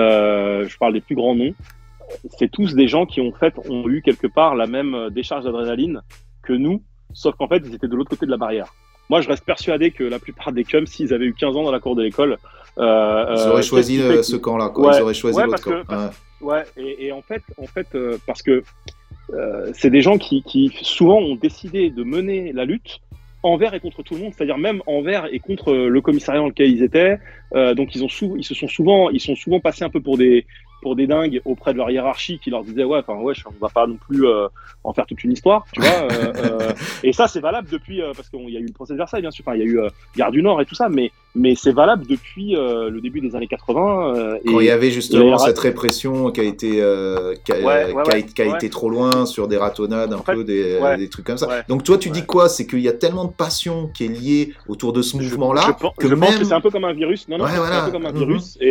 euh, je parle des plus grands noms, c'est tous des gens qui, en fait, ont eu quelque part la même décharge d'adrénaline que nous, sauf qu'en fait, ils étaient de l'autre côté de la barrière. Moi, je reste persuadé que la plupart des cums, s'ils avaient eu quinze ans dans la cour de l'école, euh, ils auraient euh, choisi euh, ce camp-là, quoi. Ouais, ils auraient choisi ouais, l'autre camp. Que, parce, ouais. ouais, et, et en fait, en fait, euh, parce que Euh, c'est des gens qui, qui souvent ont décidé de mener la lutte envers et contre tout le monde, c'est-à-dire même envers et contre le commissariat dans lequel ils étaient. Euh, donc ils ont sou- ils se sont souvent, ils sont souvent passés un peu pour des pour des dingues auprès de leur hiérarchie qui leur disait ouais, enfin ouais, on va pas non plus euh, en faire toute une histoire, tu vois. Euh, euh, et ça c'est valable depuis euh, parce qu'il y a eu le procès de Versailles bien sûr, enfin il y a eu euh, Gare du Nord et tout ça, mais mais c'est valable depuis euh, le début des années quatre-vingts. Euh, Quand et, il y avait justement et, cette répression qui a été euh, qui a, ouais, ouais, qui a, ouais, qui a ouais. été trop loin sur des ratonnades un en peu fait, des, ouais, des trucs comme ça. Ouais, Donc toi tu ouais. dis quoi ? C'est qu'il y a tellement de passion qui est liée autour de ce mouvement-là je, je, que je même... pense que c'est un peu comme un virus. Non non, ouais, c'est voilà. un peu comme un virus mmh. et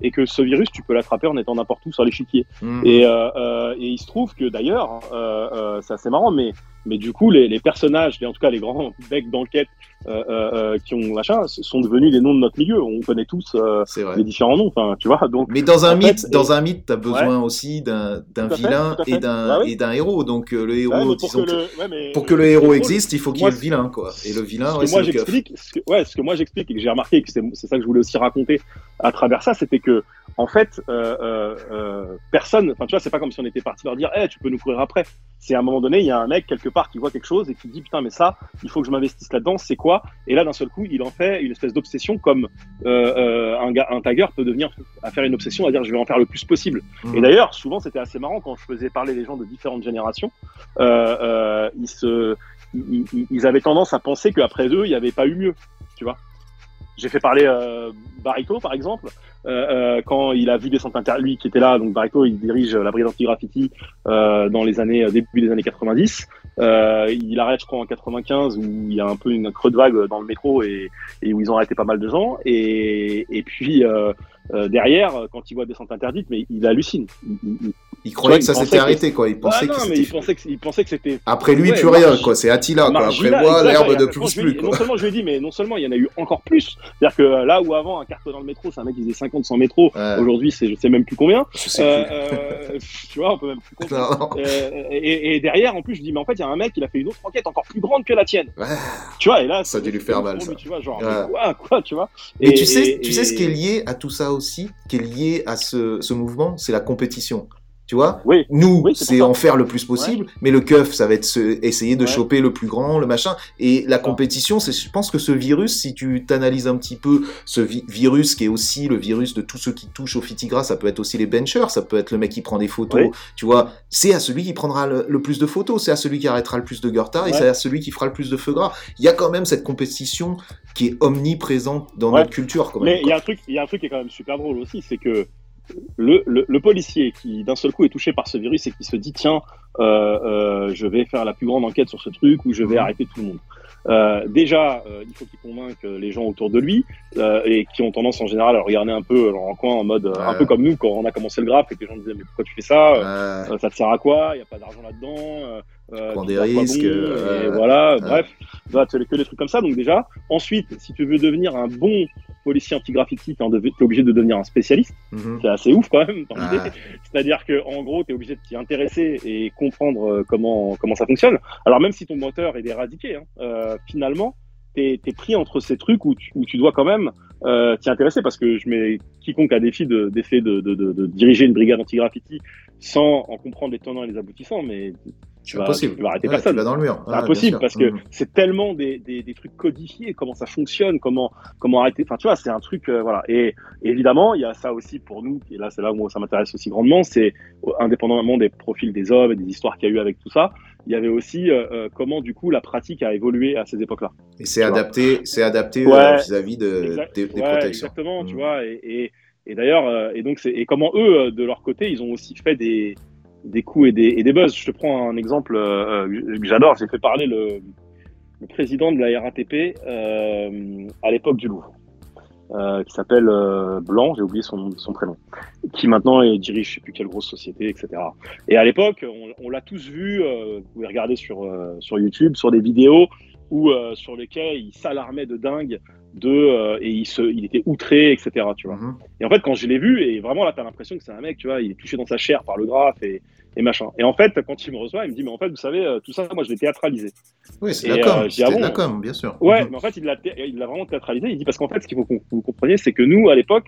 et que ce virus, tu peux l'attraper en étant n'importe où sur l'échiquier. Mmh. Et, euh, euh, et il se trouve que d'ailleurs, euh, euh, c'est assez marrant, mais, mais du coup, les, les personnages, et en tout cas les grands becs d'enquête euh, euh, qui ont machin, sont devenus des noms de notre milieu. On connaît tous euh, les différents noms, enfin, tu vois. Donc, mais dans un mythe, fait, dans et... un mythe, t'as besoin ouais. aussi d'un, d'un fait, vilain et d'un, bah oui. et d'un héros. Donc euh, le héros, ouais, pour disons que, que, le... Ouais, mais... pour que le héros existe, il faut qu'il y ait le vilain, quoi. Et le vilain, ce ouais, que moi c'est j'explique, ce que, ouais, ce que moi j'explique et que j'ai remarqué, et que c'est, c'est ça que je voulais aussi raconter à travers ça, c'était que en fait, euh, euh, euh, personne, enfin tu vois, c'est pas comme si on était parti leur dire, hey, tu peux nous courir après. C'est à un moment donné, il y a un mec quelque part qui voit quelque chose et qui dit putain, mais ça, il faut que je m'investisse là-dedans. C'est quoi? Et là, d'un seul coup, il en fait une espèce d'obsession, comme euh, euh, un, gars, un tagger peut devenir à faire une obsession, à dire je vais en faire le plus possible. Mmh. Et d'ailleurs, souvent, c'était assez marrant quand je faisais parler les gens de différentes générations. Euh, euh, ils se Ils, ils avaient tendance à penser qu'après eux, il n'y avait pas eu mieux, tu vois. J'ai fait parler euh, Barito, par exemple, euh, euh, quand il a vu Descente Interdite, lui qui était là, donc Barito, il dirige la brigade anti-graffiti euh, dans les années, début des années quatre-vingt-dix. Euh, il arrête, je crois, en quatre-vingt-quinze, où il y a un peu une creux de vague dans le métro et, et où ils ont arrêté pas mal de gens. Et, et puis, euh, euh, derrière, quand il voit Descente Interdite, mais il hallucine. Il, il, il croyait vois, que ça s'était que... arrêté, quoi. Il pensait ah, non, que mais c'était... il pensait que, il pensait que c'était... Après lui, ouais, plus rien, quoi. C'est Attila, quoi. Après moi, l'herbe de plus plus, quoi. Non seulement je lui ai dit, mais non seulement il y en a eu encore plus. C'est-à-dire que là où avant, un carton dans le métro, c'est un mec qui faisait cinquante, cent métros. Ouais. Aujourd'hui, c'est je sais même plus combien. Je sais euh, plus. Euh, tu vois, on peut même plus compter. Euh, et, et derrière, en plus, je dis, mais en fait, il y a un mec, il a fait une autre enquête encore plus grande que la tienne. Ouais. Tu vois, et là, ça a dû lui faire mal, ça. Tu vois, genre, ouais. quoi, quoi, tu vois. Et, et tu sais, et, tu et... sais ce qui est lié à tout ça aussi, qui est lié à ce, ce mouvement, c'est la compétition. Tu vois, oui. nous, oui, c'est, c'est en faire le plus possible, ouais. mais le keuf, ça va être se, essayer de ouais. choper le plus grand, le machin. Et la compétition, c'est, je pense que ce virus, si tu t'analyses un petit peu, ce vi- virus qui est aussi le virus de tous ceux qui touchent au Fitigra, ça peut être aussi les benchers, ça peut être le mec qui prend des photos, oui. tu vois, c'est à celui qui prendra le, le plus de photos, c'est à celui qui arrêtera le plus de Goethe, ouais. et c'est à celui qui fera le plus de feu gras. Il y a quand même cette compétition qui est omniprésente dans ouais. notre culture. Quand même, mais il y a un truc, il y a un truc qui est quand même super drôle aussi, c'est que Le, le, le policier qui d'un seul coup est touché par ce virus et qui se dit tiens euh, euh, je vais faire la plus grande enquête sur ce truc ou je vais mmh. arrêter tout le monde. Euh, déjà euh, il faut qu'il convainque les gens autour de lui euh, et qui ont tendance en général à regarder un peu en coin en mode ouais. un peu comme nous quand on a commencé le graphe et que les gens disaient mais pourquoi tu fais ça ouais. euh, ça te sert à quoi, il n'y a pas d'argent là-dedans, euh, prends des risques bon, euh, et voilà ouais. bref voilà, tu as que des trucs comme ça. Donc déjà ensuite si tu veux devenir un bon policier anti-graffiti, t'es, dev- t'es obligé de devenir un spécialiste. Mmh. C'est assez ouf quand même dans ah. l'idée. C'est-à-dire que en gros, t'es obligé de t'y intéresser et comprendre euh, comment comment ça fonctionne. Alors même si ton moteur est éradiqué, hein, euh, finalement, t'es, t'es pris entre ces trucs où tu, où tu dois quand même euh, t'y intéresser, parce que je mets quiconque a défi de, d'effet de, de, de, de diriger une brigade anti-graffiti sans en comprendre les tenants et les aboutissants, mais tu vas, tu vas arrêter ouais, personne. Tu vas dans le mur. C'est ah, impossible parce que mmh. c'est tellement des, des, des trucs codifiés, comment ça fonctionne, comment, comment arrêter. Enfin, tu vois, c'est un truc, euh, voilà. Et évidemment, il y a ça aussi pour nous, et là, c'est là où ça m'intéresse aussi grandement, c'est indépendamment des profils des hommes et des histoires qu'il y a eu avec tout ça, il y avait aussi euh, comment, du coup, la pratique a évolué à ces époques-là. Et c'est adapté, c'est adapté ouais, euh, vis-à-vis de, exact, des, des ouais, protections. Exactement, mmh. tu vois. Et, et, et d'ailleurs, euh, et donc, c'est, et comment eux, de leur côté, ils ont aussi fait des. des coups et des, et des buzz. Je te prends un exemple euh, que j'adore. J'ai fait parler le, le président de la R A T P euh, à l'époque du Louvre, euh, qui s'appelle euh, Blanc, j'ai oublié son, son prénom, qui maintenant est, dirige je sais plus quelle grosse société, et cetera. Et à l'époque, on, on l'a tous vu, euh, vous pouvez regarder sur, euh, sur YouTube, sur des vidéos où, euh, sur lesquelles il s'alarmait de dingue de euh, et il se il était outré, etc., tu vois. Mm-hmm. Et en fait quand je l'ai vu, et vraiment là t'as l'impression que c'est un mec, tu vois, il est touché dans sa chair par le graphe et, et machin. Et en fait quand il me reçoit, il me dit mais en fait vous savez tout ça moi je l'ai théâtralisé. Oui, c'est et, la com, euh, c'est ah bon, la com, bien sûr. Ouais, mm-hmm. mais en fait il l'a il l'a vraiment théâtralisé. Il dit parce qu'en fait ce qu'il faut que vous compreniez, c'est que nous à l'époque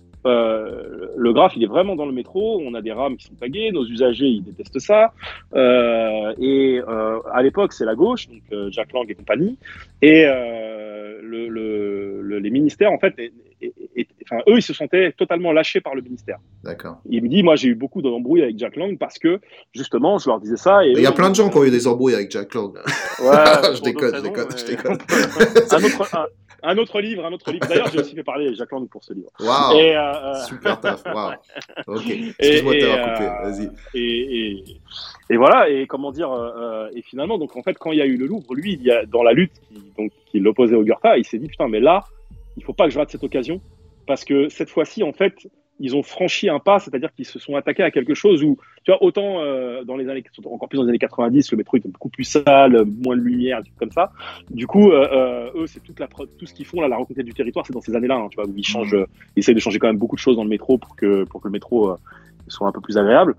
Euh, le graphe, il est vraiment dans le métro. On a des rames qui sont taguées. Nos usagers, ils détestent ça. Euh, et euh, à l'époque, c'est la gauche, donc euh, Jack Lang et compagnie. Et euh, le, le, le, les ministères, en fait, et, et, et, enfin, eux, ils se sentaient totalement lâchés par le ministère. D'accord. Il me dit, moi, j'ai eu beaucoup d'embrouilles avec Jack Lang parce que, justement, je leur disais ça. Et il y a plein de gens qui ont eu des embrouilles avec Jack Lang. Ouais, je déconne, je déconne, je déconne. un autre, un, Un autre livre, un autre livre. D'ailleurs, j'ai aussi fait parler Jack Lang pour ce livre. Waouh, euh, super taf, waouh. Ok, excuse-moi de t'avoir coupé, euh, vas-y. Et, et, et voilà, et comment dire, euh, et finalement, donc en fait, quand il y a eu le Louvre, lui, il y a, dans la lutte qui, donc, qui l'opposait au Goethe, il s'est dit, putain, mais là, il faut pas que je rate cette occasion, parce que cette fois-ci, en fait, ils ont franchi un pas, c'est-à-dire qu'ils se sont attaqués à quelque chose où, tu vois, autant euh, dans les années, encore plus dans les années quatre-vingt-dix, le métro était beaucoup plus sale, moins de lumière, des trucs comme ça. Du coup, euh, euh, eux, c'est toute la, tout ce qu'ils font là, la reconquête du territoire, c'est dans ces années-là, hein, tu vois, où ils changent, euh, ils essayent de changer quand même beaucoup de choses dans le métro pour que pour que le métro euh, soit un peu plus agréable.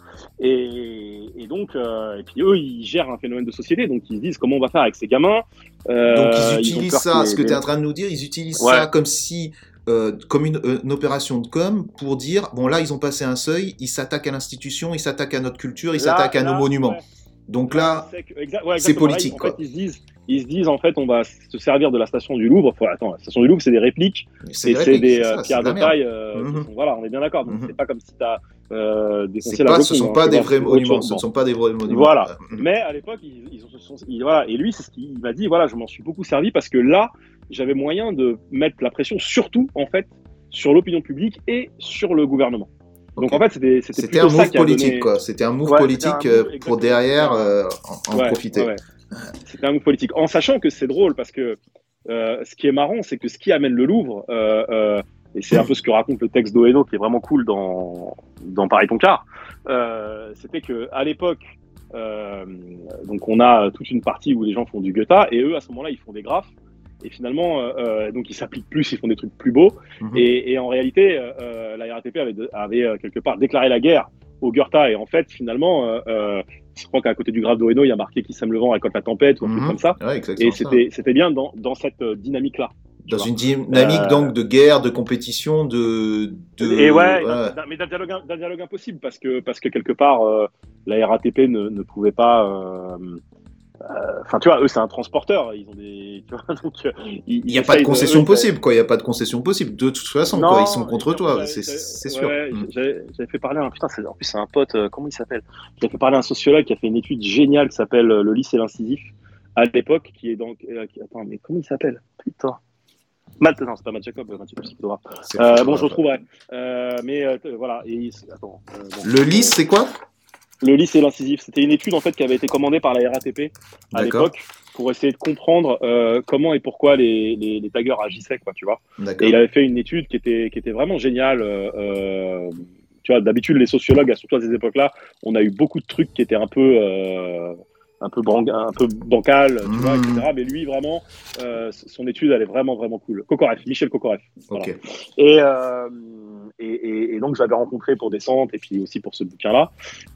Et, et donc, euh, et puis eux, ils gèrent un phénomène de société, donc ils se disent comment on va faire avec ces gamins. Euh, Donc ils utilisent ils ça, les, ce que les... tu es en train de nous dire, ils utilisent ouais. ça comme si Euh, comme une, une opération de com pour dire bon là ils ont passé un seuil, ils s'attaquent à l'institution, ils s'attaquent à notre culture, ils s'attaquent à là, nos monuments. Ouais. Donc là c'est, que, exa- ouais, c'est politique. là, quoi. En fait, ils se disent, ils se disent en fait on va se servir de la station du Louvre. Enfin, attends, la station du Louvre c'est des répliques, c'est et des c'est répliques, des c'est euh, ça, pierres c'est de, de taille. Euh, mm-hmm. sont, voilà, on est bien d'accord. Donc mm-hmm. c'est pas comme si t'as euh, défoncé la pas, Joconde. Ce sont hein, pas des vois, vrais monuments. Ce ne bon. sont pas des vrais monuments. Voilà. Mm-hmm. Mais à l'époque ils, ils ont, ils, voilà. Et lui c'est ce qu'il m'a dit. Voilà, je m'en suis beaucoup servi parce que là j'avais moyen de mettre la pression surtout en fait sur l'opinion publique et sur le gouvernement. Donc okay. en fait, c'était c'était, c'était un move politique, donné... quoi. C'était un move ouais, politique un move, pour derrière euh, en, en ouais, profiter. Ouais, ouais. C'était un move politique. En sachant que c'est drôle parce que euh, ce qui est marrant, c'est que ce qui amène le Louvre, euh, euh, et c'est un peu ce que raconte le texte d'Oeno qui est vraiment cool dans, dans Paris Toncard, euh, c'était qu'à l'époque, euh, donc on a toute une partie où les gens font du Goethe et eux, à ce moment-là, ils font des graphes. Et finalement, euh, donc ils s'appliquent plus, ils font des trucs plus beaux. Mmh. Et, et en réalité, euh, la R A T P avait, avait euh, quelque part déclaré la guerre au Goethe. Et en fait, finalement, euh, je crois qu'à côté du graphe d'Oeno, il y a marqué qui sème le vent récolte la tempête ou un mmh. truc comme ça. Ouais, et c'était, c'était bien dans, dans cette dynamique-là. Dans une dynamique euh... donc de guerre, de compétition, de. de... Et ouais, ouais. D'un, mais d'un dialogue, d'un dialogue impossible parce que, parce que quelque part, euh, la R A T P ne, ne pouvait pas. Euh, Enfin, euh, tu vois, eux, c'est un transporteur. Ils ont des. Tu vois, donc, il n'y a pas de concession de, possible, quoi. Il n'y a pas de concession possible. De toute façon, non, quoi. Ils sont contre toi. C'est, c'est sûr. Ouais, mmh. j'avais, j'avais fait parler à un. Putain, c'est, en plus, c'est un pote. Euh, comment il s'appelle ? J'avais fait parler à un sociologue qui a fait une étude géniale qui s'appelle euh, Le lys et l'incisif à l'époque, qui est dans. Euh, qui... Attends, mais comment il s'appelle ? Putain. Matt, non, c'est pas Matt Jacob, Matt Jacob, c'est photographe. Euh, bon, je retrouverai. Euh, mais euh, voilà. Et, attends. Euh, bon, le lys, c'est quoi ? Le lys et l'incisif, c'était une étude en fait qui avait été commandée par la R A T P à D'accord. l'époque pour essayer de comprendre euh, comment et pourquoi les, les, les taggers agissaient, quoi, tu vois. D'accord. Et il avait fait une étude qui était qui était vraiment géniale. Euh, tu vois, d'habitude les sociologues, surtout à ces époques-là, on a eu beaucoup de trucs qui étaient un peu euh, un peu bran- un peu bancal, tu mmh. vois, et cetera. Mais lui vraiment, euh, son étude elle est vraiment vraiment cool. Kokoreff, Michel Kokoreff. Voilà. Okay. Et euh, Et, et, et donc, je l'avais rencontré pour Descente et puis aussi pour ce bouquin-là.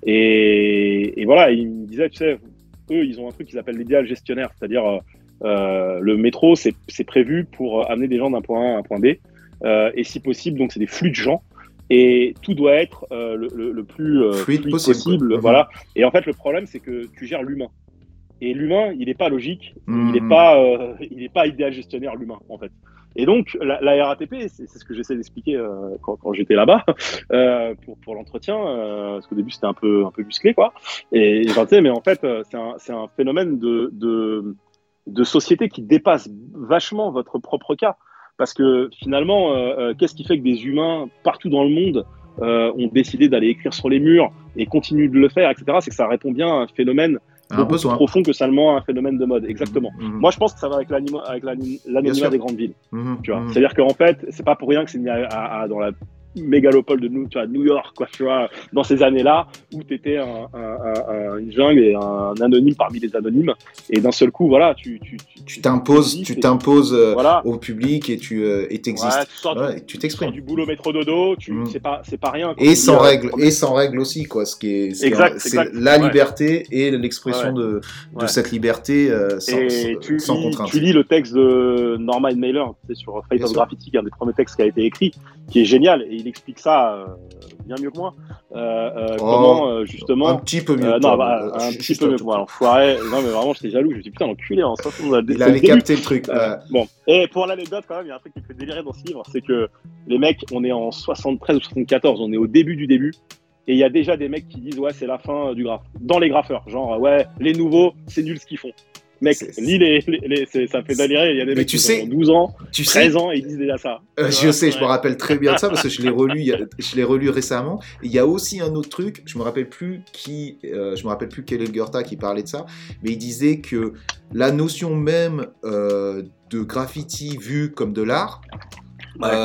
Et, et voilà, il me disait, tu sais, eux, ils ont un truc qu'ils appellent l'idéal gestionnaire, c'est-à-dire euh, le métro, c'est, c'est prévu pour amener des gens d'un point A à un point B. Euh, et si possible, donc c'est des flux de gens. Et tout doit être euh, le, le, le plus euh, fluide possible. possible voilà. Et en fait, le problème, c'est que tu gères l'humain. Et l'humain, il n'est pas logique, mmh. il n'est pas, euh, il est pas idéal gestionnaire, l'humain, en fait. Et donc, la, la R A T P, c'est, c'est ce que j'essaie d'expliquer euh, quand, quand j'étais là-bas euh, pour, pour l'entretien, euh, parce qu'au début, c'était un peu, un peu musclé, quoi. Et j'en sais, mais en fait, c'est un, c'est un phénomène de, de, de société qui dépasse vachement votre propre cas. Parce que finalement, euh, qu'est-ce qui fait que des humains partout dans le monde euh, ont décidé d'aller écrire sur les murs et continuent de le faire, et cetera. C'est que ça répond bien à un phénomène beaucoup plus profond que seulement un phénomène de mode. Exactement. Mmh. Moi, je pense que ça va avec, avec l'anonymat des grandes villes. Mmh. Tu vois. Mmh. C'est-à-dire qu'en fait, c'est pas pour rien que c'est mis à, à, à, dans la mégalopole de New, tu vois, New York, quoi, tu vois, dans ces années-là où tu étais un, un, un, une jungle et un anonyme parmi les anonymes. Et d'un seul coup, voilà, tu, tu, tu, tu t'imposes, tu, tu t'imposes euh, voilà. au public et tu euh, et t'existes. Ouais, tu, sors ouais, du, tu t'exprimes. Tu sors du boulot métro dodo, tu, mmh. c'est pas, c'est pas rien. Et sans règles, et sans règles aussi, quoi. Ce qui est, ce exact, qui est, exact. c'est la liberté ouais. et l'expression ouais. de, de ouais. cette liberté euh, sans, et tu sans lis, contrainte. Tu lis le texte de Norman Mailer, tu sais, sur Fate of Graffiti, qui est un des premiers textes qui a été écrit, qui est génial, et il explique ça euh, bien mieux que moi. Euh, euh, oh, comment euh, justement un petit peu mieux. Euh, non, bah, un euh, petit peu mieux que moi. Enfoiré. Non, mais vraiment, j'étais jaloux. Je me suis dit putain, l'enculé. En façon, on a il avait capté le truc. Euh, bon. Et pour l'anecdote, quand même, il y a un truc qui me fait délirer dans ce livre, c'est que les mecs, on est en soixante-treize ou soixante-quatorze, on est au début du début. Et il y a déjà des mecs qui disent ouais, c'est la fin du graphe. Dans les graffeurs, genre ouais, les nouveaux, c'est nul ce qu'ils font. Mec, lis les, les, les c'est, ça fait délirer. Il y a des mecs qui sais, ont douze ans, tu treize sais, ans et ils disent déjà ça. Euh, je sais, ouais. je me rappelle très bien de ça parce que je l'ai relu, je l'ai relu récemment. Et il y a aussi un autre truc, je me rappelle plus qui, euh, je me rappelle plus quel est le Goethe qui parlait de ça, mais il disait que la notion même euh, de graffiti vu comme de l'art, ouais. euh,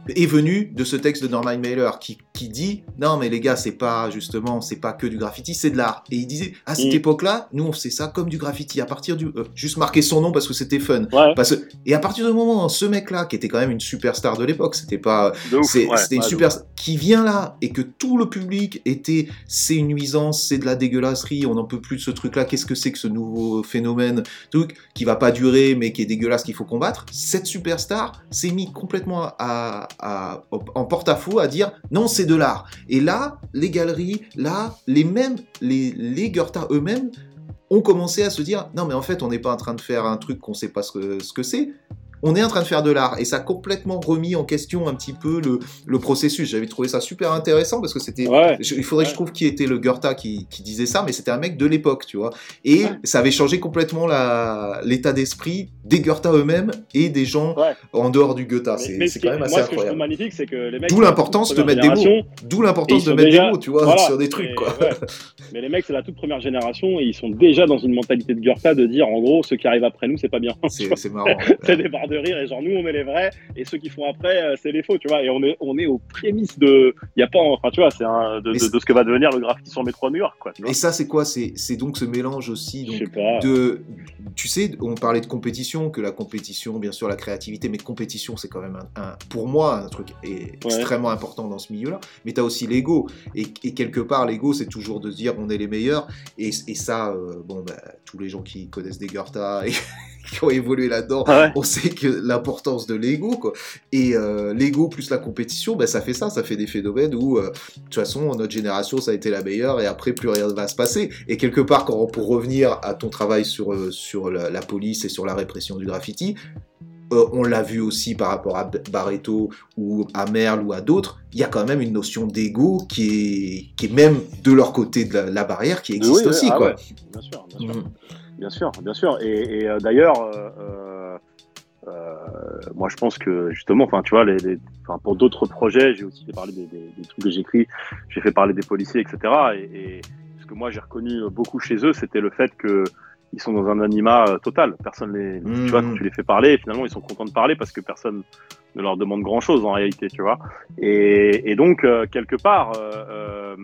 est venu de ce texte de Norman Mailer qui, qui dit non mais les gars c'est pas justement c'est pas que du graffiti, c'est de l'art. Et il disait à cette Mm. époque-là nous on faisait ça comme du graffiti à partir du euh, juste marquer son nom parce que c'était fun. Ouais, Parce que, et à partir du moment où ce mec-là qui était quand même une superstar de l'époque, c'était pas de ouf. c'est, ouais, c'était une ouais, de super ouf. qui vient là et que tout le public était c'est une nuisance, c'est de la dégueulasserie, on n'en peut plus de ce truc-là, qu'est-ce que c'est que ce nouveau phénomène truc qui va pas durer mais qui est dégueulasse qu'il faut combattre. Cette superstar s'est mis complètement à, à, en porte-à-faux à dire non c'est de l'art. Et là les galeries, là les mêmes les les Goethe eux-mêmes ont commencé à se dire non mais en fait on n'est pas en train de faire un truc qu'on sait pas ce que, ce que c'est, on est en train de faire de l'art. Et ça a complètement remis en question un petit peu le, le processus. J'avais trouvé ça super intéressant parce que c'était Ouais, je- il faudrait que je ouais. trouve qui était le Goethe qui, qui disait ça, mais c'était un mec de l'époque, tu vois. Et Ouais. ça avait changé complètement la, l'état d'esprit des Goethe eux-mêmes et des gens Ouais. en dehors du Goethe. Mais, C'est, mais c'est ce qui quand est- même assez moi, ce que je trouve incroyable. magnifique, c'est que les mecs. D'où c'est la l'importance toute de première mettre des mots. génération, D'où et l'importance ils de sont mettre déjà- des mots, tu vois, voilà, sur des trucs, mais, quoi. ouais. Mais les mecs, c'est la toute première génération et ils sont déjà dans une mentalité de Goethe de dire en gros, ceux qui arrivent après nous, c'est pas bien. Tu C'est, vois, c'est marrant. c'est des barres de rire et genre nous, on est les vrais et ceux qui font après, euh, c'est les faux, tu vois. Et on est, on est aux prémices de. Il y a pas. Enfin, tu vois, c'est un, de, Mais de, de ce que va devenir le graffiti sur métro à New York, quoi. Tu vois. Et ça, c'est quoi c'est, c'est donc ce mélange aussi Je donc, sais pas. de... Tu sais, on parlait de compétition, que la compétition, bien sûr, la créativité, mais compétition, c'est quand même, un, un- pour moi, un truc est extrêmement important dans ce milieu-là. Mais tu as aussi l'ego. Et, et quelque part, l'ego, c'est toujours de se dire on est les meilleurs. Et, et ça, euh, bon, bah, tous les gens qui connaissent des Goethe et qui ont évolué là-dedans, Ah ouais. on sait que l'importance de l'ego, quoi. Et euh, l'ego plus la compétition, ben, ça fait ça, ça fait des phénomènes où, euh, de toute façon, notre génération, ça a été la meilleure et après, plus rien ne va se passer. Et quelque part, quand, pour revenir à ton travail sur, euh, sur la, la police et sur la répression du graffiti, euh, on l'a vu aussi par rapport à Barreto ou à Merle ou à d'autres, il y a quand même une notion d'ego qui est, qui est même de leur côté de la, la barrière qui existe Oui, oui, aussi, ah quoi. ouais, bien sûr, bien sûr. Mm. Bien sûr, bien sûr. Et, et euh, d'ailleurs, euh, euh, euh, moi je pense que justement, enfin tu vois, les, les, enfin, pour d'autres projets, j'ai aussi fait parler des, des, des trucs que j'écris, j'ai fait parler des policiers, et cetera. Et, et ce que moi j'ai reconnu beaucoup chez eux, c'était le fait que ils sont dans un anonymat euh, total. Personne les, Mmh. tu vois, quand tu les fais parler, finalement ils sont contents de parler parce que personne ne leur demande grand chose en réalité, tu vois. Et, et donc euh, quelque part. Euh, euh,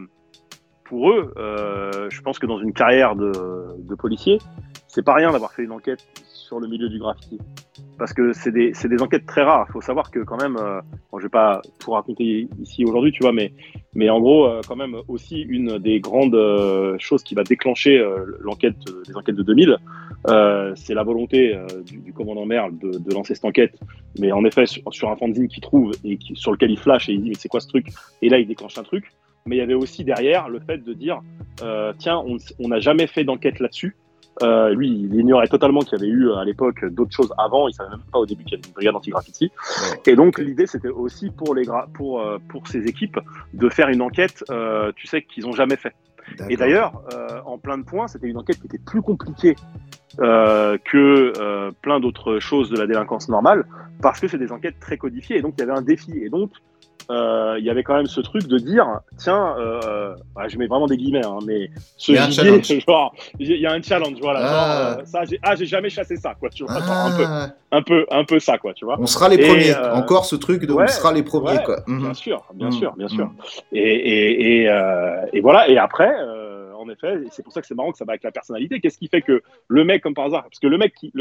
Pour eux, euh, je pense que dans une carrière de, de policier, c'est pas rien d'avoir fait une enquête sur le milieu du graffiti. Parce que c'est des, c'est des enquêtes très rares. Il faut savoir que quand même, euh, bon, je vais pas tout raconter ici aujourd'hui, tu vois, mais, mais en gros, euh, quand même aussi une des grandes euh, choses qui va déclencher euh, l'enquête, euh, les enquêtes de deux mille, euh, c'est la volonté euh, du, du commandant Merle de, de lancer cette enquête. Mais en effet, sur, sur un fanzine qu'il trouve et qui, sur lequel il flash et il dit mais c'est quoi ce truc? Et là, il déclenche un truc. Mais il y avait aussi derrière le fait de dire euh, tiens, on n'a jamais fait d'enquête là-dessus. Euh, lui, il ignorait totalement qu'il y avait eu à l'époque d'autres choses avant. Il savait même pas au début qu'il y avait une brigade anti-graffiti. Ouais. Et donc l'idée, c'était aussi pour les gra- pour euh, pour ces équipes de faire une enquête, euh, tu sais, qu'ils ont jamais fait. D'accord. Et d'ailleurs, euh, en plein de points, c'était une enquête qui était plus compliquée euh, que euh, plein d'autres choses de la délinquance normale, parce que c'est des enquêtes très codifiées. Et donc il y avait un défi. Et donc Euh, il y avait quand même ce truc de dire tiens, euh, ouais, je mets vraiment des guillemets, hein, mais ce Il y a un gibier, challenge. genre, il y a un challenge, voilà. Ah. Genre, euh, ça, j'ai, ah, j'ai jamais chassé ça, quoi, tu vois, genre, un peu, Ah, un peu, un peu ça, quoi, tu vois. on sera les Et, premiers. euh, Encore ce truc de ouais, on sera les premiers, ouais, quoi. Mhm. Bien sûr, bien Mhm. sûr, bien sûr. Mhm. Et, et, et, euh, et voilà. Et après, euh, en effet, et c'est pour ça que c'est marrant que ça va avec la personnalité. Qu'est-ce qui fait que le mec, comme par hasard, parce que le mec qui, le,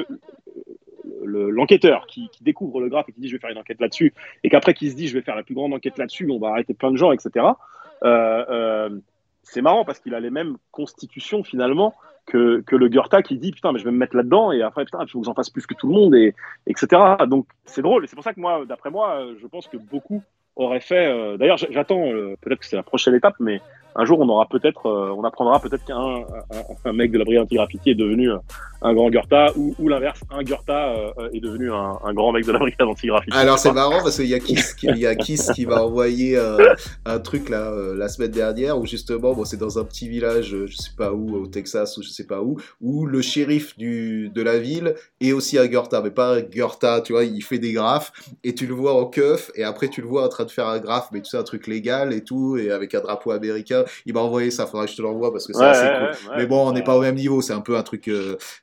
le, l'enquêteur qui, qui découvre le graphe et qui dit je vais faire une enquête là-dessus, et qu'après qui se dit je vais faire la plus grande enquête là-dessus, on va arrêter plein de gens, et cetera. Euh, euh, c'est marrant parce qu'il a les mêmes constitutions finalement que, que le Goethe qui dit putain mais je vais me mettre là-dedans et après putain il faut que j'en fasse plus que tout le monde et etc. Donc c'est drôle et c'est pour ça que moi d'après moi je pense que beaucoup auraient fait. Euh, d'ailleurs j'attends euh, peut-être que c'est la prochaine étape mais un jour on aura peut-être euh, on apprendra peut-être qu'un un, un mec de la brigade anti-graffiti est devenu euh, un grand Goethe ou, ou l'inverse un Goethe euh, est devenu un, un grand mec de la brigade anti-graffiti. Alors c'est marrant parce qu'il y a Kiss qui, il y a Kiss qui m'a envoyé euh, un truc là euh, la semaine dernière où justement bon c'est dans un petit village euh, je sais pas où au Texas ou je sais pas où où le shérif du de la ville est aussi un Goethe mais pas un Goethe tu vois il fait des graphes et tu le vois en keuf et après tu le vois en train de faire un graphe mais tu sais un truc légal et tout et avec un drapeau américain il m'a envoyé ça faudrait que je te l'envoie parce que c'est Ouais, assez ouais, cool ouais, ouais, mais bon on n'est ouais. pas au même niveau c'est un peu un truc euh,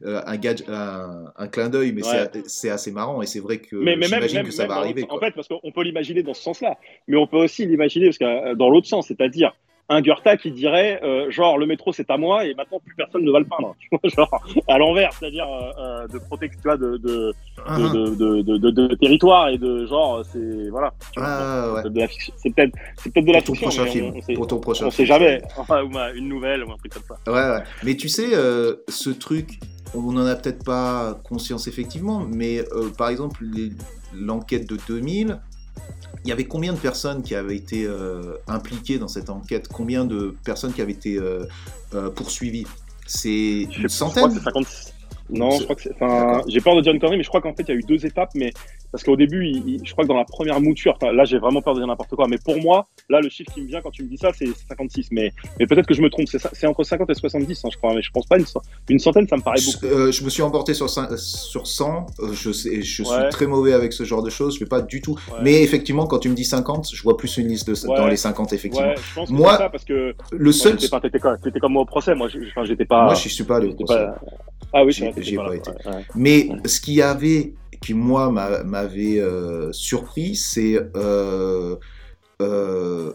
euh, un, gadget, un, un clin d'œil, mais Ouais. c'est, c'est assez marrant et c'est vrai que Mais, mais même, j'imagine même, que ça même va dans arriver. l'autre- en Quoi. fait, parce qu'on peut l'imaginer dans ce sens-là, mais on peut aussi l'imaginer parce que, euh, dans l'autre sens, c'est-à-dire un Goethe qui dirait euh, genre le métro c'est à moi et maintenant plus personne ne va le peindre, tu vois, genre à l'envers, c'est-à-dire euh, euh, de protection, tu vois, de de, Ah, de, de, de, de, de, de territoire et de genre c'est voilà. tu vois, ah, ouais. c'est de la fiction. C'est peut-être c'est peut-être de la Pour ton fiction, prochain mais film. on, on sait, Pour ton prochain on film. sait jamais. Enfin, ou ma- une nouvelle ou un truc comme ça. Ouais, ouais. Mais tu sais, euh, ce truc, on n'en a peut-être pas conscience effectivement, mais euh, par exemple, les- l'enquête de deux mille, il y avait combien de personnes qui avaient été euh, impliquées dans cette enquête? Combien de personnes qui avaient été euh, euh, poursuivies? C'est Je sais- une je crois centaine? que c'est cinquante-six. Non, C'est- je crois que c'est. Enfin, D'accord. j'ai peur de dire une connerie, mais je crois qu'en fait, il y a eu deux étapes. Mais parce qu'au début, il- il- je crois que dans la première mouture, enfin, là, j'ai vraiment peur de dire n'importe quoi. Mais pour moi, là, le chiffre qui me vient quand tu me dis ça, c'est cinquante-six. Mais, mais peut-être que je me trompe. C'est, ça- c'est entre cinquante et soixante-dix, hein, je crois. Mais je pense pas une, cent- une centaine, ça me paraît beaucoup. Euh, je me suis emporté sur, cin- sur cent, euh, je, sais, je suis Ouais. très mauvais avec ce genre de choses, je fais pas du tout. Ouais. Mais effectivement, quand tu me dis cinquante, je vois plus une liste de, Ouais. dans les cinquante, effectivement. Ouais, je pense que Moi, c'est ça parce que Le moi, seul. j'étais pas, t'étais, comme- t'étais comme moi au procès. Moi, je, enfin, j'étais pas. Moi, je suis pas allé au j'étais procès. pas- Ah oui, J'y- c'est vrai, j'y t'étais ai pas là. été. Ouais, ouais. Mais Ouais. ce qui avait, qui moi m'a- m'avait euh, surpris, c'est euh, euh,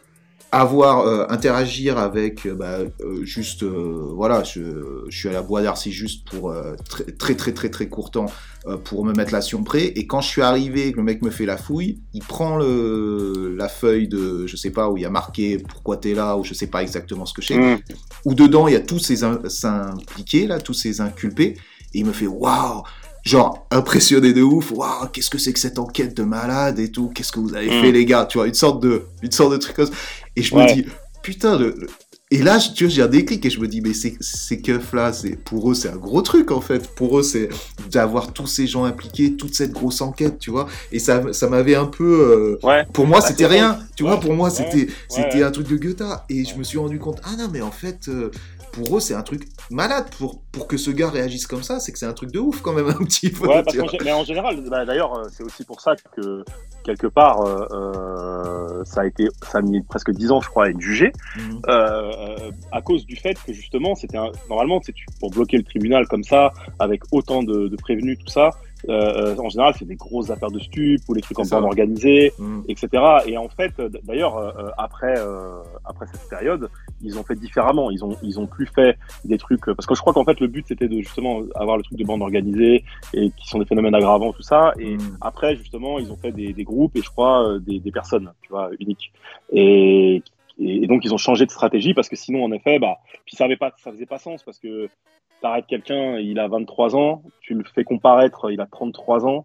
avoir euh, interagir avec euh, bah, euh, juste euh, voilà, je, je suis à la Bois d'Arcy juste pour euh, très, très très très très court temps euh, pour me mettre la prêt, et quand je suis arrivé, que le mec me fait la fouille, il prend le la feuille de je sais pas où il y a marqué pourquoi t'es là, ou je sais pas exactement ce que c'est, Mmh. où dedans il y a tous ces in- impliqués là, tous ces inculpés, et il me fait waouh, genre impressionné de ouf, waouh, qu'est-ce que c'est que cette enquête de malade et tout, qu'est-ce que vous avez Mm. fait les gars, tu vois, une sorte de une sorte de truc comme ça. Et je Ouais. me dis putain, le, le- et là je- tu vois, j'ai un déclic et je me dis mais c'est ces keufs là, c'est pour eux c'est un gros truc en fait, pour eux c'est d'avoir tous ces gens impliqués, toute cette grosse enquête, tu vois, et ça ça m'avait un peu euh, Ouais. pour moi Bah, c'était c'est rien, ça. tu Ouais. vois, pour moi Ouais. c'était Ouais, c'était ouais. un truc de Goethe, et je Ouais. me suis rendu compte ah non mais en fait euh, pour eux, c'est un truc malade. Pour, pour que ce gars réagisse comme ça, c'est que c'est un truc de ouf quand même, un petit peu. Ouais, tu parce vois. qu'en gé- mais en général, bah, d'ailleurs, euh, c'est aussi pour ça que quelque part, euh, euh, ça a été, ça a mis presque dix ans, je crois, à être jugé, Mhm. euh, euh, à cause du fait que justement, c'était un, normalement, c'est pour bloquer le tribunal comme ça, avec autant de, de prévenus, tout ça. Euh, en général, c'est des grosses affaires de stupes ou les trucs en C'est ça. bande organisée, Mhm. et cetera. Et en fait, d- d'ailleurs, euh, après, euh, après cette période, ils ont fait différemment. Ils ont, ils ont plus fait des trucs, parce que je crois qu'en fait, le but c'était de justement avoir le truc de bande organisée et qui sont des phénomènes aggravants, tout ça. Et Mhm. après, justement, ils ont fait des, des groupes et je crois euh, des, des personnes, tu vois, uniques. Et, et donc, ils ont changé de stratégie parce que sinon, en effet, bah, puis ça avait pas, ça faisait pas sens parce que t'arrêtes quelqu'un, il a vingt-trois ans, tu le fais comparaître, il a trente-trois ans.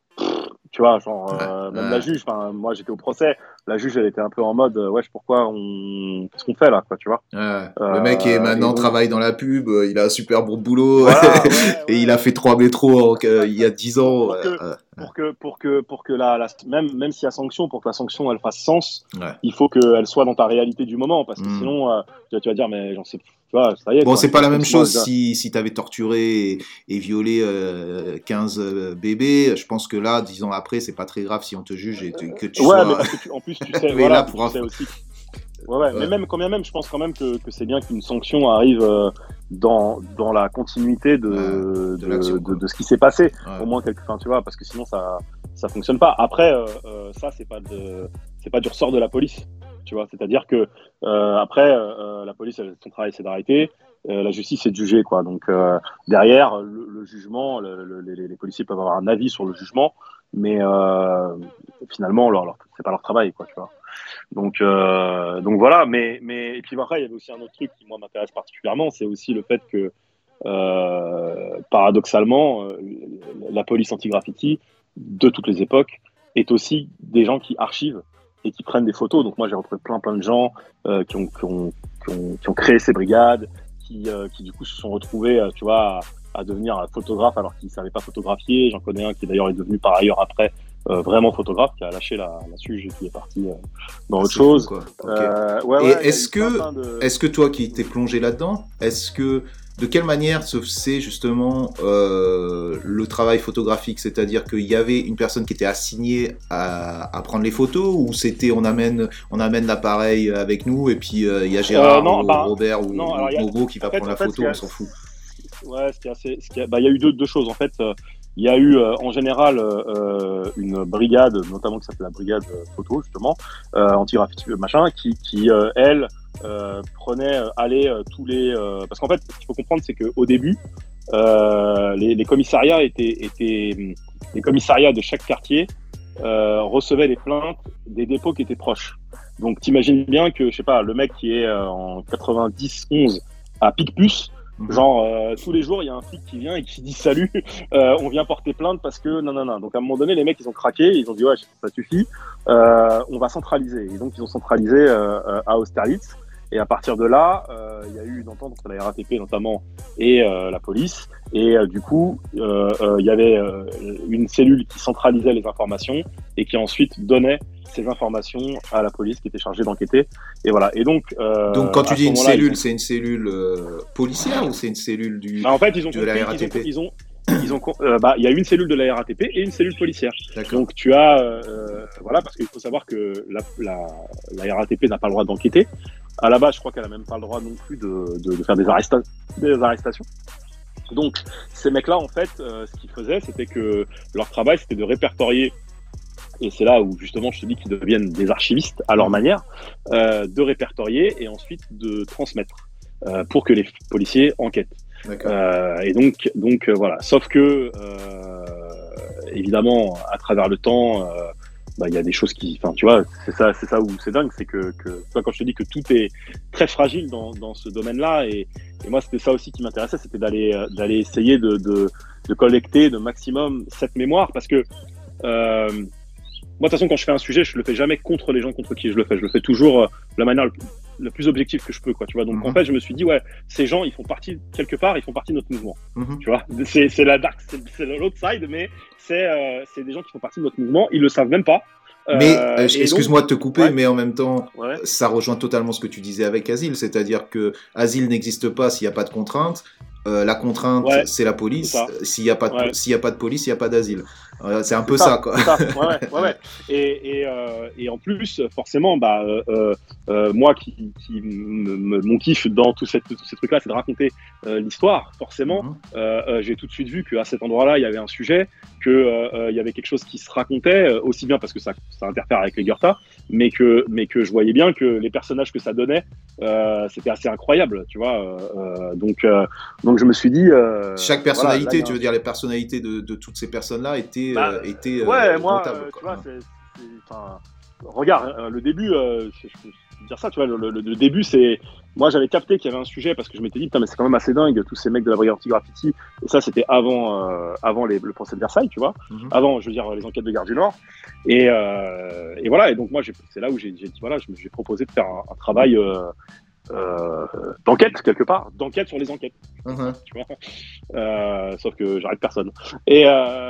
Tu vois, genre, euh, Ouais, même ouais. la juge, enfin, moi j'étais au procès, la juge elle était un peu en mode, euh, wesh, pourquoi on. Qu'est-ce qu'on fait là, quoi, tu vois. Ouais. Euh, Le mec est maintenant et donc- travaille dans la pub, euh, il a un super bon boulot, Voilà, ouais, et ouais. il a fait trois métros en- euh, il y a dix ans. Pour que- euh, euh, Pour que, pour que, pour que la, la- même, même s'il y a sanction, pour que la sanction elle fasse sens, ouais. il faut qu'elle soit dans ta réalité du moment, parce que Mm. sinon, euh, tu, vas, tu vas dire, mais j'en sais, tu vois, ça y est. Bon, quoi. c'est pas la même Moi, chose je- si, si t'avais torturé et, et violé euh, quinze euh, bébés. Je pense que là, dix ans après, c'est pas très grave si on te juge et tu- que tu Ouais, sois. mais parce que tu, en plus, tu sais, Mais voilà, là, tu pour sais un- aussi. Ouais, ouais, Ouais. mais même, quand bien même, je pense quand même que, que c'est bien qu'une sanction arrive euh, dans, dans la continuité de, Ouais, de de, l'action, de, quoi. de ce qui s'est passé. Ouais. Au moins quelque, enfin, tu vois, parce que sinon ça, ça fonctionne pas. Après, euh, euh, ça, c'est pas de, c'est pas du ressort de la police, tu vois. C'est-à-dire que euh, après, euh, la police, elle, son travail, c'est d'arrêter. Euh, la justice, c'est de juger, quoi. Donc euh, derrière, le, le jugement, le, le, les, les policiers peuvent avoir un avis sur le jugement, mais euh, finalement, leur, leur, c'est pas leur travail, quoi, tu vois. Donc, euh, donc voilà, mais, mais et puis après, il y avait aussi un autre truc qui moi m'intéresse particulièrement, c'est aussi le fait que euh, paradoxalement, euh, la police anti-graffiti de toutes les époques est aussi des gens qui archivent et qui prennent des photos. Donc moi, j'ai retrouvé plein plein de gens euh, qui, ont, qui, ont, qui, ont, qui ont créé ces brigades, qui, euh, qui du coup se sont retrouvés, euh, tu vois, à, à devenir photographes alors qu'ils ne savaient pas photographier. J'en connais un qui d'ailleurs est devenu par ailleurs après euh, vraiment photographe, qui a lâché la, la suge et qui est parti euh, dans autre C'est fou, chose. quoi. Ok. Euh, ouais, Et ouais, il y a est-ce eu plein, que- plein de- Est-ce que toi qui t'es plongé là-dedans, est-ce que de quelle manière se faisait justement euh, le travail photographique, c'est-à-dire qu'il y avait une personne qui était assignée à, à prendre les photos, ou c'était on amène on amène l'appareil avec nous et puis euh, il y a Gérard Euh, non, ou bah, Robert ou, non, ou alors, il y a- Bobo qui va en fait- prendre en la fait, photo, il y a- on s'en fout. ouais, ce qui est assez, ce qui a, bah, il y a eu deux, deux choses en fait. Euh, il y a eu euh, en général euh, une brigade, notamment qui s'appelle la brigade photo justement, euh, anti-graffiti machin, qui, qui euh, elle euh, prenait, euh, allait euh, tous les, euh, parce qu'en fait, ce qu'il faut comprendre, c'est qu'au début, euh, les, les commissariats étaient, étaient, les commissariats de chaque quartier euh, recevaient les plaintes des dépôts qui étaient proches. Donc, t'imagines bien que, je sais pas, le mec qui est euh, en quatre-vingt-dix onze à Picpus, mmh. genre euh, tous les jours, il y a un flic qui vient et qui dit salut, euh, on vient porter plainte parce que non, non, non. Donc, à un moment donné, les mecs, ils ont craqué, ils ont dit ouais, ça suffit, euh, on va centraliser. Et donc, ils ont centralisé euh, à Austerlitz. Et à partir de là, euh, il y a eu une entente entre la R A T P notamment et euh, la police. Et euh, du coup, euh, euh, il y avait euh, une cellule qui centralisait les informations et qui ensuite donnait ces informations à la police qui était chargée d'enquêter. Et voilà. Et donc, euh, donc quand tu dis une cellule, ont... c'est une cellule euh, policière ou c'est une cellule du, bah, en fait, ils ont de compris, la R A T P? Ils ont, ils ont, ils ont euh, bah, il y a une cellule de la R A T P et une cellule policière. D'accord. Donc tu as, euh, voilà, parce qu'il faut savoir que la, la, la R A T P n'a pas le droit d'enquêter. À la base, je crois qu'elle a même pas le droit non plus de, de, de faire des, arresta- des arrestations. Donc, ces mecs-là, en fait, euh, ce qu'ils faisaient, c'était que leur travail, c'était de répertorier, et c'est là où, justement, je te dis qu'ils deviennent des archivistes à leur manière, euh, de répertorier et ensuite de transmettre euh, pour que les policiers enquêtent. Euh, et donc, donc euh, voilà. Sauf que, euh, évidemment, à travers le temps, euh, bah, il y a des choses qui, enfin, tu vois, c'est ça, c'est ça où c'est dingue, c'est que, que, tu vois, quand je te dis que tout est très fragile dans, dans ce domaine-là, et, et moi, c'était ça aussi qui m'intéressait, c'était d'aller, euh, d'aller essayer de, de, de collecter de maximum cette mémoire, parce que, euh, moi, de toute façon, quand je fais un sujet, je le fais jamais contre les gens contre qui je le fais, je le fais toujours euh, de la manière le, le plus objective que je peux, quoi, tu vois. Donc, mm-hmm. en fait, je me suis dit, ouais, ces gens, ils font partie, quelque part, ils font partie de notre mouvement, mm-hmm. tu vois. C'est, c'est la dark, c'est, c'est l'autre side, mais c'est, euh, c'est des gens qui font partie de notre mouvement, ils le savent même pas. Mais, euh, excuse-moi donc, de te couper, ouais. mais en même temps, ouais. ça rejoint totalement ce que tu disais avec Asile, c'est-à-dire que Asile n'existe pas s'il n'y a pas de contrainte. Euh, la contrainte, ouais. c'est la police. C'est s'il n'y a pas de, ouais. s'il y a pas de police, il n'y a pas d'asile. Euh, c'est un c'est peu ça, ça, quoi. C'est ça. Ouais, ouais, ouais. Et, et, euh, et en plus, forcément, bah, euh, euh, moi, qui, qui m- m- mon kiff dans tout cette, tous ces trucs-là, c'est de raconter euh, l'histoire. Forcément, mm-hmm. euh, euh, j'ai tout de suite vu qu'à cet endroit-là, il y avait un sujet, qu'il euh, y avait quelque chose qui se racontait, euh, aussi bien parce que ça, ça interfère avec les Goethe, mais que, mais que je voyais bien que les personnages que ça donnait, euh, c'était assez incroyable, tu vois. Euh, donc, euh, donc, je me suis dit. Euh, Chaque personnalité, voilà, là, tu veux dire, les personnalités de, de toutes ces personnes-là étaient, bah, euh, étaient ouais, euh, moi, comptables, euh, quoi. Tu vois, c'est, c'est, enfin, regarde, euh, le début, euh, je, je peux dire ça, tu vois, le, le, le début, c'est, moi, j'avais capté qu'il y avait un sujet parce que je m'étais dit, putain, mais c'est quand même assez dingue, tous ces mecs de la brigade anti-graffiti, et ça, c'était avant, euh, avant les, le procès de Versailles, tu vois, mm-hmm. avant, je veux dire, les enquêtes de Gare du Nord, et, euh, et voilà, et donc moi, j'ai, c'est là où j'ai, j'ai dit, voilà, je, j'ai proposé de faire un, un travail. Euh, Euh, d'enquête quelque part, d'enquête sur les enquêtes, mmh. tu vois. Euh, sauf que j'arrête personne. Et,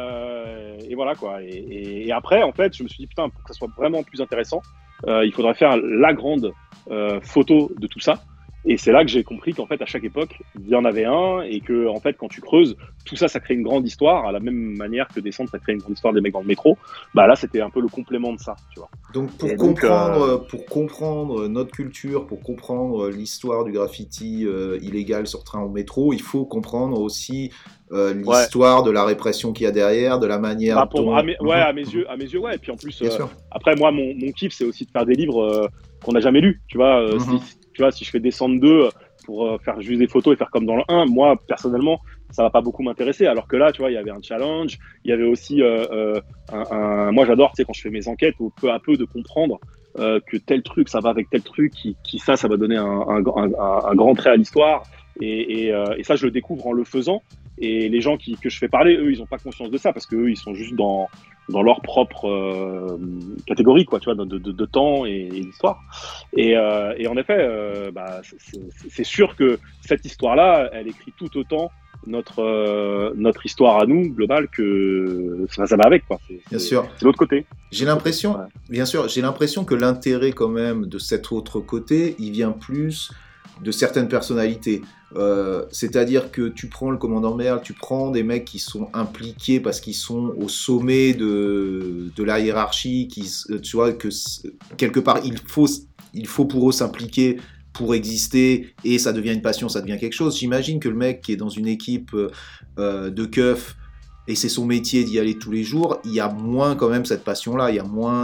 euh, et voilà quoi. Et, et, et après, en fait, je me suis dit putain, pour que ça soit vraiment plus intéressant, euh, il faudrait faire la grande euh, photo de tout ça. Et c'est là que j'ai compris qu'en fait, à chaque époque, il y en avait un, et que en fait, quand tu creuses, tout ça, ça crée une grande histoire, à la même manière que descendre, ça crée une grande histoire des mecs dans le métro. Bah là, c'était un peu le complément de ça, tu vois. Donc pour et comprendre, donc, euh... pour comprendre notre culture, pour comprendre l'histoire du graffiti euh, illégal sur train ou métro, il faut comprendre aussi euh, l'histoire ouais. de la répression qu'il y a derrière, de la manière bah, pour, dont... à mes, ouais, à mes yeux, à mes yeux, ouais. Et puis en plus, euh, sûr. après moi, mon, mon kiff, c'est aussi de faire des livres euh, qu'on n'a jamais lus, tu vois. Euh, mm-hmm. si, tu vois, si je fais descendre deux pour euh, faire juste des photos et faire comme dans le un, moi, personnellement, ça va pas beaucoup m'intéresser. Alors que là, tu vois, il y avait un challenge, il y avait aussi euh, euh, un, un... Moi, j'adore, tu sais, quand je fais mes enquêtes, ou peu à peu de comprendre euh, que tel truc, ça va avec tel truc, qui, qui ça, ça va donner un, un, un, un grand trait à l'histoire. Et, et, euh, et ça, je le découvre en le faisant. Et les gens qui, que je fais parler, eux, ils n'ont pas conscience de ça parce qu'eux, ils sont juste dans, dans leur propre euh, catégorie, quoi, tu vois, de, de, de temps et, et d'histoire. Et, euh, et en effet, euh, bah, c'est, c'est sûr que cette histoire-là, elle écrit tout autant notre, euh, notre histoire à nous, globale, que ça, ça va avec, quoi. C'est, bien c'est, sûr. C'est l'autre côté. J'ai l'impression, ouais. bien sûr, j'ai l'impression que l'intérêt, quand même, de cet autre côté, il vient plus de certaines personnalités. Euh, c'est-à-dire que tu prends le commandant Merle, tu prends des mecs qui sont impliqués parce qu'ils sont au sommet de, de la hiérarchie, qui, tu vois, que quelque part, il faut, il faut pour eux s'impliquer pour exister et ça devient une passion, ça devient quelque chose. J'imagine que le mec qui est dans une équipe euh, de keufs et c'est son métier d'y aller tous les jours, il y a moins quand même cette passion-là, il y a moins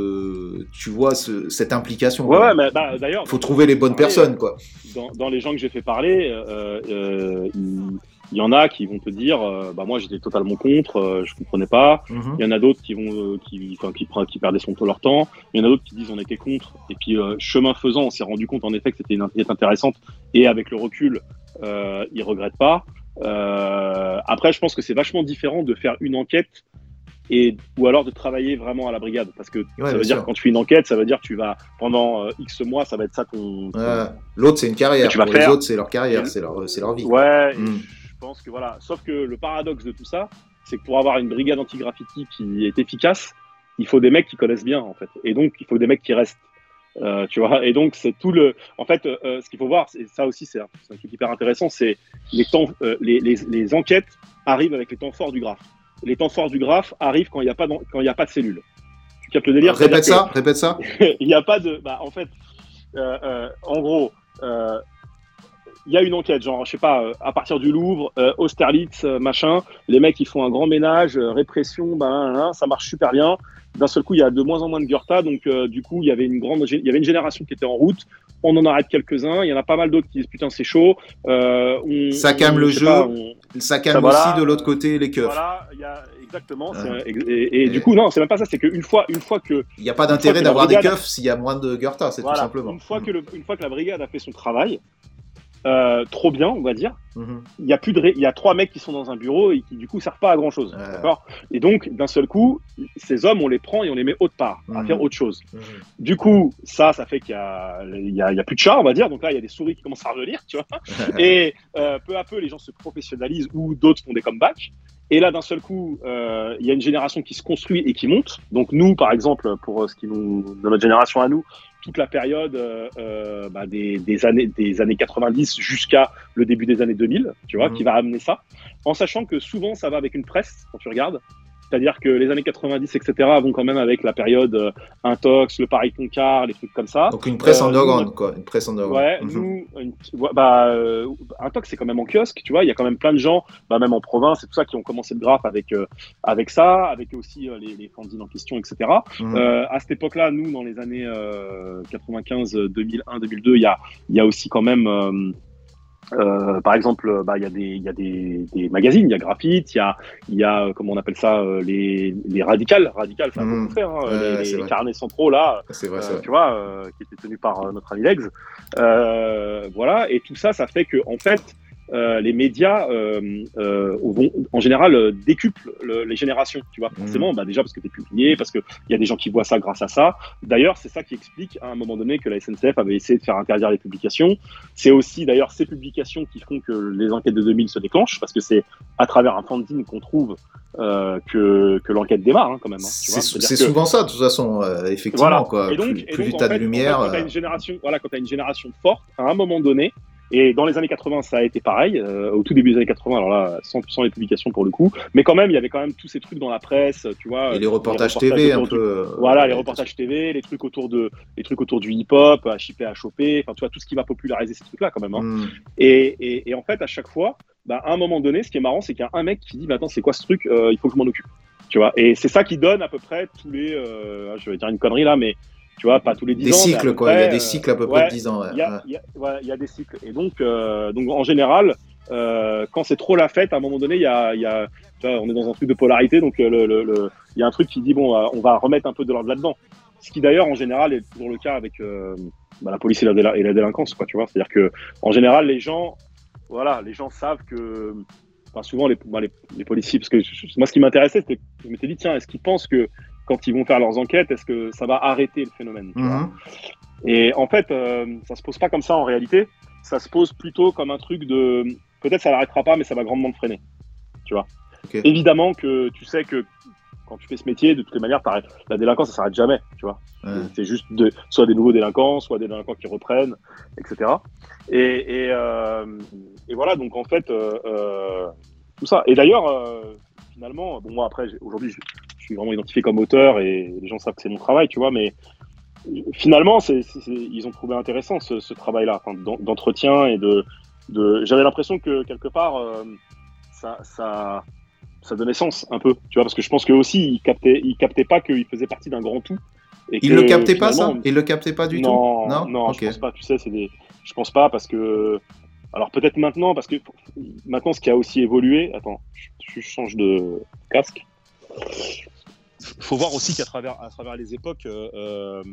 ce, tu vois, ce, cette implication. Ouais, ouais, mais bah, d'ailleurs, il faut trouver les bonnes parler, personnes, quoi. Dans, dans les gens que j'ai fait parler, euh, euh, il, il y en a qui vont te dire, euh, bah moi j'étais totalement contre, euh, je comprenais pas. Mm-hmm. Il y en a d'autres qui vont, euh, qui, enfin, qui, qui perdaient son leur temps. Il y en a d'autres qui disent on était contre. Et puis euh, chemin faisant, on s'est rendu compte en effet que c'était une enquête intéressante. Et avec le recul, euh, ils regrettent pas. Euh, après, je pense que c'est vachement différent de faire une enquête et ou alors de travailler vraiment à la brigade, parce que ouais, ça veut dire sûr. que quand tu fais une enquête, ça veut dire que tu vas pendant euh, X mois, ça va être ça ton. ton... Euh, l'autre c'est une carrière, tu vas pour faire. les autres c'est leur carrière, c'est leur, c'est leur vie. Ouais, mm. je pense que voilà. Sauf que le paradoxe de tout ça, c'est que pour avoir une brigade anti-graffiti qui est efficace, il faut des mecs qui connaissent bien en fait, et donc il faut des mecs qui restent. Euh, tu vois, et donc c'est tout le. En fait, euh, ce qu'il faut voir, et ça aussi c'est un, c'est un truc hyper intéressant, c'est les temps, euh, les, les, les enquêtes arrivent avec les temps forts du graphe. Les temps forts du graphe arrivent quand il n'y a pas de, quand il y a pas de cellules. Tu captes le délire? Répète ça, que, répète ça. Il n'y a pas de. Bah, en fait, euh, euh, en gros, euh, il y a une enquête, genre, je sais pas, euh, à partir du Louvre, euh, Austerlitz, euh, machin, les mecs ils font un grand ménage, euh, répression, ben, ça marche super bien. D'un seul coup, il y a de moins en moins de Goethe, donc euh, du coup, il y avait une grande, il y avait une génération qui était en route. On en arrête quelques-uns. Il y en a pas mal d'autres qui disent putain c'est chaud. Euh, on, ça calme on, le jeu. Pas, on... Ça calme ça, aussi voilà, de l'autre côté les keufs. Voilà, il y a exactement. Ah. Et, et, et du coup non, c'est même pas ça. C'est qu'une fois, une fois que il n'y a pas d'intérêt d'avoir brigade... des keufs s'il y a moins de Goethe, c'est voilà, tout simplement. Une fois que le, une fois que la brigade a fait son travail. Euh, trop bien, on va dire. Mm-hmm. Il y a plus de, ré... il y a trois mecs qui sont dans un bureau et qui du coup servent pas à grand chose, euh... d'accord. Et donc d'un seul coup, ces hommes, on les prend et on les met autre part, mm-hmm. à faire autre chose. Mm-hmm. Du coup, ça, ça fait qu'il y a, il y a, il y a plus de chats, on va dire. Donc là, il y a des souris qui commencent à revenir, tu vois. Et euh, peu à peu, les gens se professionnalisent ou d'autres font des comebacks. Et là, d'un seul coup, euh, il y a une génération qui se construit et qui monte. Donc nous, par exemple, pour ce qui nous, de notre génération à nous. Toute la période euh, euh, bah, des, des, années, des années quatre-vingt-dix jusqu'à le début des années deux mille, tu vois, mmh. qui va amener ça, en sachant que souvent ça va avec une presse, quand tu regardes, c'est-à-dire que les années quatre-vingt-dix, et cetera, vont quand même avec la période euh, Intox, le Paris Toncar, les trucs comme ça. Donc une presse euh, underground, nous, quoi, une presse underground. Ouais, mmh. nous, une, bah, euh, Intox, c'est quand même en kiosque, tu vois, il y a quand même plein de gens, bah, même en province et tout ça, qui ont commencé le graphe avec, euh, avec ça, avec aussi euh, les, les fanzines en question, et cetera. Mmh. Euh, à cette époque-là, nous, dans les années euh, quatre-vingt-quinze, deux mille un, deux mille deux, il y a, il y a aussi quand même... Euh, Euh, par exemple, bah il y a des il y a des, des magazines, il y a Graphite, il y a il y a comment on appelle ça euh, les les radicales, radicales, ça a mmh. beaucoup fait, hein, ouais, les, les carnets centraux là, c'est vrai, euh, c'est vrai. tu vois, euh, qui étaient tenus par euh, notre ami Legs. Euh, voilà, et tout ça, ça fait que en fait. Euh, les médias euh, euh, vont en général euh, décuplent le, les générations, tu vois, forcément, mmh. bah déjà parce que t'es publié, parce que il y a des gens qui voient ça grâce à ça. D'ailleurs, c'est ça qui explique à un moment donné que la S N C F avait essayé de faire interdire les publications. C'est aussi d'ailleurs ces publications qui font que les enquêtes de deux mille se déclenchent, parce que c'est à travers un fanzine qu'on trouve euh, que, que l'enquête démarre, hein, quand même. Hein, tu vois. C'est, c'est que... souvent ça, de toute façon, euh, effectivement. Voilà. Quoi. Et donc, plus, et plus donc, t'as en fait, de lumière. En fait, quand t'as une génération, voilà, quand t'as une génération forte, à un moment donné. Et dans les années quatre-vingts, ça a été pareil, euh, au tout début des années quatre-vingts, alors là, sans, sans les publications pour le coup, mais quand même, il y avait quand même tous ces trucs dans la presse, tu vois. Et les reportages, les reportages T V un du, peu. Voilà, les reportages T V, les trucs autour de, les trucs autour du hip-hop, H I P, H O P, enfin, tu vois, tout ce qui va populariser ces trucs-là, quand même. Hein. Mm. Et, et, et en fait, à chaque fois, bah, à un moment donné, ce qui est marrant, c'est qu'il y a un mec qui dit, bah, attends, c'est quoi ce truc, euh, il faut que je m'en occupe. Tu vois. Et c'est ça qui donne à peu près tous les, euh, je vais dire une connerie là, mais tu vois, pas tous les dix des ans. Des cycles, quoi. Près, il y a des cycles à peu près ouais, de dix ans. Il ouais. y, y, ouais, y a des cycles. Et donc, euh, donc en général, euh, quand c'est trop la fête, à un moment donné, il y a, y a, tu vois, on est dans un truc de polarité, donc il le, le, le, y a un truc qui dit, bon, on va remettre un peu de l'ordre là-dedans. Ce qui d'ailleurs, en général, est toujours le cas avec euh, bah, la police et la, déla- et la délinquance, quoi, tu vois. C'est-à-dire que, en général, les gens, voilà, les gens savent que, enfin, souvent, les, bah, les, les policiers, parce que je, moi, ce qui m'intéressait, c'était, je m'étais dit, tiens, est-ce qu'ils pensent que, quand ils vont faire leurs enquêtes, est-ce que ça va arrêter le phénomène, tu mmh. vois. Et en fait, euh, ça se pose pas comme ça en réalité. Ça se pose plutôt comme un truc de, peut-être ça l'arrêtera pas, mais ça va grandement le freiner, tu vois. Okay. Évidemment que tu sais que quand tu fais ce métier, de toutes les manières, la délinquance, ça s'arrête jamais, tu vois. Ouais. C'est juste de, soit des nouveaux délinquants, soit des délinquants qui reprennent, et cetera. Et, et, euh, et voilà, donc en fait, euh, euh, tout ça. Et d'ailleurs, euh, finalement, bon, moi après, aujourd'hui, je, je suis vraiment identifié comme auteur et les gens savent que c'est mon travail, tu vois, mais finalement, c'est, c'est, c'est, ils ont trouvé intéressant ce, ce travail-là, enfin, d'entretien et de, de. J'avais l'impression que quelque part, euh, ça, ça, ça donnait sens un peu, tu vois, parce que je pense qu'eux aussi, ils captaient, ils captaient pas qu'ils faisaient partie d'un grand tout. Et ils que, le captaient pas ça. finalement, Ils le captaient pas du non, tout. Non, non, okay. Je pense pas. Tu sais, c'est des. Je pense pas parce que. Alors peut-être maintenant, parce que maintenant, ce qui a aussi évolué. Attends, je, je change de casque. Faut voir aussi qu'à travers, à travers les époques, il euh,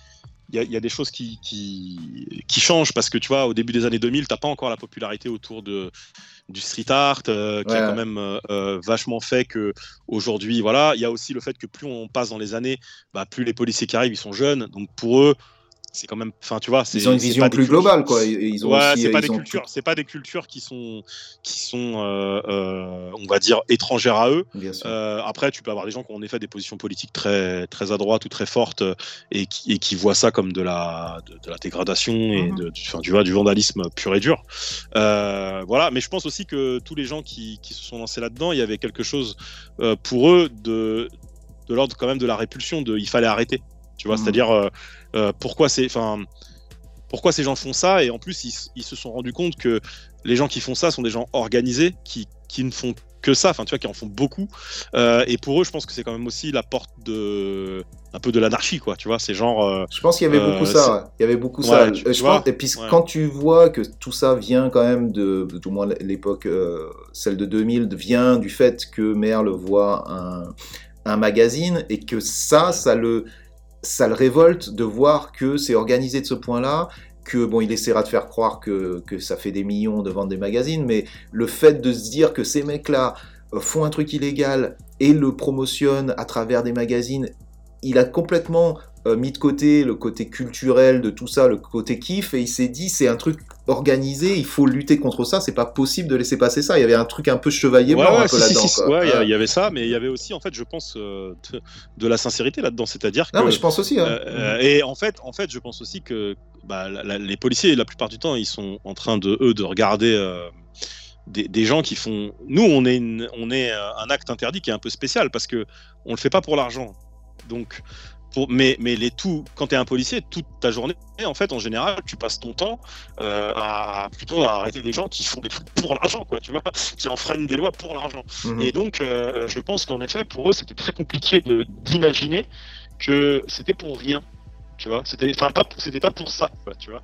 y, y a des choses qui, qui, qui changent parce que tu vois, au début des années deux mille, t'as pas encore la popularité autour de, du street art euh, qui ouais. a quand même euh, vachement fait que aujourd'hui, voilà, il y a aussi le fait que plus on passe dans les années, bah, plus les policiers qui arrivent, ils sont jeunes, donc pour eux. C'est quand même, enfin tu vois, c'est, ils ont une vision plus globale quoi. Ils ont ouais, aussi, c'est pas ils des ont cultures, tout... c'est pas des cultures qui sont, qui sont, euh, euh, on va dire étrangères à eux. Euh, après, tu peux avoir des gens qui ont en effet des positions politiques très, très à droite ou très fortes et qui, et qui voient ça comme de la, de, de la dégradation et mm-hmm. de, enfin tu vois, du vandalisme pur et dur. Euh, voilà, mais je pense aussi que tous les gens qui, qui se sont lancés là-dedans, il y avait quelque chose euh, pour eux de, de l'ordre quand même de la répulsion, de, il fallait arrêter. Tu vois, mmh. c'est-à-dire euh, euh, pourquoi, c'est, pourquoi ces gens font ça et en plus ils, ils se sont rendus compte que les gens qui font ça sont des gens organisés qui, qui ne font que ça, enfin tu vois, qui en font beaucoup euh, et pour eux je pense que c'est quand même aussi la porte de un peu de l'anarchie quoi, tu vois, c'est genre euh, je pense qu'il y avait beaucoup euh, ça ouais. il y avait beaucoup ouais, ça tu, je tu pense, et puis ouais. quand tu vois que tout ça vient quand même de, de tout moins l'époque euh, celle de deux mille vient du fait que Merle voit un, un magazine et que ça ça le ça le révolte de voir que c'est organisé de ce point-là, que bon, il essaiera de faire croire que, que ça fait des millions de vendre des magazines, mais le fait de se dire que ces mecs-là font un truc illégal et le promotionnent à travers des magazines, il a complètement euh, mis de côté le côté culturel de tout ça, le côté kiff, et il s'est dit c'est un truc organisé, il faut lutter contre ça, c'est pas possible de laisser passer ça. Il y avait un truc un peu chevalier ouais, blanc ouais, un peu si, là-dedans. Si, si, quoi. Ouais, il euh... y, y avait ça, mais il y avait aussi en fait, je pense, euh, de, de la sincérité là-dedans, c'est-à-dire que. Non, mais je pense aussi. Hein. Euh, mmh. Et en fait, en fait, je pense aussi que bah, la, la, les policiers, la plupart du temps, ils sont en train de eux de regarder. Euh, Des, des gens qui font. Nous, on est, une, on est un acte interdit qui est un peu spécial parce que on le fait pas pour l'argent. Donc, pour, mais, mais les tout, quand t'es un policier, toute ta journée, en fait, en général, tu passes ton temps euh, à plutôt à arrêter des gens qui font des trucs pour l'argent, quoi, tu vois, qui enfreignent des lois pour l'argent. Mmh. Et donc, euh, je pense qu'en effet, pour eux, c'était très compliqué de, d'imaginer que c'était pour rien. Tu vois, c'était, enfin, pas, c'était pas pour ça, quoi, tu vois.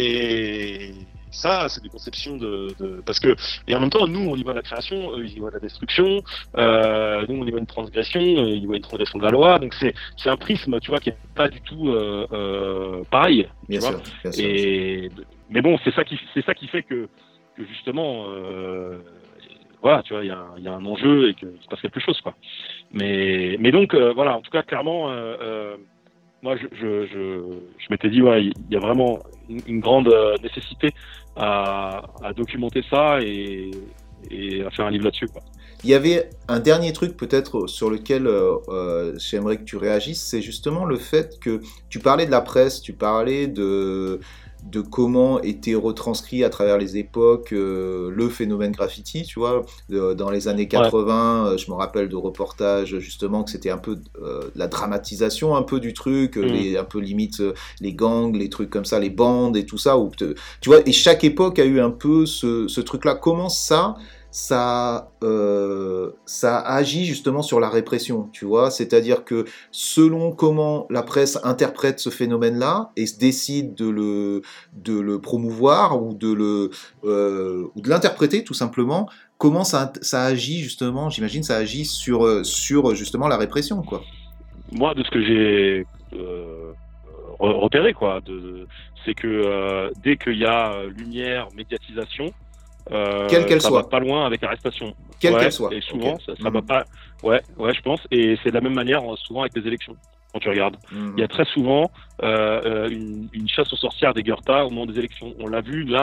Et ça, c'est des conceptions de, de, parce que, et en même temps, nous, on y voit la création, eux, ils y voient la destruction, euh, nous, on y voit une transgression, eux, ils y voient une transgression de la loi, donc c'est, c'est un prisme, tu vois, qui est pas du tout, euh, euh, pareil. Bien tu sûr, vois bien sûr. Et, mais bon, c'est ça qui, c'est ça qui fait que, que justement, euh, voilà, tu vois, il y a, y a un enjeu et qu'il se passe quelque chose, quoi. Mais, mais donc, euh, voilà, en tout cas, clairement, euh, euh moi, je, je, je, je m'étais dit, ouais, il y a vraiment une, une grande nécessité à, à documenter ça et, et à faire un livre là-dessus, quoi. Il y avait un dernier truc peut-être sur lequel euh, j'aimerais que tu réagisses, c'est justement le fait que tu parlais de la presse, tu parlais de, de comment était retranscrit à travers les époques euh, le phénomène graffiti, tu vois, de, dans les années quatre-vingts, ouais. Je me rappelle de reportages justement que c'était un peu euh, la dramatisation un peu du truc, mmh. les, un peu limite les gangs, les trucs comme ça, les bandes et tout ça, où te, tu vois, et chaque époque a eu un peu ce, ce truc-là. Comment ça ça, euh, ça agit justement sur la répression, tu vois, c'est-à-dire que selon comment la presse interprète ce phénomène-là et se décide de le, de le promouvoir ou de, le, euh, ou de l'interpréter tout simplement, comment ça, ça agit justement, j'imagine ça agit sur, sur justement la répression, quoi. Moi, de ce que j'ai euh, repéré, quoi, de, de, c'est que euh, dès qu'il y a lumière, médiatisation, Euh, quelle qu'elle ça soit. va pas loin avec l'arrestation. Quelle ouais, qu'elle soit. Et souvent, okay. ça, ça mmh. va pas. Ouais, ouais, je pense. Et c'est de la même manière souvent avec les élections. Quand tu regardes, mmh. il y a très souvent euh, une, une chasse aux sorcières des Goethe au moment des élections. On l'a vu là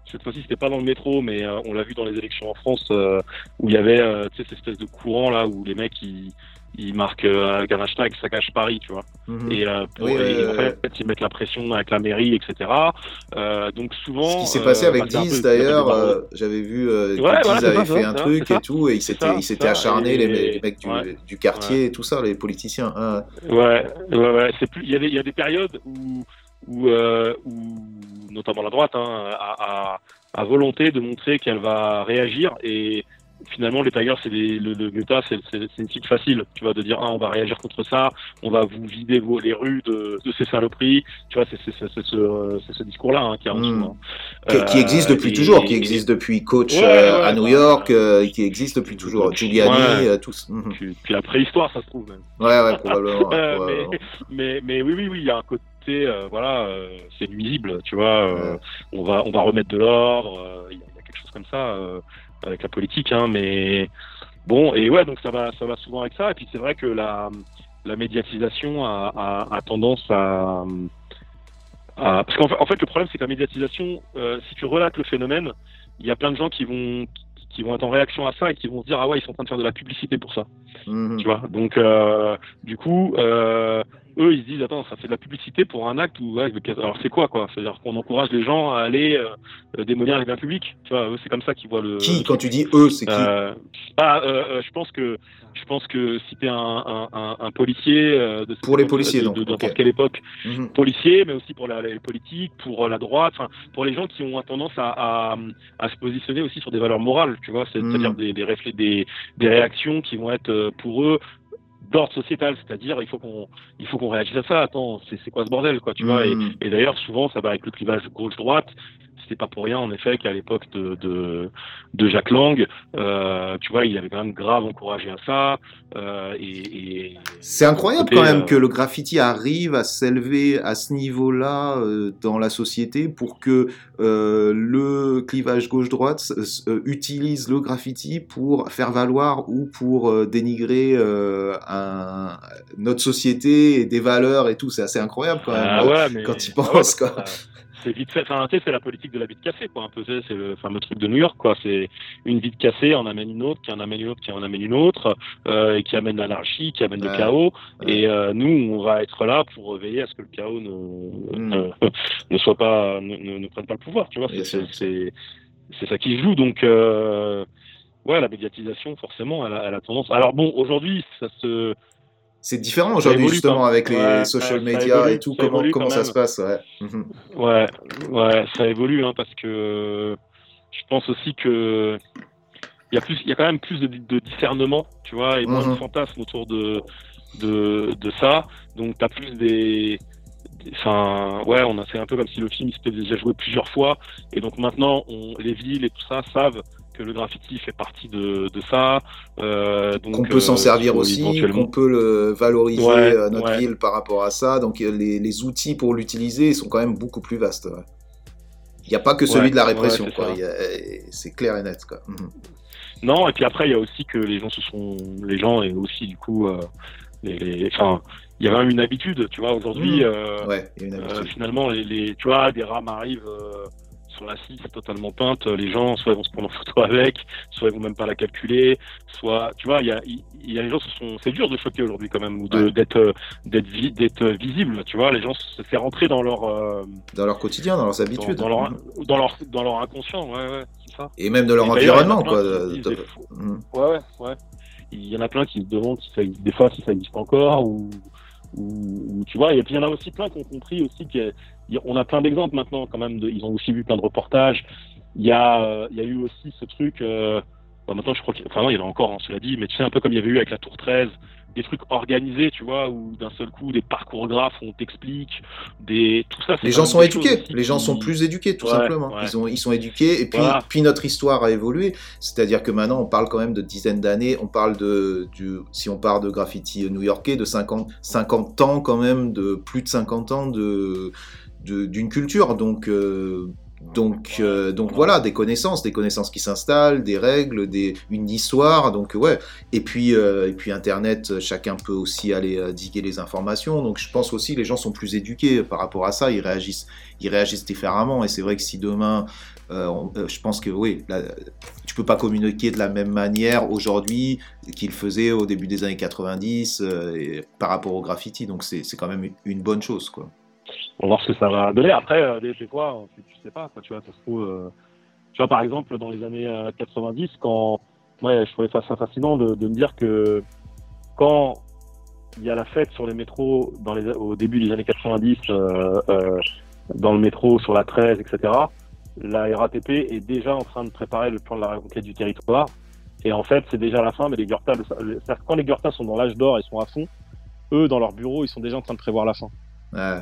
cette fois-ci c'était pas dans le métro, mais euh, on l'a vu dans les élections en France euh, où il y avait euh, tu sais, cette espèce de courant là où les mecs ils, ils marquent euh, avec un hashtag ça cache Paris, tu vois. Mhm. Et, euh, pour, Oui, et euh, en fait ils mettent la pression avec la mairie, et cetera. Euh, donc souvent. Ce qui s'est passé euh, avec bah, c'est un Diz peu- d'ailleurs, euh, j'avais vu euh, que Ouais, Diz voilà, c'est avait ça, fait c'est un ça, truc c'est et ça. tout, et ils C'est s'étaient ça, ils c'est s'étaient ça, acharnés, et- les, me- les mecs du, ouais. du quartier et tout ça, les politiciens. Hein. Ouais, ouais, ouais. C'est plus. Il y a des, il y a des périodes où, où, euh, où notamment la droite, hein, a, a, a volonté de montrer qu'elle va réagir et finalement les Tigers, c'est des, le, le Utah, c'est, c'est, c'est une cible facile. Tu vois, de dire ah, on va réagir contre ça, on va vous vider vos, les rues de, de ces saloperies. Tu vois, c'est, c'est, c'est, c'est ce, c'est ce discours-là hein, qui est en dessous. Mm. Hein. Qui, qui existe depuis et- toujours, qui et- existe depuis coach Ouais, euh, ouais, à New bah, York, euh, euh, qui existe depuis toujours, depuis- Giuliani, ouais. euh, tous. Mhm. Puis, puis la préhistoire, ça se trouve même. Ouais, ouais, probablement. ouais, Euh, probablement. mais, mais, mais oui, oui, oui, il y a un côté, euh, voilà, euh, c'est nuisible, tu vois. euh, Ouais. on va, on va remettre de l'ordre. euh, Il y, a il y a quelque chose comme ça euh, avec la politique, hein. Mais bon, et ouais, donc ça va, ça va souvent avec ça. Et puis c'est vrai que la, la médiatisation a, a, a tendance à, à- parce qu'en fait, en fait, le problème, c'est que la médiatisation, euh, si tu relates le phénomène, il y a plein de gens qui vont, qui vont être en réaction à ça et qui vont se dire ah ouais, ils sont en train de faire de la publicité pour ça. Mhm. Tu vois, donc euh, du coup, euh, eux ils se disent attends, ça fait de la publicité pour un acte où ouais, alors c'est quoi quoi, c'est-à-dire qu'on encourage les gens à aller euh, démolir les biens publics, tu vois, eux c'est comme ça qu'ils voient le. Qui, le quand truc. tu dis eux, c'est qui Euh, ah, euh, euh, je pense que je pense que si t'es un, un, un, un policier euh, de cette Pour les époque, policiers, de, donc, de, de n'importe ok. quelle époque, Mhm. policiers, mais aussi pour la, les politiques, pour la droite, enfin pour les gens qui ont tendance à, à, à se positionner aussi sur des valeurs morales, tu vois, c'est- Mm. c'est-à-dire des, des, réflets, des, des réactions qui vont être euh, pour eux d'ordre sociétal, c'est-à-dire il faut qu'on il faut qu'on réagisse à ça. Attends, c'est c'est quoi ce bordel quoi, tu vois. Et, Mm. et d'ailleurs souvent ça va avec le clivage gauche-droite. C'était pas pour rien en effet qu'à l'époque de, de de Jack Lang, euh, tu vois, il avait quand même grave encouragé à ça. Euh, et, et C'est incroyable côté, quand même euh, que le graffiti arrive à s'élever à ce niveau-là euh, dans la société pour que euh, le clivage gauche-droite s- euh, utilise le graffiti pour faire valoir ou pour euh, dénigrer euh, un, notre société et des valeurs et tout. C'est assez incroyable quand même Ah euh, ouais, mais quand tu ah ouais, penses. parce que Quoi. ça- c'est vite fait. Enfin, tu sais, c'est la politique de la vie de café, quoi. Un peu, tu sais, c'est le fameux truc de New York, quoi. C'est une vie de café, on amène une autre, qui en amène une autre, qui en amène une autre, euh, et qui amène l'anarchie, qui amène Ouais, le chaos. ouais. Et euh, nous, on va être là pour veiller à ce que le chaos ne, Mm. ne, ne soit pas, ne, ne, ne prenne pas le pouvoir. Tu vois, Bien c'est sûr. c'est c'est c'est ça qui se joue. Donc, euh, ouais, la médiatisation, forcément, elle a, elle a tendance. Alors bon, aujourd'hui, ça se C'est différent ça aujourd'hui évolue justement quand avec les ouais, social ouais, ça media évolue, et tout. ça Comment, évolue comment quand ça même. se passe ouais. Mhm. Ouais, ouais, ça évolue, hein, parce que je pense aussi que il y a plus, il y a quand même plus de, de discernement, tu vois, et moins Mhm. de fantasmes autour de de, de ça. Donc t'as plus des, des- enfin, ouais, on a fait un peu comme si le film il s'était déjà joué plusieurs fois, et donc maintenant, on, les villes et tout ça savent que le graffiti fait partie de, de ça. Euh, donc Qu'on peut s'en euh, servir faut aussi, éventuellement. qu'on peut le valoriser Ouais, euh, notre ouais. ville par rapport à ça. Donc euh, les, les outils pour l'utiliser sont quand même beaucoup plus vastes. ouais. Il n'y a pas que celui Ouais, de la ouais, répression, c'est quoi. ça. Il y a- c'est clair et net, quoi. Mhm. Non, et puis après, il y a aussi que les gens se sont, les gens et aussi du coup, euh, les, les- enfin, il y a quand même une habitude, tu vois. Aujourd'hui, Mmh. euh, Ouais, il y a une euh, habitude. finalement, les, les, tu vois, des rames arrivent euh, sur la scie, c'est totalement peinte. Les gens, soit ils vont se prendre en photo avec, soit ils vont même pas la calculer, soit, tu vois, il y a, il il y a les gens se sont, c'est dur de choquer aujourd'hui quand même, ou de Ouais. d'être, euh, d'être, vi- d'être visible, tu vois. Les gens se fait rentrer dans leur, euh, Dans leur quotidien, dans leurs dans, habitudes. dans leur, Mhm. dans leur, dans leur inconscient, ouais, ouais, c'est ça. Et même de leur Et d'ailleurs, il y en a environnement, plein quoi. qui de- disent de- des faux- Mhm. Ouais, ouais, ouais. Il y en a plein qui se demandent si ça existe, des fois si ça existe encore, ou, ou, ou tu vois, et puis il y en a aussi plein qui ont compris aussi qu'on a plein d'exemples maintenant quand même, de, ils ont aussi vu plein de reportages. Il y a, euh, il y a eu aussi ce truc, euh, bon, maintenant je crois qu'il enfin non, il y en a encore, hein, cela dit, mais tu sais, un peu comme il y avait eu avec la Tour treize, des trucs organisés, tu vois, où d'un seul coup, des parcours graphes, on t'explique, des, tout ça. c'est Les quand gens même sont des éduqués, choses aussi les gens qui- sont plus éduqués, tout Ouais, simplement. ouais. Ils, ont, ils sont éduqués, et puis, Voilà. puis notre histoire a évolué. C'est-à-dire que maintenant, on parle quand même de dizaines d'années, on parle de, du, si on parle de graffiti new-yorkais, de cinquante, cinquante ans quand même, de plus de cinquante ans de, de- d'une culture. Donc, euh, Donc, euh, donc voilà, des connaissances, des connaissances qui s'installent, des règles, des, une histoire. Donc ouais. Et puis, euh, et puis Internet, chacun peut aussi aller euh, diguer les informations. Donc je pense aussi que les gens sont plus éduqués par rapport à ça. Ils réagissent, ils réagissent différemment. Et c'est vrai que si demain, euh, on, euh, je pense que oui, là, tu peux pas communiquer de la même manière aujourd'hui qu'il faisait au début des années quatre-vingt-dix euh, et, par rapport au graffiti. Donc c'est, c'est quand même une bonne chose, quoi. On va voir ce que ça va donner. Après, euh, des, des fois, tu, tu sais pas, quoi, tu vois, ça se trouve, euh, tu vois, par exemple, dans les années euh, quatre-vingt-dix, quand, ouais, je trouvais ça, ça fascinant de, de me dire que quand il y a la fête sur les métros dans les, au début des années quatre-vingt-dix, euh, euh, dans le métro, sur la treize, et cetera, la R A T P est déjà en train de préparer le plan de la reconquête du territoire. Et en fait, c'est déjà la fin, mais les Gurtas, c'est-à-dire que quand les Gurtas sont dans l'âge d'or et sont à fond, eux, dans leur bureau, ils sont déjà en train de prévoir la fin. Ouais.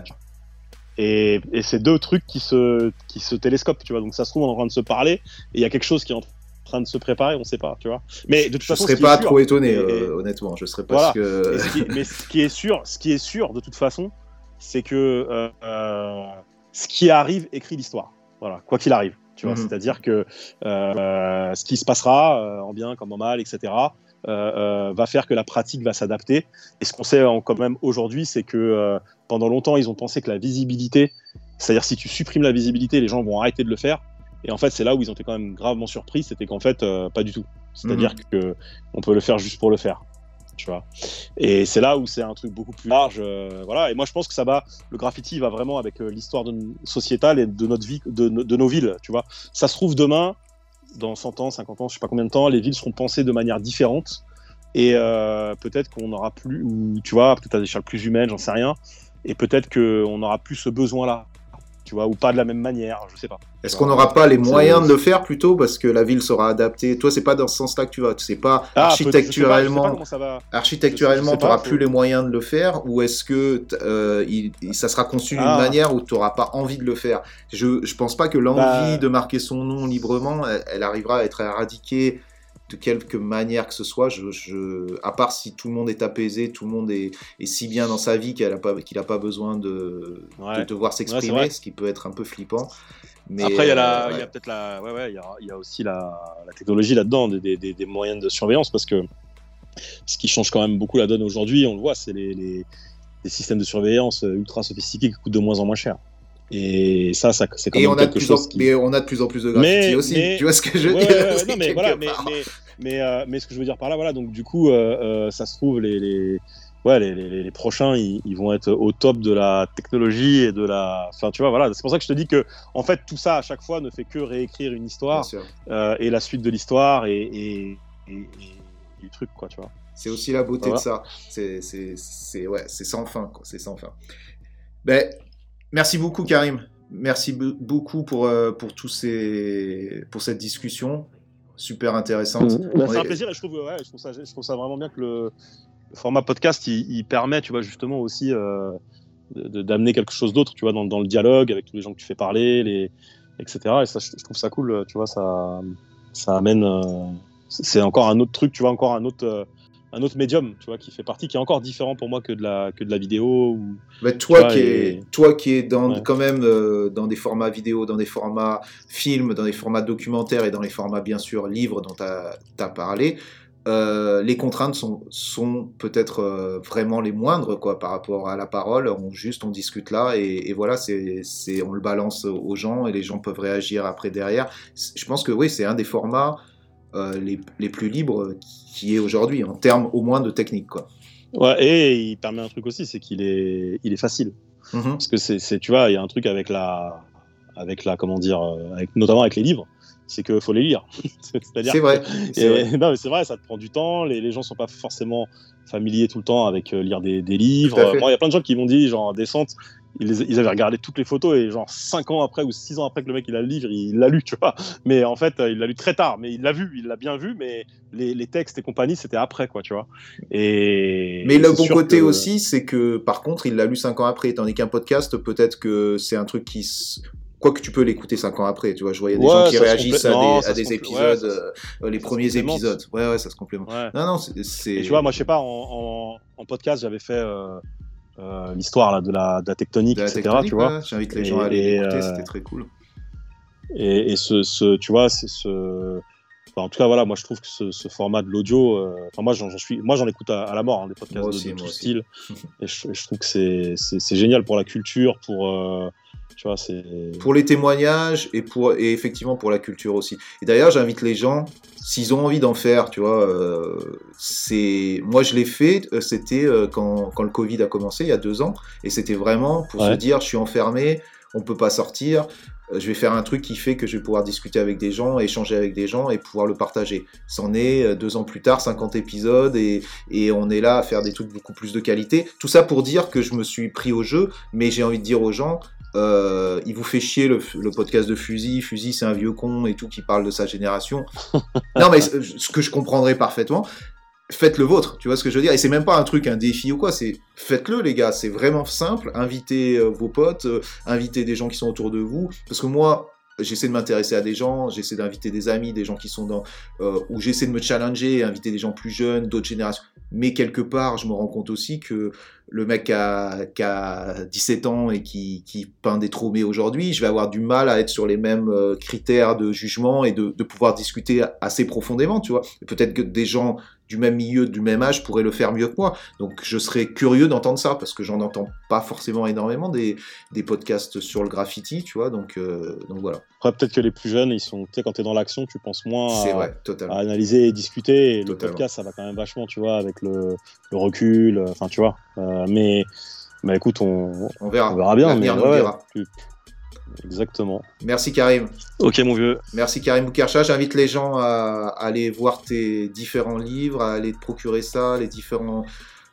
Et, et c'est deux trucs qui se, qui se télescopent, tu vois. Donc ça se trouve, on est en train de se parler, et il y a quelque chose qui est en train de se préparer, on sait pas, tu vois. Mais de toute je façon, serais ce pas qui est trop sûr, étonné, et, euh, honnêtement. Je serais pas voilà. que. Et ce qui, mais ce qui est sûr, ce qui est sûr, de toute façon, c'est que euh, euh, ce qui arrive écrit l'histoire. Voilà, quoi qu'il arrive, tu vois. Mm-hmm. C'est-à-dire que euh, ce qui se passera, euh, en bien comme en mal, et cetera. Euh, euh, va faire que la pratique va s'adapter. Et ce qu'on sait en, quand même aujourd'hui, c'est que euh, pendant longtemps, ils ont pensé que la visibilité, c'est-à-dire si tu supprimes la visibilité, les gens vont arrêter de le faire. Et en fait, c'est là où ils ont été quand même gravement surpris, c'était qu'en fait, euh, pas du tout. C'est-à-dire mmh. que on peut le faire juste pour le faire, tu vois. Et c'est là où c'est un truc beaucoup plus large, euh, voilà. Et moi, je pense que ça va, le graffiti va vraiment avec euh, l'histoire de, sociétale et de notre vie, de, de nos villes, tu vois. Ça se trouve demain, dans cent ans, cinquante ans, je sais pas combien de temps, les villes seront pensées de manière différente et euh, peut-être qu'on n'aura plus, ou tu vois, peut-être à des échelles plus humaines, j'en sais rien, et peut-être qu'on n'aura plus ce besoin-là, tu vois, ou pas de la même manière, je sais pas. Est-ce qu'on n'aura pas les moyens c'est... de le faire plutôt parce que la ville sera adaptée? Toi, c'est pas dans ce sens-là que tu vas, c'est pas ah, architecturalement, architecturalement, tu n'auras plus les moyens de le faire, ou est-ce que euh, il, ça sera conçu d'une ah. manière où tu n'auras pas envie de le faire? Je je pense pas que l'envie bah... de marquer son nom librement, elle, elle arrivera à être éradiquée de quelque manière que ce soit, je, je, à part si tout le monde est apaisé, tout le monde est, est si bien dans sa vie qu'il n'a pas, qu'il pas besoin de, ouais. de devoir s'exprimer, ouais, ce qui peut être un peu flippant. Mais après, il euh, y a, ouais. y a peut-être la, ouais, ouais, il y a, y a aussi la, la technologie là-dedans, des, des, des moyens de surveillance, parce que ce qui change quand même beaucoup la donne aujourd'hui, on le voit, c'est les, les, les systèmes de surveillance ultra sophistiqués qui coûtent de moins en moins cher. Et ça, ça c'est quand et même on a quelque chose en, qui... Mais on a de plus en plus de graffiti mais, aussi, mais... tu vois ce que je veux ouais, dire ouais, ouais, non, mais voilà, mais, mais, mais, euh, mais ce que je veux dire par là, voilà, donc du coup, euh, euh, ça se trouve, les, les, ouais, les, les, les prochains, ils, ils vont être au top de la technologie et de la... Enfin, tu vois, voilà, c'est pour ça que je te dis que, en fait, tout ça, à chaque fois, ne fait que réécrire une histoire, euh, et la suite de l'histoire, et, et, et, et, et le truc, quoi, tu vois. C'est aussi la beauté voilà. de ça, c'est, c'est, c'est, ouais, c'est sans fin, quoi, c'est sans fin. Ben, merci beaucoup, Karim. Merci beaucoup pour, euh, pour, tous ces, pour cette discussion super intéressante. Mmh. Bah, c'est est... un plaisir et je trouve, ouais, je, trouve ça, je trouve ça vraiment bien que le, le format podcast il, il permet, tu vois, justement aussi euh, de, d'amener quelque chose d'autre, tu vois, dans, dans le dialogue avec tous les gens que tu fais parler, les, et cetera. Et ça, je, je trouve ça cool, tu vois, ça, ça amène. Euh, c'est encore un autre truc, tu vois, encore un autre. Euh, un autre médium, tu vois, qui fait partie, qui est encore différent pour moi que de la, que de la vidéo. Ou, bah, toi, vois, qui et... est, toi qui es dans, ouais. quand même euh, dans des formats vidéo, dans des formats films, dans des formats documentaires et dans les formats, bien sûr, livres dont tu as parlé, euh, les contraintes sont, sont peut-être euh, vraiment les moindres quoi, par rapport à la parole. On, juste, on discute là et, et voilà, c'est, c'est, on le balance aux gens et les gens peuvent réagir après derrière. Je pense que oui, c'est un des formats euh, les, les plus libres qui est aujourd'hui, en termes au moins de technique, quoi. Ouais, et il permet un truc aussi, c'est qu'il est, il est facile. Mm-hmm. Parce que c'est, c'est, tu vois, il y a un truc avec la, avec la, comment dire, avec, notamment avec les livres, c'est qu'il faut les lire. C'est-à-dire c'est vrai. Que, c'est et, vrai. Non, mais c'est vrai, ça te prend du temps. Les, les gens sont pas forcément familiers tout le temps avec euh, lire des, des livres. Moi, bon, il y a plein de gens qui m'ont dit, genre, Descente, ils, ils avaient regardé toutes les photos et genre cinq ans après ou six ans après que le mec il a le livre, il l'a lu, tu vois. Mais en fait, il l'a lu très tard, mais il l'a vu, il l'a bien vu, mais les, les textes et compagnie, c'était après, quoi, tu vois. Et mais le bon côté que... aussi, c'est que par contre, il l'a lu cinq ans après, tandis qu'un podcast, peut-être que c'est un truc qui s... Quoi que tu peux l'écouter cinq ans après, tu vois, je voyais des ouais, gens qui réagissent complè... à non, des, à des épisodes, ouais, euh, les premiers épisodes. Ouais, ouais, ça se complémente. Ouais. Non, non, c'est, c'est... Et tu vois, moi, je sais pas, en, en, en podcast, j'avais fait euh, euh, l'histoire là, de, la, de la tectonique, de la et cetera. Tectonique, tu vois. Ouais, j'invite les gens et, à aller l'écouter, euh... c'était très cool. Et, et ce, ce, tu vois, c'est ce. Enfin, en tout cas, voilà, moi je trouve que ce, ce format de l'audio, euh, enfin moi j'en, j'en suis, moi j'en écoute à, à la mort, hein, des podcasts Moi de, aussi, de tout moi aussi. style, et je, je trouve que c'est, c'est, c'est génial pour la culture, pour, euh, tu vois, c'est. Pour les témoignages et pour et effectivement pour la culture aussi. Et d'ailleurs, j'invite les gens, s'ils ont envie d'en faire, tu vois, euh, c'est moi je l'ai fait, euh, c'était euh, quand quand le Covid a commencé il y a deux ans, et c'était vraiment pour Ouais. se dire, je suis enfermé, on peut pas sortir. euh, Je vais faire un truc qui fait que je vais pouvoir discuter avec des gens, échanger avec des gens et pouvoir le partager. C'en est euh, deux ans plus tard, cinquante épisodes et, et on est là à faire des trucs beaucoup plus de qualité. Tout ça pour dire que je me suis pris au jeu, mais j'ai envie de dire aux gens, euh, il vous fait chier le, le podcast de Fusil. Fusil, c'est un vieux con et tout qui parle de sa génération. Non, mais ce ce que je comprendrais parfaitement, faites le vôtre, tu vois ce que je veux dire. Et c'est même pas un truc, un défi ou quoi, c'est faites-le les gars, c'est vraiment simple. Invitez euh, vos potes, euh, invitez des gens qui sont autour de vous, parce que moi j'essaie de m'intéresser à des gens, j'essaie d'inviter des amis, des gens qui sont dans euh, où j'essaie de me challenger, inviter des gens plus jeunes, d'autres générations. Mais quelque part, je me rends compte aussi que le mec qui a, qui a dix-sept ans et qui, qui peint des tromés aujourd'hui, je vais avoir du mal à être sur les mêmes euh, critères de jugement et de, de pouvoir discuter assez profondément, tu vois. Et peut-être que des gens du même milieu, du même âge pourraient le faire mieux que moi. Donc je serais curieux d'entendre ça, parce que j'en entends pas forcément énormément des, des podcasts sur le graffiti, tu vois. Donc, euh, donc voilà. Après, peut-être que les plus jeunes, ils sont, tu sais, quand t'es dans l'action, tu penses moins C'est à, vrai, à totalement. analyser et discuter. Et le Totalement. podcast, ça va quand même vachement, tu vois, avec le, le recul. Enfin, tu vois. Euh, mais, mais écoute, on, On verra. on verra bien. Mais L'avenir nous le ouais, dira. plus- exactement. Merci Karim. Ok, mon vieux. Merci Karim Boukercha. J'invite les gens à aller voir tes différents livres, à aller te procurer ça, les différents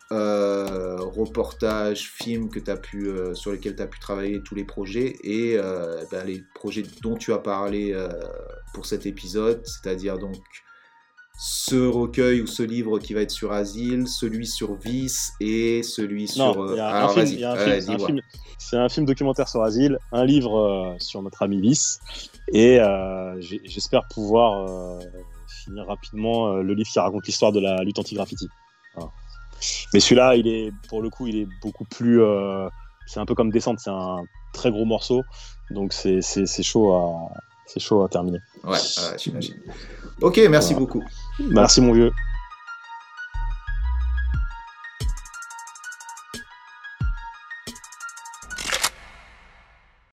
euh, reportages, films que t'as pu, euh, sur lesquels tu as pu travailler, tous les projets, et euh, ben, les projets dont tu as parlé euh, pour cet épisode, c'est-à-dire donc ce recueil ou ce livre qui va être sur Asile, celui sur Vice et celui sur... Non, euh, il y a un alors film, vas-y, il y a un ouais, film, c'est un dis-moi. film, c'est un film documentaire sur Asile, un livre euh, sur notre ami Vice, et euh, j'ai- j'espère pouvoir euh, finir rapidement euh, le livre qui raconte l'histoire de la lutte anti-graffiti. Voilà. Mais celui-là, il est, pour le coup, il est beaucoup plus... euh, c'est un peu comme Descente, c'est un très gros morceau, donc c'est, c'est, c'est chaud à, c'est chaud à terminer. Ouais, ouais, j'imagine. Ok, merci Voilà. beaucoup. Merci mon vieux.